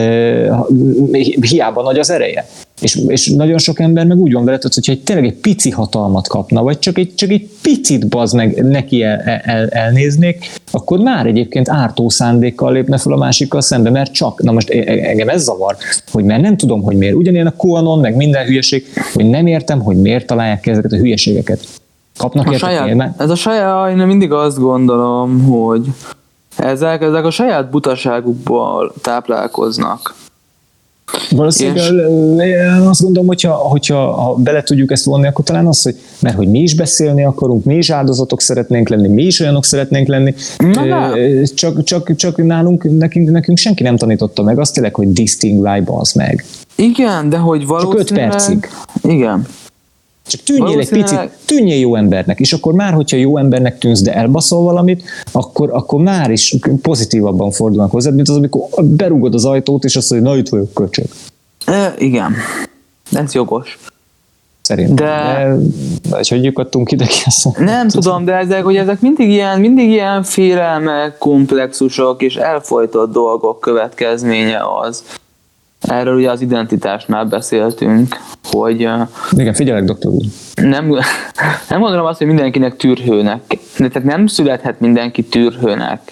hiába nagy az ereje. És nagyon sok ember meg úgy van vele, hogyha tényleg egy pici hatalmat kapna, vagy csak egy picit bazd meg neki elnéznék, akkor már egyébként ártó szándékkal lépne fel a másikkal szembe, mert csak, na most engem ez zavar, hogy mert nem tudom, hogy miért. Ugyanilyen a QAnon, meg minden hülyeség, hogy nem értem, hogy miért találják ki ezeket a hülyeségeket. Kapnak ez a saját, én mindig azt gondolom, hogy ezek a saját butaságukból táplálkoznak. Valószínűleg azt gondolom, hogyha bele tudjuk ezt vonni, akkor talán az, hogy mert hogy mi is beszélni akarunk, mi is áldozatok szeretnénk lenni, mi is olyanok szeretnénk lenni, csak nekünk senki nem tanította meg azt tényleg, hogy distingválj, bazd meg. Igen, de hogy valószínűleg... Csak 5 percig. Igen. Csak tűnjél egy picit, tűnjél jó embernek, és akkor már, hogyha jó embernek tűnsz, de elbaszol valamit, akkor már is pozitívabban fordulnak hozzád, mint az, amikor berúgod az ajtót, és azt mondja, na itt vagyok, köcsög. Igen, ez jogos. Szerintem. De hogy lyukadtunk ide ki? Nem tudom, de ezek mindig ilyen félelmek, komplexusok és elfojtott dolgok következménye az, Erről ugye az identitásnál beszéltünk, hogy Igen, figyelek, doktor úr. nem gondolom azt, hogy mindenkinek tűrhőnek. Tehát nem születhet mindenki tűrhőnek.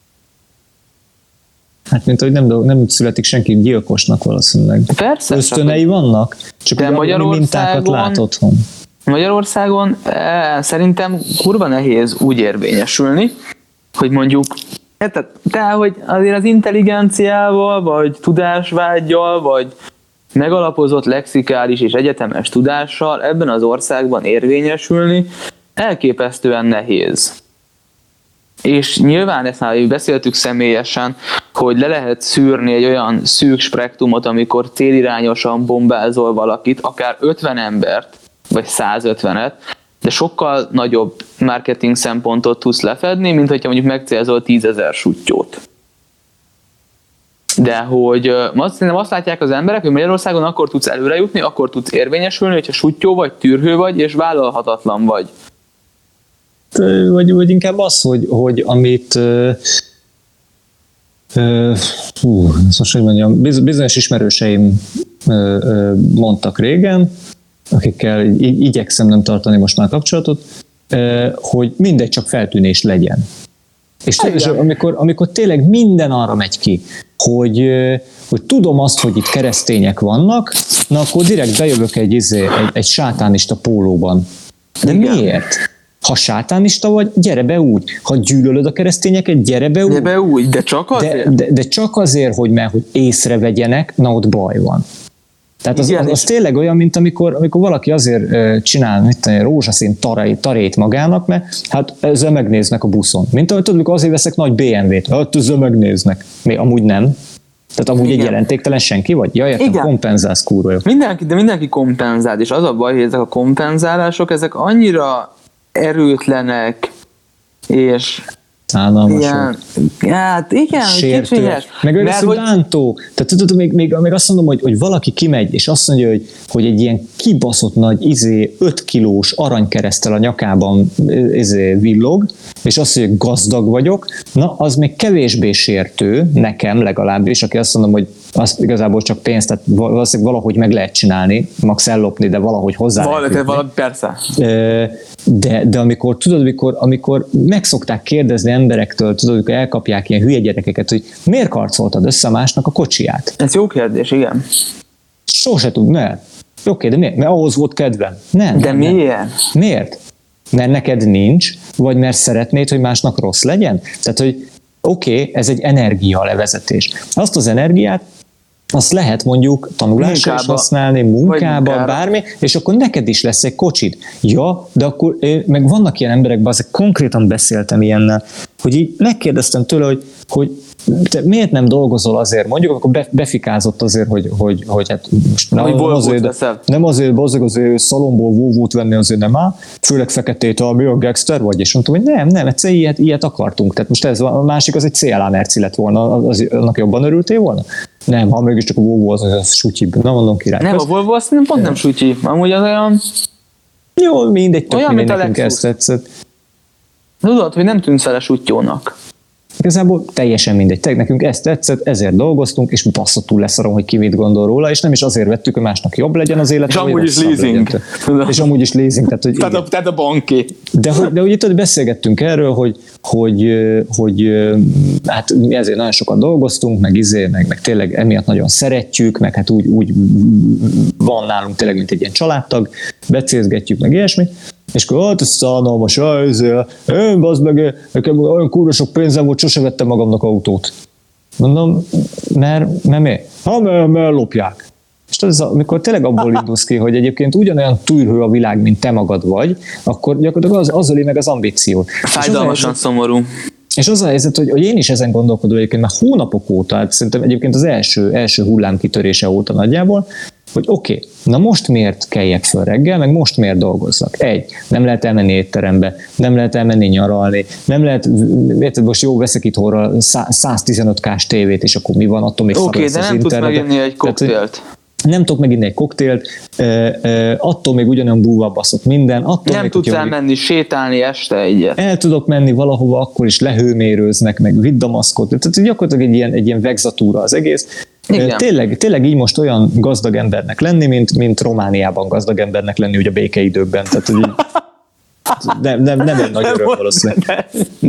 Hát, mint hogy nem születik senki gyilkosnak valószínűleg. Persze. Ösztönei vannak, csak de ugye mintákat lát otthon. Magyarországon szerintem kurva nehéz úgy érvényesülni, hogy mondjuk hogy azért az intelligenciával, vagy tudásvággyal, vagy megalapozott lexikális és egyetemes tudással ebben az országban érvényesülni elképesztően nehéz. És nyilván ezt már beszéltük személyesen, hogy le lehet szűrni egy olyan szűk spektrumot, amikor célirányosan bombázol valakit, akár 50 embert, vagy 150-et, de sokkal nagyobb marketing szempontot tudsz lefedni, mint hogyha mondjuk megcélzol 10 000 suttyót. De hogy azt látják az emberek, hogy Magyarországon akkor tudsz előre jutni, akkor tudsz érvényesülni, hogyha suttyó vagy, tűrhő vagy, és vállalhatatlan vagy. Vagy inkább az, hogy amit most hogy mondjam, bizonyos ismerőseim mondtak régen, akikkel igyekszem nem tartani most már kapcsolatot, hogy mindegy, csak feltűnés legyen. És amikor tényleg minden arra megy ki, hogy tudom azt, hogy itt keresztények vannak, na akkor direkt bejövök egy sátánista pólóban. De igen. Miért? Ha sátánista vagy, gyere be úgy. Ha gyűlölöd a keresztényeket, gyere be úgy. Gyere be úgy, de csak azért. De csak azért, hogy észrevegyenek, na ott baj van. Tehát az tényleg olyan, mint amikor valaki azért csinál rózsaszín tarét magának, mert hát ezzel megnéznek a buszon. Mint ahogy tudod, azért veszek nagy BMW-t, hát ezzel megnéznek. Még amúgy nem. Tehát amúgy igen. Egy jelentéktelen senki vagy? Ja, értem, kompenzálsz kurva. Mindenki kompenzál, és az a baj, hogy ezek a kompenzálások, ezek annyira erőtlenek, és szánalmasok. Hát igen, kicsinyes. Meg olyan hogy bántó. Tehát tudod, még azt mondom, hogy valaki kimegy, és azt mondja, hogy egy ilyen kibaszott nagy 5 kilós aranykereszttel a nyakában villog, és azt mondja, hogy gazdag vagyok, na az még kevésbé sértő, nekem legalábbis, aki azt mondom, hogy az igazából csak pénzt, tehát valószínűleg valahogy meg lehet csinálni, max ellopni, de valahogy hozzá lehet. Persze. De amikor tudod, amikor meg szokták kérdezni emberektől, tudod, amikor elkapják ilyen hülye gyerekeket, hogy miért karcoltad össze másnak a kocsiját? Ez jó kérdés, igen. Sose tud, mert. Oké, de miért? Mert ahhoz volt kedvem. Nem. De miért? Miért? Mert neked nincs, vagy mert szeretnéd, hogy másnak rossz legyen? Tehát, hogy oké, ez egy energia levezetés. Azt az energiát, azt lehet mondjuk tanulásra is használni, munkába, bármi, és akkor neked is lesz egy kocsid. Ja, de akkor meg vannak ilyen emberek, azért konkrétan beszéltem ilyennel, hogy így megkérdeztem tőle, hogy te miért nem dolgozol azért, mondjuk, akkor befikázott azért, hogy hát most nem azért szalomból vóvót venni azért nem áll, főleg feketét, mi a gangster vagy, és mondtam, hogy nem, egyszer ilyet akartunk. Tehát most ez a másik az egy CLA merci lett volna, annak jobban örültél volna? Nem, ha mégiscsak a Volvo az sutyibb. Na mondom király. Nem, a Volvo azt pont nem sutyi. Amúgy az olyan... Jó, mindegy, tök olyan, mint nekünk ezt tetszett. Tudod, hogy nem tűnsz vele sutyónak. Igazából teljesen mindegy. Nekünk ezt tetszett, ezért dolgoztunk, és basszottul leszarom, hogy ki mit gondol róla, és nem is azért vettük, hogy másnak jobb legyen az élet. És amúgy is leasing. És amúgy is leasing. Tehát a banki. De ugye tudod, beszélgettünk erről, hogy hát mi ezért nagyon sokat dolgoztunk, meg tényleg emiatt nagyon szeretjük, meg hát úgy van nálunk tényleg, mint egy ilyen családtag, becézgetjük, meg ilyesmi. És akkor hát ez szánalmas, én bazd meg, nekem olyan kurva sok pénzem volt, sose vettem magamnak autót. Mondom, mert mi? Mert lopják. És amikor tényleg abból indulsz ki, hogy egyébként ugyanolyan tűrhő a világ, mint te magad vagy, akkor gyakorlatilag az öli meg az ambíciót. Fájdalmasan szomorú. És az a helyzet, hogy én is ezen gondolkodom egyébként már hónapok óta, hát szerintem egyébként az első hullám kitörése óta nagyjából, hogy oké, na most miért keljek föl reggel, meg most miért dolgozzak? Nem lehet elmenni étterembe, nem lehet elmenni nyaralni, nem lehet, érted, most jó, veszek itt horra 115K-s tévét, és akkor mi van, attól még szar lesz az internet. Oké, de nem tudsz meginni egy koktélt. Nem tudok meginni egy koktélt, attól még ugyanolyan búva baszott minden. Nem tudsz elmenni, sétálni este egyet. El tudok menni valahova, akkor is lehőmérőznek, meg vidd a maszkot. Tehát gyakorlatilag egy ilyen vegzatúra az egész. Igen. Tényleg így most olyan gazdag embernek lenni, mint Romániában gazdag embernek lenni ugye a békeidőkben. Tehát, hogy nem egy nagy öröm valószínűleg.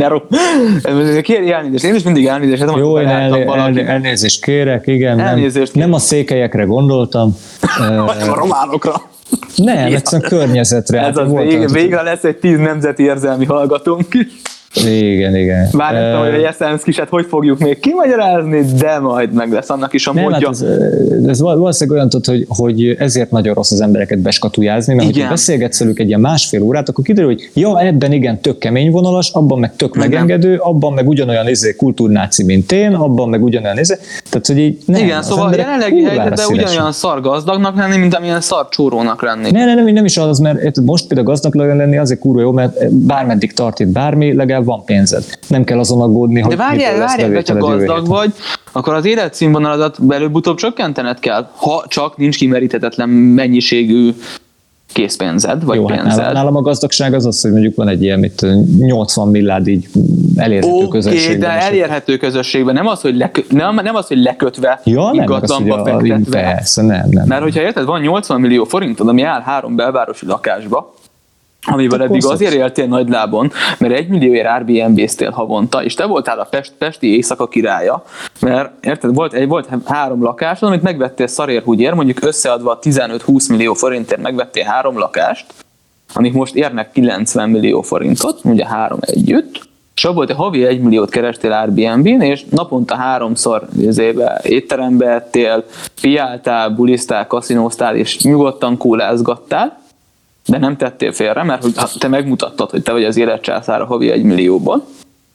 Kéri elnézést, én is mindig elnézést. Jó, én elnézést kérek, igen. Nem a székelyekre gondoltam. A románokra. Nem, egyszerűen környezetre. Ez az végre lesz egy 10 nemzeti érzelmi hallgatónk is. Igen. Vártam, hogy a Jeszenszkiset hogy fogjuk még kimagyarázni, de majd meg lesz annak is a módja. Hát ez valószínűleg olyan tud, hogy ezért nagyon rossz az embereket beskatujázni, mert hogyha beszélgetsz velük egy ilyen másfél órát, akkor kiderül, hogy ebben igen tök kemény vonalas, abban meg tök megengedő, abban meg ugyanolyan kultúrnáci, mint én, abban meg ugyanolyan tehát hogy így nem. Igen, szóval jelenlegi helyzetben ugyanolyan szar gazdagnak lenni, mint amilyen szar csórónak lenni. Nem is az, mert most például gazdagnak lenni azért kurva jó, mert bármeddig tart itt bármi, legalább van pénzed. Nem kell azon aggódni, hogy várjál, hogyha gazdag vagy, akkor az életszínvonaladat előbb-utóbb csökkentened kell, ha csak nincs kimeríthetetlen mennyiségű készpénzed, vagy pénzed. Nálam a gazdagság az, hogy mondjuk van egy ilyen 80 milliárd így elérhető közösségben. De elérhető közösségben, nem az, hogy lekötve, ingatlanba fektetve. Persze, nem. Mert hogyha érted, van 80 millió forintod, ami áll 3 belvárosi lakásba, amivel eddig azért éltél nagy lábon, mert 1 millióért Airbnb-ztél havonta, és te voltál a pesti éjszaka királya, mert érted, volt 3 lakásod, amit megvettél szarérhúgyért, mondjuk összeadva 15-20 millió forintért megvettél 3 lakást, amik most érnek 90 millió forintot, ugye 3 együtt, és abból te havi 1 milliót kerestél Airbnb-n, és naponta 3-szor étterembe ettél, piáltál, bulisztál, kaszinóztál, és nyugodtan kólázgattál, de nem tettél félre, mert hogy te megmutattad, hogy te vagy az életcsászára havi 1 millióból,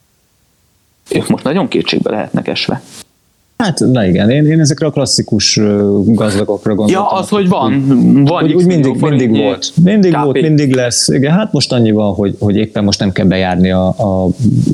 ők most nagyon kétségbe lehetnek esve. Hát, na igen, én ezekre a klasszikus gazdagokra gondoltam. Ja, az, hogy van úgy mindig volt. Mindig lesz. Igen, hát most annyi van, hogy éppen most nem kell bejárni a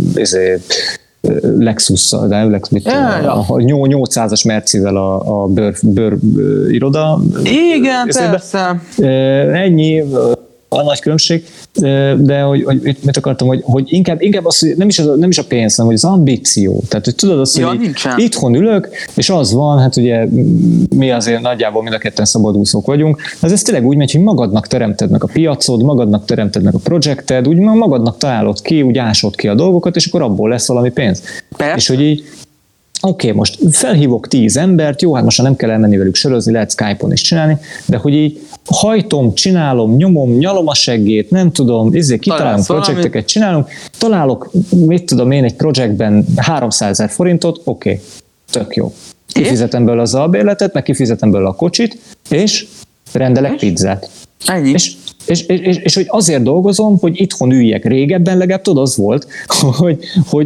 Lexus-szal, a 800-as Mercivel a bőr iroda. Igen, persze. Ennyi a nagy különbség, de hogy mit akartam, hogy inkább az, hogy nem is a pénz, hanem hogy az ambíció. Tehát, hogy tudod azt, hogy itthon ülök, és az van, hát ugye mi azért nagyjából mind a ketten szabadúszók vagyunk, az ez tényleg úgy megy, hogy magadnak teremted meg a piacod, magadnak teremted meg a projekted, úgy magadnak találod ki, úgy ásod ki a dolgokat, és akkor abból lesz valami pénz. Persze. És hogy így oké, most felhívok 10 embert, jó, hát most nem kell elmenni velük sörözni, lehet Skype-on is csinálni, de hogy így hajtom, csinálom, nyomom, nyalom a seggét, nem tudom, kitalálunk projekteket, csinálunk, találok, mit tudom én, egy projektben 300 000 forintot, oké, tök jó. Kifizetem belőle az albérletet, meg kifizetem belőle a kocsit, és rendelek pizzát. Ennyi. És hogy azért dolgozom, hogy itthon üljek. Régebben legalább tudod, az volt, hogy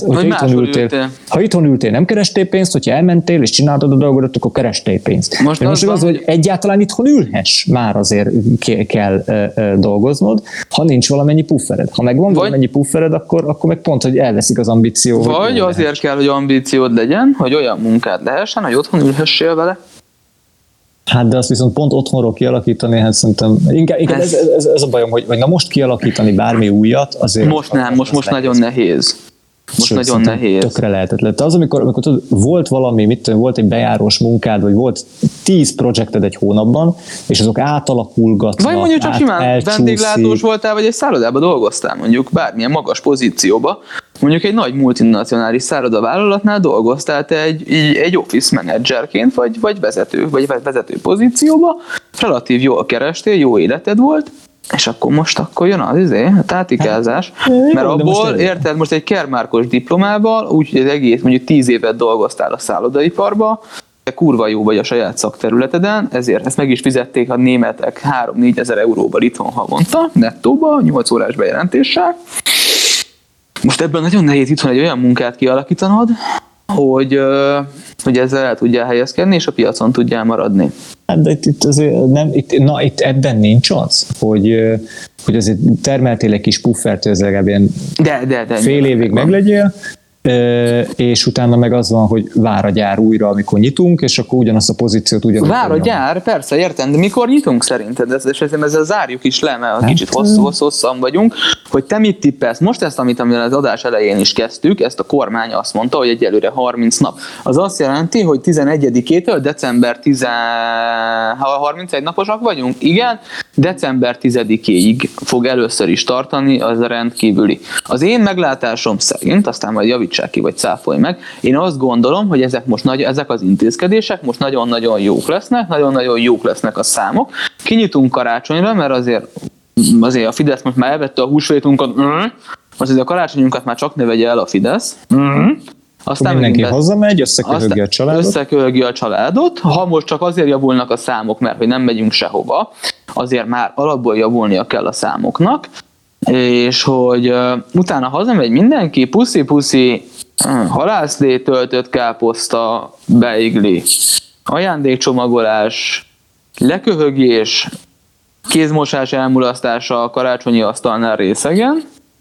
ha itthon ültél, nem kerestél pénzt, hogyha elmentél és csináltad a dolgodat, akkor kerestél pénzt. Most az, hogy egyáltalán itthon ülhess, már azért kell dolgoznod, ha nincs valamennyi puffered. Ha meg van valamennyi puffered, akkor meg pont, hogy elveszik az ambíció. Vagy azért kell, hogy ambíciód legyen, hogy olyan munkád lehessen, hogy otthon ülhessél vele. Hát de azt viszont pont otthonról kialakítani, hát szerintem inkább ez a bajom, hogy na most kialakítani bármi újat, azért... Most nagyon nehéz. Nagyon nehéz. Tökre lehetetlen. Az, amikor tudod, volt valami, volt egy bejárós munkád, vagy volt 10 projekted egy hónapban, és azok átalakulgatnak, vagy mondjuk csak simán vendéglátós voltál, vagy egy szállodában dolgoztál, mondjuk bármilyen magas pozícióba, mondjuk egy nagy multinacionális szállodavállalatnál dolgoztál te egy office managerként, vagy vezető pozícióba, relatív jól kerestél, jó életed volt, és akkor jön a tátikázás, mert abból, érted, most egy kermárkos diplomával, úgyhogy az egész, mondjuk 10 évet dolgoztál a szállodaiparba, de kurva jó vagy a saját szakterületeden, ezért ezt meg is fizették a németek 3-4 ezer euróval itthon havonta, nettóba, 8 órás bejelentéssel. Most ebben nagyon nehéz itthon egy olyan munkát kialakítanod, hogy ezzel el tudjál helyezkedni, és a piacon tudjál maradni. Hát de itt ebben nincs az, hogy azért termeltél egy kis puffert, hogy ez legalább ilyen fél évig meglegyél, és utána meg az van, hogy vár a gyár újra, amikor nyitunk, és akkor ugyanazt a pozíciót ugyanúgy. Vár a gyár, persze, értem, de mikor nyitunk szerinted? Ezzel zárjuk is le, mert kicsit hosszan vagyunk, hogy te mit tippelsz? Most ezt, amivel az adás elején is kezdtük, ezt a kormány azt mondta, hogy egyelőre 30 nap. Az azt jelenti, hogy 11-től december 31 naposak vagyunk? Igen, december 10-ig fog először is tartani, az rendkívüli. Az én meglátásom szerint, aztán majd javítsák ki, vagy cáfolj meg, én azt gondolom, hogy ezek az intézkedések most nagyon-nagyon jók lesznek, nagyon-nagyon jók lesznek a számok. Kinyitunk karácsonyra, mert azért a Fidesz most már elvette a húsvétunkat, azért a karácsonyunkat már csak ne vegye el a Fidesz. Aztán mindenki hazamegy, összeköhögi a családot. Ha most csak azért javulnak a számok, mert hogy nem megyünk sehova, azért már alapból javulnia kell a számoknak, és hogy utána hazamegy mindenki, puszi-puszi, halászlé, töltött káposzta, beigli, ajándékcsomagolás, leköhögés, kézmosás elmulasztása a karácsonyi asztalnál részegen,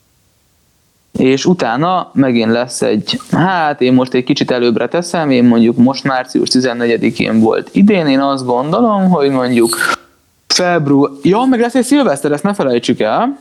és utána megint lesz én most egy kicsit előbbre teszem, én mondjuk most március 14-én volt idén, én azt gondolom, hogy mondjuk február... Ja, meg lesz egy szilveszter, ezt ne felejtsük el.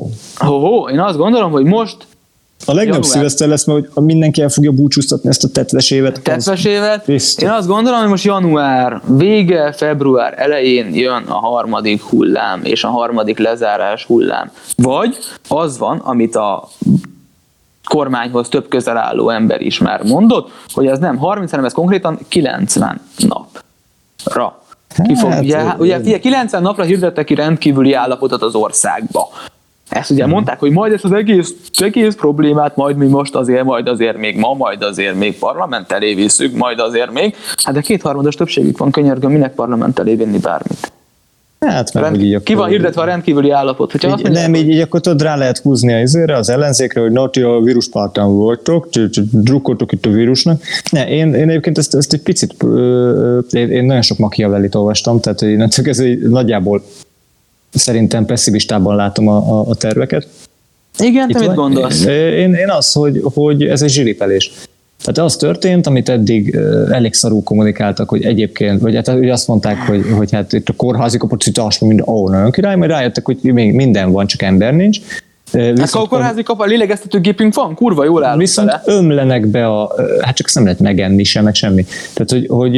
Én azt gondolom, hogy most a legnagyobb szilveszter lesz, mert hogy mindenki el fogja búcsúztatni ezt a tetves évet. Én azt gondolom, hogy most január vége, február elején jön a harmadik hullám, és a harmadik lezárás hullám. Vagy az van, amit a kormányhoz több közel álló ember is már mondott, hogy ez nem 30, hanem ez konkrétan 90 napra. Ugye 90 napra hirdettek ki rendkívüli állapotot az országba. Ezt ugye mondták, hogy majd ezt az egész problémát majd mi most majd azért még ma, majd azért még parlament elé visszük, majd azért még. Hát de 2/3 többségük van, könyörgöm, minek parlament elé vinni bármit. Hát, mert így ki van hirdetve a rendkívüli állapot? Hogyha így, nem, így akkor tudod, rá lehet húzni az ellenzékre, hogy ti a víruspártán voltok, drukkoltok itt a vírusnak. Én egyébként ezt egy picit, én nagyon sok Machiavellit olvastam, tehát ez nagyjából szerintem pessimistában látom a terveket. Igen, te mit gondolsz? Én az, hogy ez egy zsilipelés. Tehát az történt, amit eddig elég szarul kommunikáltak, hogy egyébként, vagy hát ugye azt mondták, hogy hát itt a kórházi kapacitás nagyon király, majd rájöttek, hogy még minden van, csak ember nincs. Hát a kórházi lélegeztetőgépünk van, kurva jól állunk viszont vele. Ömlenek be hát csak ezt nem lehet megenni sem, meg semmi. Tehát, hogy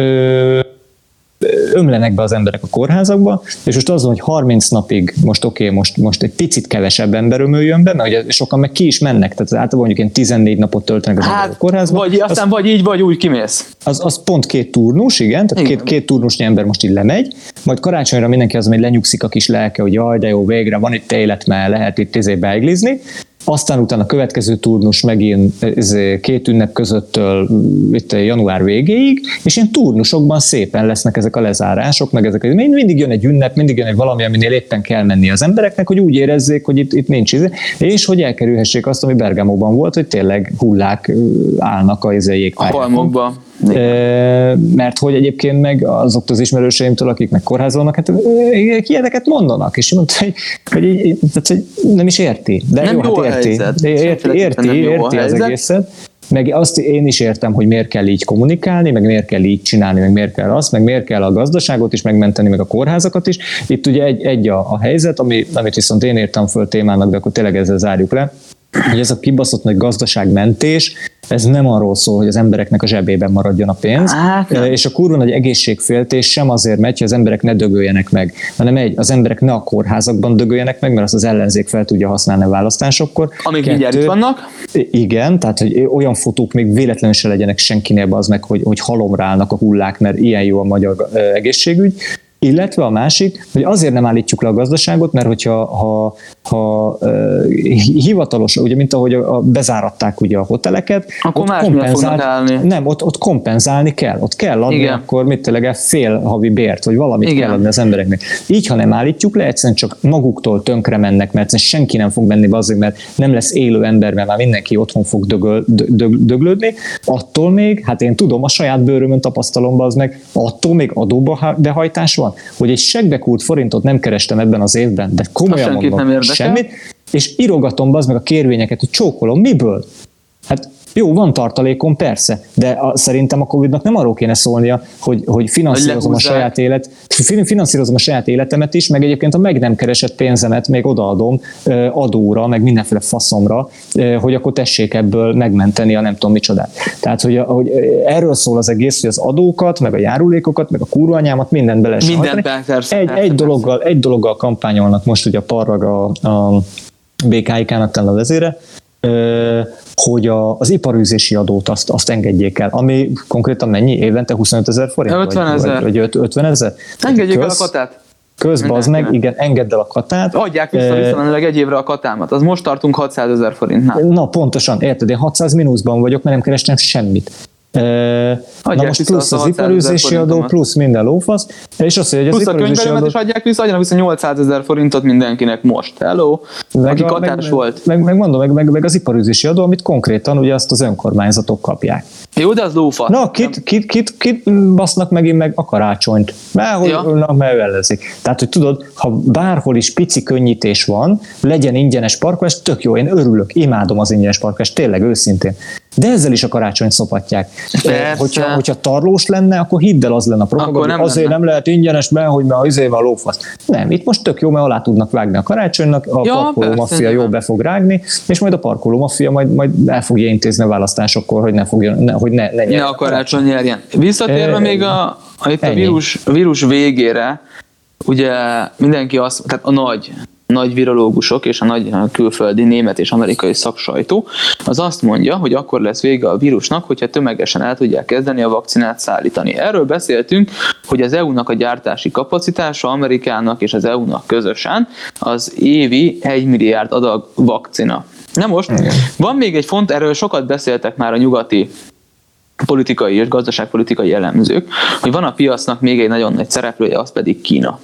ömlenek be az emberek a kórházakba, és most az van, hogy 30 napig most egy picit kevesebb ember ömöljön be, mert ugye sokan meg ki is mennek, tehát általában mondjuk ilyen 14 napot töltenek az emberek a kórházba. Aztán vagy így, vagy úgy kimész. Az pont 2 turnus, igen, tehát két turnusnyi ember most így lemegy, majd karácsonyra mindenki az, hogy lenyugszik a kis lelke, hogy jaj, de jó, végre van itt élet, mert lehet itt beiglizni. Aztán utána a következő turnus megint 2 ünnep közöttől itt január végéig, és ilyen turnusokban szépen lesznek ezek a lezárások, meg ezek. Mindig jön egy ünnep, mindig jön egy valami, aminél éppen kell menni az embereknek, hogy úgy érezzék, hogy itt nincs és hogy elkerülhessék azt, ami Bergamóban volt, hogy tényleg hullák állnak a jégpályákon. A halmokba. Mert hogy egyébként meg azoktól az ismerőseimtől, akik meg kórházban vannak, hát ilyeneket mondanak, és mondta, hogy nem is érti. De nem jó, hát érti az egészet. Meg azt én is értem, hogy miért kell így kommunikálni, meg miért kell így csinálni, meg miért kell azt, meg miért kell a gazdaságot is megmenteni, meg a kórházakat is. Itt ugye egy a helyzet, amit viszont én értem föl témának, de akkor tényleg ezzel zárjuk le, hogy ez a kibaszott nagy gazdaságmentés, ez nem arról szól, hogy az embereknek a zsebében maradjon a pénz, és a kurva nagy egészségféltés sem azért megy, hogy az emberek ne dögöljenek meg, hanem az emberek ne a kórházakban dögöljenek meg, mert azt az ellenzék fel tudja használni a választásokkor. Amik mindjárt itt vannak. Igen, tehát hogy olyan fotók még véletlenül se legyenek senkinél az meg, hogy halomra állnak a hullák, mert ilyen jó a magyar egészségügy. Illetve a másik, hogy azért nem állítjuk le a gazdaságot, mert hogyha hivatalos, ugye mint ahogy bezáratták ugye a hoteleket, akkor más miatt fognak állni. Nem, ott kompenzálni kell, ott kell adni, igen. Akkor mit tényleg fél havi bért, vagy valamit igen. Kell adni az embereknek. Így, ha nem állítjuk le, egyszerűen csak maguktól tönkre mennek, mert senki nem fog menni be azért, mert nem lesz élő ember, mert már mindenki otthon fog döglődni, attól még, hát én tudom, a saját bőrömön tapasztalom be az meg, attól még adóba behajtás van, hogy egy seggekúrt forintot nem kerestem ebben az évben, de komolyan mondom, semmit, és írogatom be az meg a kérvényeket, hogy csókolom, miből? Hát Jó, van tartalékom, persze, de szerintem a Covid-nak nem arról kéne szólnia, hogy finanszírozom a saját életemet is, meg egyébként a meg nem keresett pénzemet még odaadom adóra, meg mindenféle faszomra, hogy akkor tessék ebből megmenteni a nem tudom micsodát. Tehát, hogy erről szól az egész, hogy az adókat, meg a járulékokat, meg a kurva anyámat mindent bele egy dologgal kampányolnak most ugye a Parrag a BKIK-nak talán a vezére, hogy az iparűzési adót azt engedjék el, ami konkrétan mennyi? Évente 25 000 forint? 50 000. Vagy 50 000? Engedjék el a katát. Közben az meg, igen, engedd el a katát. Adják visszamenőleg egy évre a katámat. Az most tartunk 600 000 forintnál. Na, pontosan, érted, én 600 mínuszban vagyok, mert nem kerestem semmit. Na most plusz az iparűzési adó, plusz minden lófasz, és azt mondja, hogy az iparűzési adó... is adják vissza, adjanak vissza 800 000 forintot mindenkinek most. Hello, aki katárs volt. Meg az iparűzési adó, amit konkrétan ugye azt az önkormányzatok kapják. Jó, de az lófasz. Na, kit basznak megint meg a karácsonyt? Mert ellenzik. Tehát, hogy tudod, ha bárhol is pici könnyítés van, legyen ingyenes parkolás, tök jó, én örülök, imádom az ingyenes parkolást, tényleg őszintén. De ezzel is a karácsonyt szopatják. Hogyha tarlós lenne, akkor hidd el, az lenne a propaganda. Azért nem lehet ingyenes, mert a lófasz. Nem, itt most tök jó, mert alá tudnak vágni a karácsonynak, a parkoló maffia jól be fog rágni, és majd a parkoló maffia majd el fogja intézni a választásokkor, hogy ne a karácsony nyerjen. Visszatérve még itt a vírus végére, ugye mindenki tehát a nagy virológusok és a nagy külföldi német és amerikai szaksajtó, az azt mondja, hogy akkor lesz vége a vírusnak, hogyha tömegesen el tudják kezdeni a vakcinát szállítani. Erről beszéltünk, hogy az EU-nak a gyártási kapacitása, Amerikának és az EU-nak közösen az évi 1 milliárd adag vakcina. Na most, van még egy font, erről sokat beszéltek már a nyugati politikai és gazdaságpolitikai elemzők, hogy van a piacnak még egy nagyon nagy szereplője, az pedig Kína.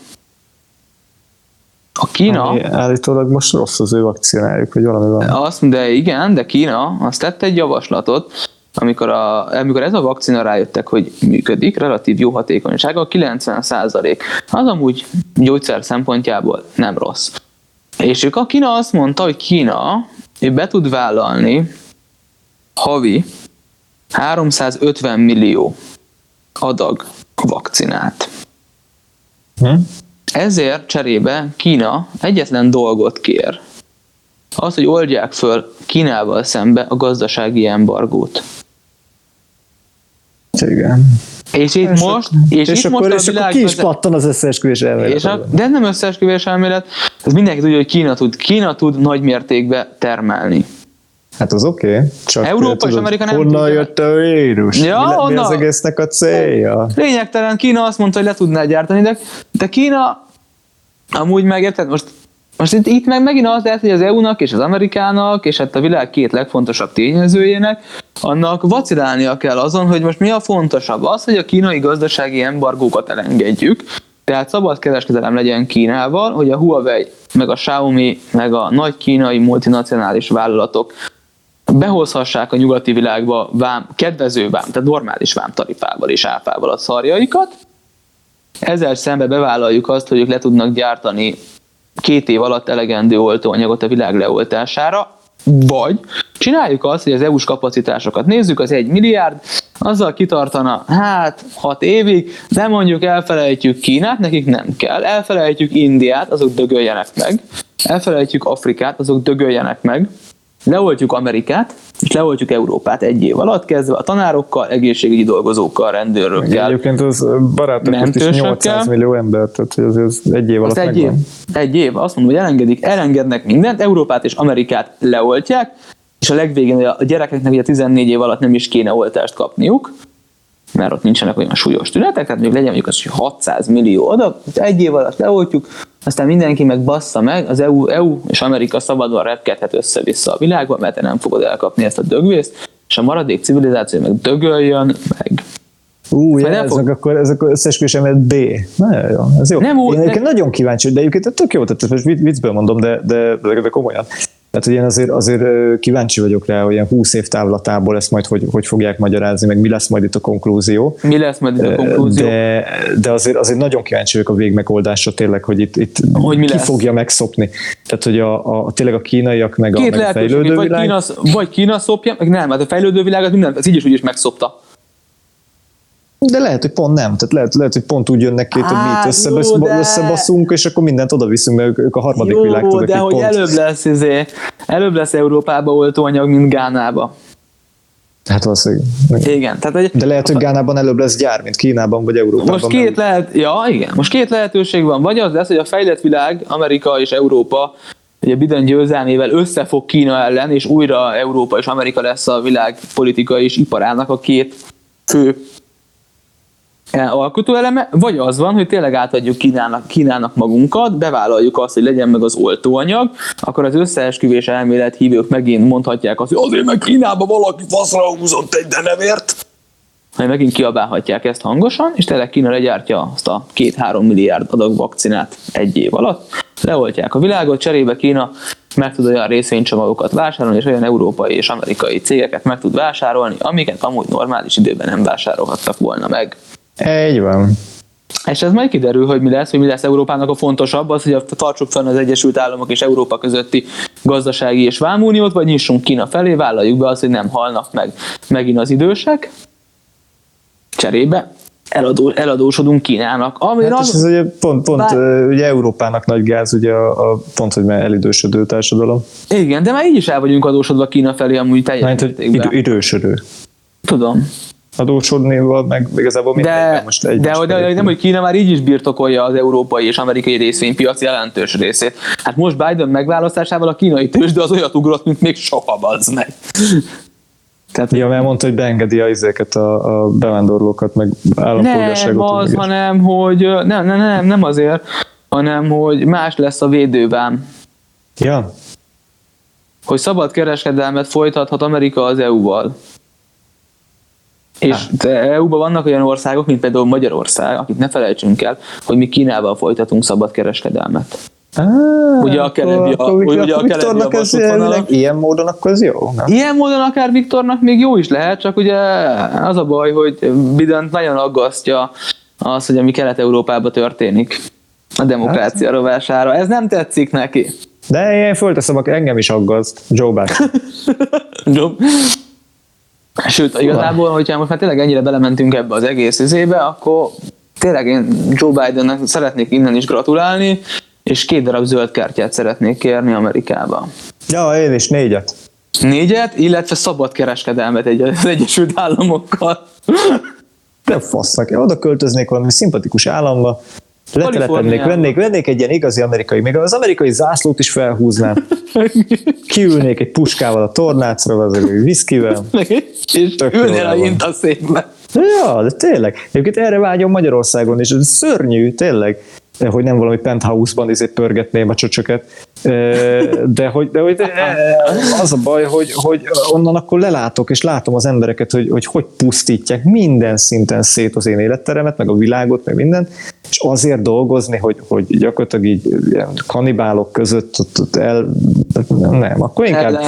A Kína... Állítólag most rossz az ő vakcinájuk, hogy valami van. De Kína azt tette egy javaslatot, amikor ez a vakcina rájöttek, hogy működik, relatív jó hatékonysága, 90%. Az amúgy gyógyszer szempontjából nem rossz. És a Kína azt mondta, hogy Kína be tud vállalni havi 350 millió adag vakcinát. Ezért cserébe Kína egyetlen dolgot kér. Az, hogy oldják föl Kínával szembe a gazdasági embargót. Igen. És itt most akkor ki is pattan az összeesküvés elmélet. De nem összeesküvés elmélet, ez mindenki tudja, hogy Kína tud nagy mértékben termelni. Hát az oké. Csak Európa és Amerika nem honnan jött a vírus? Ja, mi az egésznek a célja? Lényegtelen, Kína azt mondta, hogy le tudná gyártani, de Kína amúgy megérted, most itt megint az lehet, hogy az EU-nak és az Amerikának, és hát a világ két legfontosabb tényezőjének, annak vacilálnia kell azon, hogy most mi a fontosabb. Az, hogy a kínai gazdasági embargókat elengedjük, tehát szabad kereskedelem legyen Kínával, hogy a Huawei, meg a Xiaomi, meg a nagy kínai multinacionális vállalatok behozhassák a nyugati világba kedvező tehát normális vámtarifával és áfával a szarjaikat. Ezzel szemben bevállaljuk azt, hogy ők le tudnak gyártani 2 év alatt elegendő oltóanyagot a világ leoltására, vagy csináljuk azt, hogy az EU-s kapacitásokat nézzük, az 1 milliárd, azzal kitartana 6 évig, de mondjuk elfelejtjük Kínát, nekik nem kell, elfelejtjük Indiát, azok dögöljenek meg, elfelejtjük Afrikát, azok dögöljenek meg, leoltjuk Amerikát, és leoltjuk Európát 1 év alatt, kezdve a tanárokkal, egészségügyi dolgozókkal, rendőrökkel, egyébként az barátok is 800 millió ember, tehát az 1 év alatt megvan. 1 év, azt mondom, hogy elengednek mindent, Európát és Amerikát leoltják, és a legvégén a gyerekeknek ugye 14 év alatt nem is kéne oltást kapniuk, mert ott nincsenek olyan súlyos tünetek, tehát legyen mondjuk az, hogy 600 millió adag, 1 év alatt leoltjuk, aztán mindenki meg bassza meg, az EU és Amerika szabadon repkedhet össze-vissza a világba, mert te nem fogod elkapni ezt a dögvészt, és a maradék civilizáció meg dögöljön, meg... ezek összeesküvés elmélet B. Nagyon jó, ez jó. Én nagyon kíváncsi, de egyébként tök jó, tehát most viccből mondom, de komolyan. Tehát, hogy én azért kíváncsi vagyok rá, hogy ilyen 20 év távlatából ezt majd hogy fogják magyarázni, meg mi lesz majd itt a konklúzió. De azért nagyon kíváncsi vagyok a végmegoldásra tényleg, hogy itt hogy ki lesz? Fogja megszopni. Tehát, hogy tényleg a kínaiak meg a fejlődő világ. Vagy Kína szopja, meg nem, hát a fejlődő világot minden, ez így is úgy is megszopta. De lehet, hogy pont nem. Tehát lehet, hogy pont úgy jönnek ki, hogy mi itt összebaszunk, és akkor mindent oda viszünk, mert ők a harmadik világ. Jó, de hogy pont... előbb lesz Európába oltóanyag, mint Gánába. Hát valószínűleg. Igen. Tehát, de lehet, hogy Gánában előbb lesz gyár, mint Kínában, vagy Európában. Most két lehetőség van. Vagy az lesz, hogy a fejlett világ, Amerika és Európa, ugye Biden győzelmével összefog Kína ellen, és újra Európa és Amerika lesz a világ politikai és iparának a két fő alkotóeleme, vagy az van, hogy tényleg átadjuk Kínának magunkat, bevállaljuk azt, hogy legyen meg az oltóanyag, akkor az összeesküvés elmélet hívők megint mondhatják azt, hogy azért meg Kínába valaki faszra húzott egy denevért. Hogy megint kiabálhatják ezt hangosan, és tényleg Kína legyártja azt a 2-3 milliárd adag vakcinát egy év alatt, leoltják a világot, cserébe Kína meg tud olyan részvénycsomagokat vásárolni, és olyan európai és amerikai cégeket meg tud vásárolni, amiket amúgy normális időben nem vásárolhattak volna meg. Így van. És ez majd kiderül, hogy mi lesz Európának a fontosabb, az, hogy tartsuk fenn az Egyesült Államok és Európa közötti gazdasági és vámuniót, vagy nyissunk Kína felé, vállaljuk be azt, hogy nem halnak meg megint az idősek. Cserébe eladósodunk Kínának. Hát és ez ugye pont ugye Európának nagy gáz, ugye pont, hogy már elidősödő társadalom. Igen, de már így is el vagyunk adósodva Kína felé, amúgy teljes mértékben. Idősödő. Tudom. Adósodnéval, meg igazából mindenben most egy. De nem, hogy Kína már így is birtokolja az európai és amerikai részvénypiac jelentős részét. Hát most Biden megválasztásával a kínai tőzsde az olyat ugrott, mint még soha, bazd meg. Tehát, mert mondta, hogy beengedi a bevándorlókat, meg állampolgárságot. Nem az, hanem, hogy nem azért, hanem, hogy más lesz a védővám. Ja. Hogy szabad kereskedelmet folytathat Amerika az EU-val. És EU-ban vannak olyan országok, mint például Magyarország, akit ne felejtsünk el, hogy mi Kínával folytatunk szabad kereskedelmet. Ugye a keleti ilyen módon akkor ez jó? Nem? Ilyen módon akár Viktornak még jó is lehet, csak ugye az a baj, hogy Bident nagyon aggasztja az, hogy ami Kelet-Európában történik a demokrácia rovására. Ez nem tetszik neki. De én fölteszem, engem is aggaszt Joe Biden. Sőt, igazából, hogyha most már tényleg ennyire belementünk ebbe az egész izébe, akkor tényleg én Joe Bidennek szeretnék innen is gratulálni, és 2 darab zöld kártyát szeretnék kérni Amerikába. Ja, én is 4. 4, illetve szabad kereskedelmet az Egyesült Államokkal. De fasznak, oda költöznék valami szimpatikus államba, vennék egy ilyen igazi amerikai, még az amerikai zászlót is felhúznám. Kiülnék egy puskával a tornácra, az egy viszkivel. És ülnél a intaszékbe. Ja, de tényleg. Egyébként erre vágyom Magyarországon is. Ez szörnyű, tényleg. Hogy nem valami penthouse-ban pörgetném a csöcsöket. De az a baj, hogy onnan akkor lelátok, és látom az embereket, hogy pusztítják minden szinten szét az én életteremet, meg a világot, meg mindent, és azért dolgozni, hogy gyakorlatilag így ilyen kanibálok között nem, akkor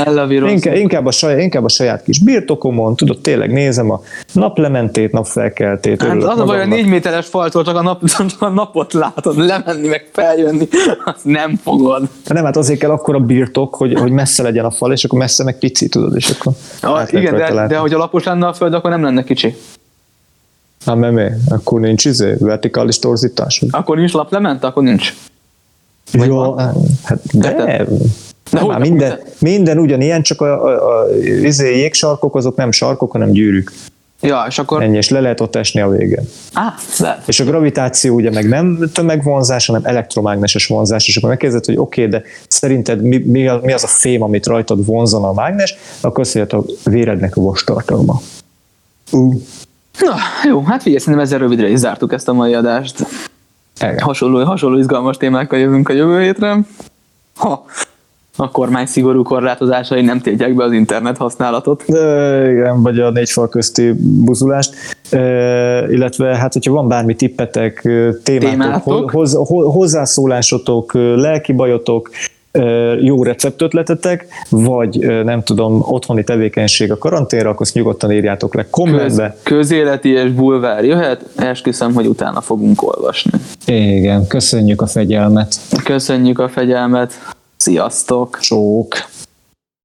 inkább a saját kis birtokomon, tudod, tényleg nézem a naplementét, napfelkeltét. Hát az a baj, a 4 méteres faltól csak a napot látod, lemenni, meg feljönni, azt nem fogod. Nem, hát azért kell akkora birtok, hogy messze legyen a fal, és akkor messze meg pici, tudod, és akkor igen, de hogy a lapos lenne a föld, akkor nem lenne kicsi. Hát mert mi? Akkor nincs vertikális torzítás? Akkor nincs laplement? Akkor nincs. Jó, hát de minden ugyanilyen, csak a jégsarkok azok nem sarkok, hanem gyűrűk. Ja, és akkor... Ennyi, és le lehet ott esni a végén. És a gravitáció ugye meg nem tömegvonzás, hanem elektromágneses vonzás, és akkor megkérdezed, hogy oké, de szerinted mi az a fém, amit rajtad vonzana a mágnes, akkor azt mondja, a vérednek a vastartalma. Na, jó, hát figyelj, szerintem ezzel rövidre is zártuk ezt a mai adást. Hasonló izgalmas témákkal jövünk a jövő hétre. A kormány szigorú korlátozásai nem tiltják be az internet használatot. Igen, vagy a 4 fal közti buzulást. Illetve, hát, hogyha van bármi tippetek, témátok? Hozzászólásotok, lelki bajotok, jó receptötletetek, vagy nem tudom, otthoni tevékenység a karanténra, akkor azt nyugodtan írjátok le kommentbe. Közéleti és bulvár jöhet, esküszöm, hogy utána fogunk olvasni. Igen, köszönjük a fegyelmet. Köszönjük a fegyelmet, sziasztok! Csók!